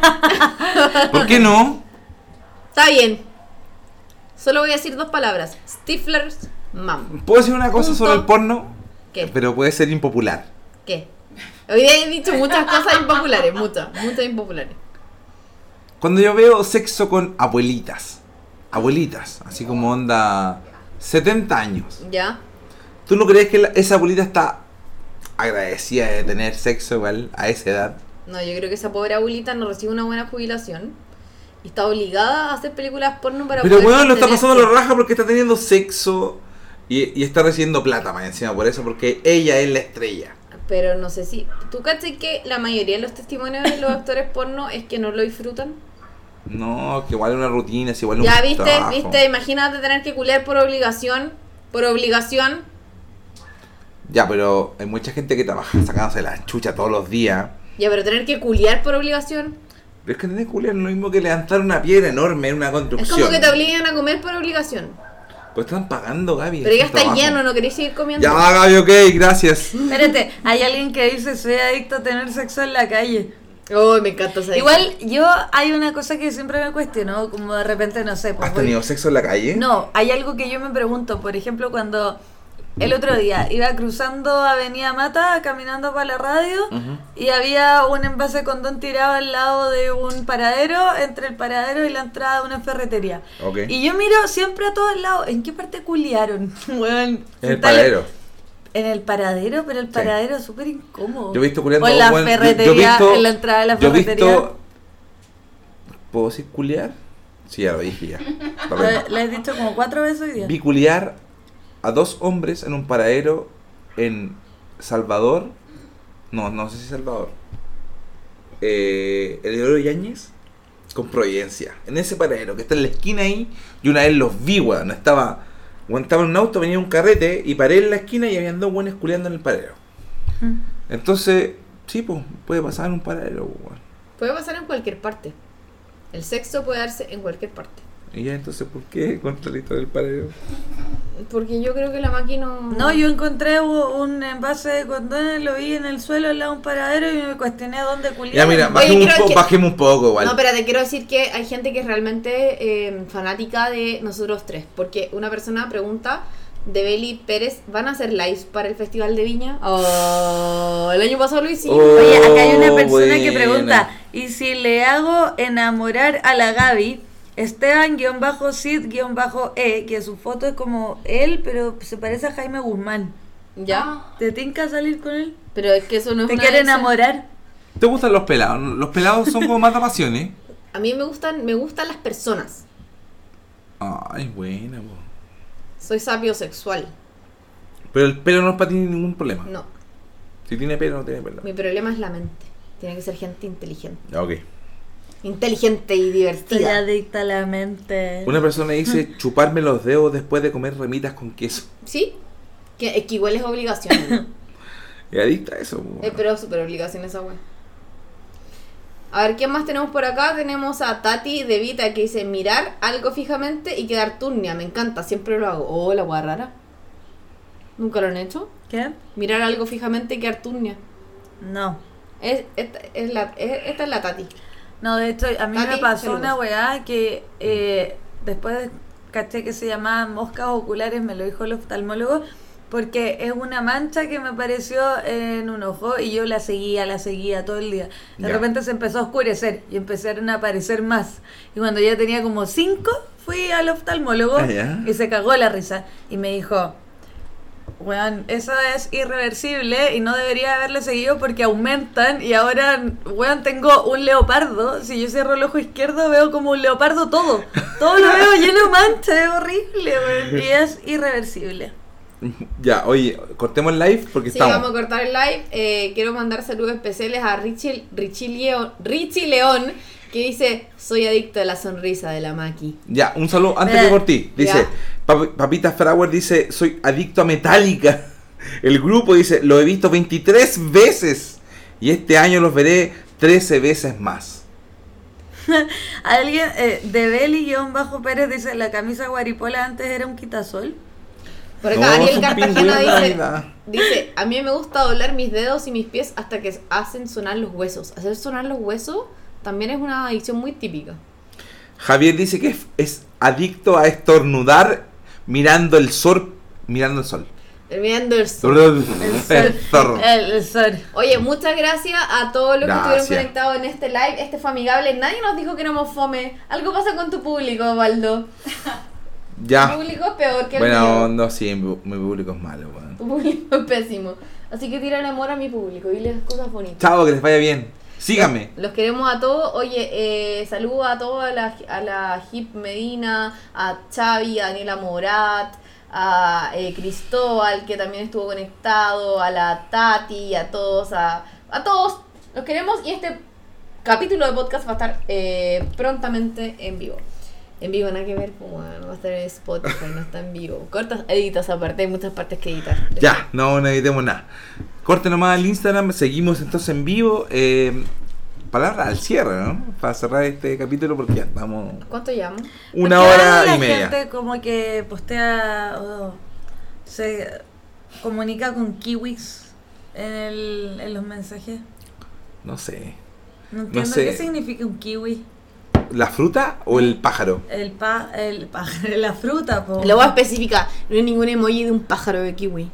¿Por qué no?
Está bien. Solo voy a decir 2 palabras. Stifler's Mom.
¿Puedo decir una cosa
Punto.
sobre el porno?
¿Qué?
Pero puede ser impopular.
¿Qué? Hoy día he dicho muchas cosas impopulares, muchas impopulares.
Cuando yo veo sexo con abuelitas, así como onda 70 años,
¿Ya?
¿tú no crees que esa abuelita está agradecida de tener sexo igual a esa edad?
No, yo creo que esa pobre abuelita no recibe una buena jubilación y está obligada a hacer películas porno para
Pero
poder
bueno, lo está pasando
mantenerse.
la raja porque está teniendo sexo y está recibiendo plata más encima por eso, porque ella es la estrella.
Pero no sé si... ¿Tú cachas que la mayoría de los testimonios de los actores porno es que no lo disfrutan?
No, que igual es una rutina, es igual
Ya,
un trabajo.
¿viste? Imagínate tener que culiar por obligación. Por obligación.
Ya, pero hay mucha gente que trabaja sacándose la chucha todos los días.
Ya, pero tener que culiar por obligación.
Pero es que tener que culiar no es lo mismo que levantar una piedra enorme en una
Es
construcción.
como que te obligan a comer por obligación.
Pues están pagando, Gaby.
Pero ya
es un
está
trabajo.
lleno, ¿no queréis seguir comiendo?
Ya, Gaby, ok, gracias.
Espérate, hay alguien que dice soy adicto a tener sexo en la calle.
Oh, me encanta esa
Igual yo hay una cosa que siempre me cuestiono, como de repente no sé, pues
¿Has
voy-
tenido sexo en la calle?
No, hay algo que yo me pregunto, por ejemplo, cuando el otro día iba cruzando Avenida Mata, caminando para la radio,
Ujú.
y había un envase de condón tirado al lado de un paradero, entre el paradero y la entrada de una ferretería.
Ok.
Y yo miro siempre a todos lados, ¿en qué parte culiaron? Weón,
En el
tal-
paradero.
En el paradero, pero el paradero es súper incómodo.
Yo he visto culiando
O en la
bueno,
ferretería,
yo he visto-
en la entrada de la
Yo he
ferretería.
visto... ¿Puedo decir culiar? Sí, ya lo dije ya.
Le he dicho como 4 veces hoy día.
Vi culiar a 2 hombres en un paradero en Salvador. No sé si Salvador. Eleodoro Yáñez con Providencia. En ese paradero que está en la esquina ahí. Y una vez los vi, weón. Estaba en un auto, venía un carrete y paré en la esquina y habían 2 buenos culiando en el paradero. Entonces, sí, pues, puede pasar en un paradero, weón.
Puede pasar en cualquier parte. El sexo puede darse en cualquier parte.
Y ya, entonces, ¿por qué contra el del paradero?
Porque yo creo que la máquina
No, yo encontré un envase de condones, lo vi en el suelo al lado de un paradero y me cuestioné dónde culiar.
Ya, mira,
Oye, creo que-
bajemos un poco, igual.
No, espérate, quiero decir que hay gente que es realmente fanática de nosotros tres. Porque una persona pregunta de Beli Pérez, ¿van a hacer lives para el Festival de Viña? Oh, el año pasado lo hicimos.
Oh.
Oye, acá hay una persona que
buena.
pregunta, ¿y si le hago enamorar a la Gaby? Esteban-Sid-E, que su foto es como él, pero se parece a Jaime Guzmán.
¿Ya?
¿Te tinca salir con él?
Pero es que eso no es
¿Te
una
quiere
elección.
enamorar?
¿Te gustan los pelados? Los pelados son como más pasiones.
A mí me gustan las personas.
Ay, buena, po.
Soy sapiosexual.
Pero el pelo no es para ti ningún problema.
No,
Si tiene pelo, no tiene pelo.
mi problema es la mente. Tiene que ser gente inteligente.
Ya, ok.
Inteligente y
Estoy
divertida.
adicta a la mente.
Una persona dice chuparme los dedos después de comer remitas con queso.
¿Sí? Que igual es obligación, ¿no?
Es adicta a eso, po.
Pero súper obligación esa wea. A ver, ¿quién más tenemos por acá? Tenemos a Tati de Vita que dice mirar algo fijamente y quedar turnia. Me encanta, siempre lo hago. Oh, la wea rara. ¿Nunca lo han hecho?
¿Qué?
Mirar algo fijamente y quedar turnia.
No.
Esta es la Tati.
No, de hecho, a mí
Tati,
me pasó
saludos.
una weá que después caché que se llamaban moscas oculares, me lo dijo el oftalmólogo, porque es una mancha que me apareció en un ojo y yo la seguía todo el día. De
Ya.
repente se empezó a oscurecer y empezaron a aparecer más. Y cuando ya tenía como 5, fui al oftalmólogo
Ah, ya.
y se cagó la risa y me dijo... Weón, eso es irreversible y no debería haberle seguido porque aumentan y ahora, weón, tengo un leopardo. Si yo cierro el ojo izquierdo veo como un leopardo todo. Todo lo veo lleno de manchas, es horrible, weón. Y es irreversible.
Ya, oye, cortemos el live porque
Sí,
estamos.
vamos a cortar el live. Quiero mandar saludos especiales a Richie León, que dice, soy adicto a la sonrisa de la Maki.
Ya, un saludo antes
Mira,
que por ti. Dice,
ya.
Papita Frauer dice, soy adicto a Metallica. El grupo dice, lo he visto 23 veces y este año los veré 13 veces más.
Alguien de Beli-Pérez dice, la camisa guaripola antes era un quitasol.
Por acá,
No,
Ariel
son
Cartagena
pingüinos de
dice,
Navidad.
a mí me gusta doblar mis dedos y mis pies hasta que hacen sonar los huesos. Hacer sonar los huesos también es una adicción muy típica.
Javier dice que es adicto a estornudar mirando el sol.
Mirando el sol.
El zorro.
El sol.
Oye, muchas gracias a todos los que estuvieron
Gracias.
conectados en este live. Este fue amigable. Nadie nos dijo que éramos fome. Algo pasa con tu público, Osvaldo. Tu
Ya.
público es peor que el
Bueno,
mío.
no, sí, mi público es malo, weón.
Tu público es pésimo. Así que tírale amor a mi público. Dile cosas bonitas.
Chao, que les vaya bien. Síganme.
Los queremos a todos. Oye, saludo a toda a la Hip Medina, a Xavi, a Daniela Morat, a Cristóbal, que también estuvo conectado, a la Tati, a todos, a todos. Los queremos y este capítulo de podcast va a estar prontamente en vivo. En vivo nada que ver, pues bueno, va a estar en Spotify, no está en vivo. Cortas, editas aparte, hay muchas partes que editar.
Ya, no editemos nada. Corte nomás al Instagram, seguimos entonces en vivo. Palabra al cierre, ¿no? Para cerrar este capítulo porque ya estamos
¿Cuánto llamo?
una
¿Por qué
hora
la
y media.
gente como que postea o se comunica con kiwis en los mensajes?
No sé.
No entiendo
sé.
qué significa un kiwi.
¿La fruta o el pájaro?
El pájaro, la fruta, po.
Lo voy a especificar, no hay ningún emoji de un pájaro de kiwi.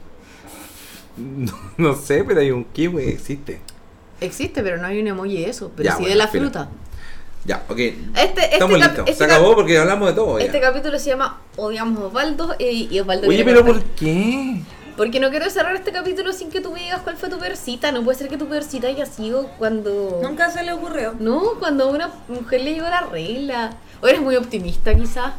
No sé, pero hay un kiwi, existe.
Existe, pero no hay un emoji de eso, pero
Ya,
sí
bueno,
de la
filo.
fruta.
Ya, ok.
Este
Estamos listos. Se acabó porque hablamos de todo. Ya.
Este capítulo se llama Odiamos a Osvaldo y Osvaldo
Oye,
quiere
pero
cortar.
¿por qué?
Porque no quiero cerrar este capítulo sin que tú me digas cuál fue tu peor cita. No puede ser que tu peor cita haya sido cuando...
Nunca se le ocurrió.
No, cuando a una mujer le llegó la regla. O eres muy optimista quizás.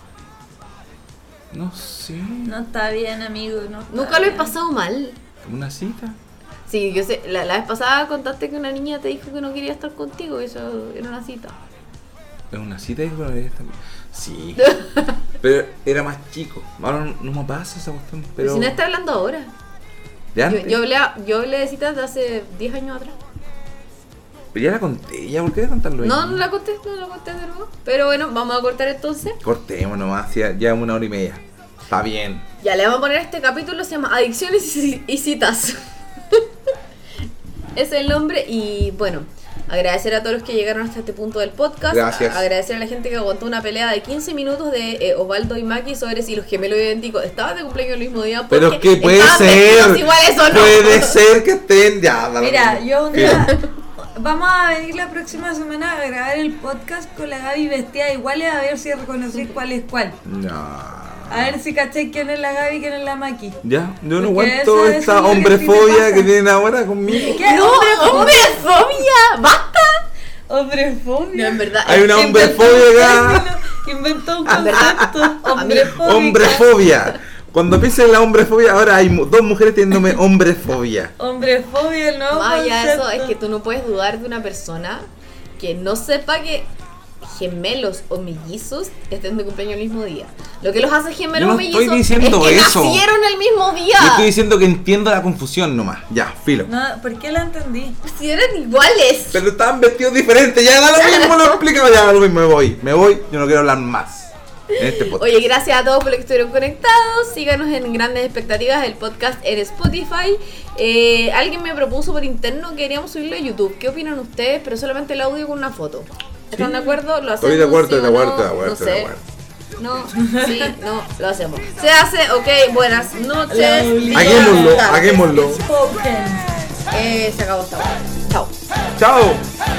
No sé.
No está bien, amigo. No está
Nunca lo he
bien.
pasado mal.
¿Una cita?
Sí, yo sé, la vez pasada contaste que una niña te dijo que no quería estar contigo. Eso era una cita.
¿Es una cita? Sí. Pero era más chico. Ahora no me pasa esa cuestión. Pero
Si no está hablando ahora.
¿De antes?
Yo hablé de citas de hace 10 años atrás.
Pero ya la conté. ¿Ya por qué contarlo?
No la conté de nuevo. Pero bueno, vamos a cortar entonces.
Cortemos nomás. Ya una hora y media. Está bien.
Ya le vamos a poner este capítulo, se llama Adicciones y citas. Es el nombre y bueno, agradecer a todos los que llegaron hasta este punto del podcast.
Gracias.
Agradecer a la gente que aguantó una pelea de 15 minutos de Osvaldo y Maki sobre si los gemelos idénticos estaban de cumpleaños el mismo día.
Pero
porque
que puede
estaban
ser.
vestidos iguales o no.
Puede ser que estén ya. da lo
Mira,
mismo.
yo un día vamos a venir la próxima semana a grabar el podcast con la Gaby vestida iguales a ver si reconocéis cuál es cuál.
No.
A ver si cacháis quién es la Gaby y quién es la Maki.
Ya, yo no
Porque
aguanto
eso es
esta
lo que
hombrefobia
sí me
que
pasa.
tienen ahora conmigo.
¿Qué?
¡No! ¡Hombrefobia! ¡Basta!
Hombrefobia.
No, en verdad.
Hay una
Inventó
hombrefobia
un
acá.
término, inventó un
En verdad,
concepto. Hombrefóbica.
Hombrefobia. Cuando piensen en la hombrefobia, ahora hay dos mujeres teniéndome hombrefobia.
Hombrefobia, el nuevo
Vaya, eso
concepto.
es que tú no puedes dudar de una persona que no sepa que gemelos o mellizos estén de cumpleaños el mismo día. Lo que los hace gemelos
Yo no
o mellizos
estoy diciendo
es que
eso.
nacieron el mismo día.
Yo estoy diciendo que entiendo la confusión nomás. Ya, filo.
No, ¿por qué la entendí?
Si eran iguales.
Pero estaban vestidos diferentes. Ya da lo mismo, lo explico. Ya da lo mismo, me voy. Yo no quiero hablar más en este podcast.
Oye, gracias a todos por los que estuvieron conectados. Síganos en Grandes Expectativas, el podcast en Spotify. Alguien me propuso por interno que queríamos subirlo a YouTube. ¿Qué opinan ustedes? Pero solamente el audio con una foto. ¿Están de acuerdo? ¿Lo hacemos?
Estoy de acuerdo,
¿sí o
de acuerdo,
no?
de acuerdo,
No sé.
de acuerdo.
No, sí, no, lo hacemos. Se hace, ok, buenas noches.
La
Hagámoslo,
Tardes.
hagámoslo.
Spoken.
Se acabó esta hora. Chao.
Chao.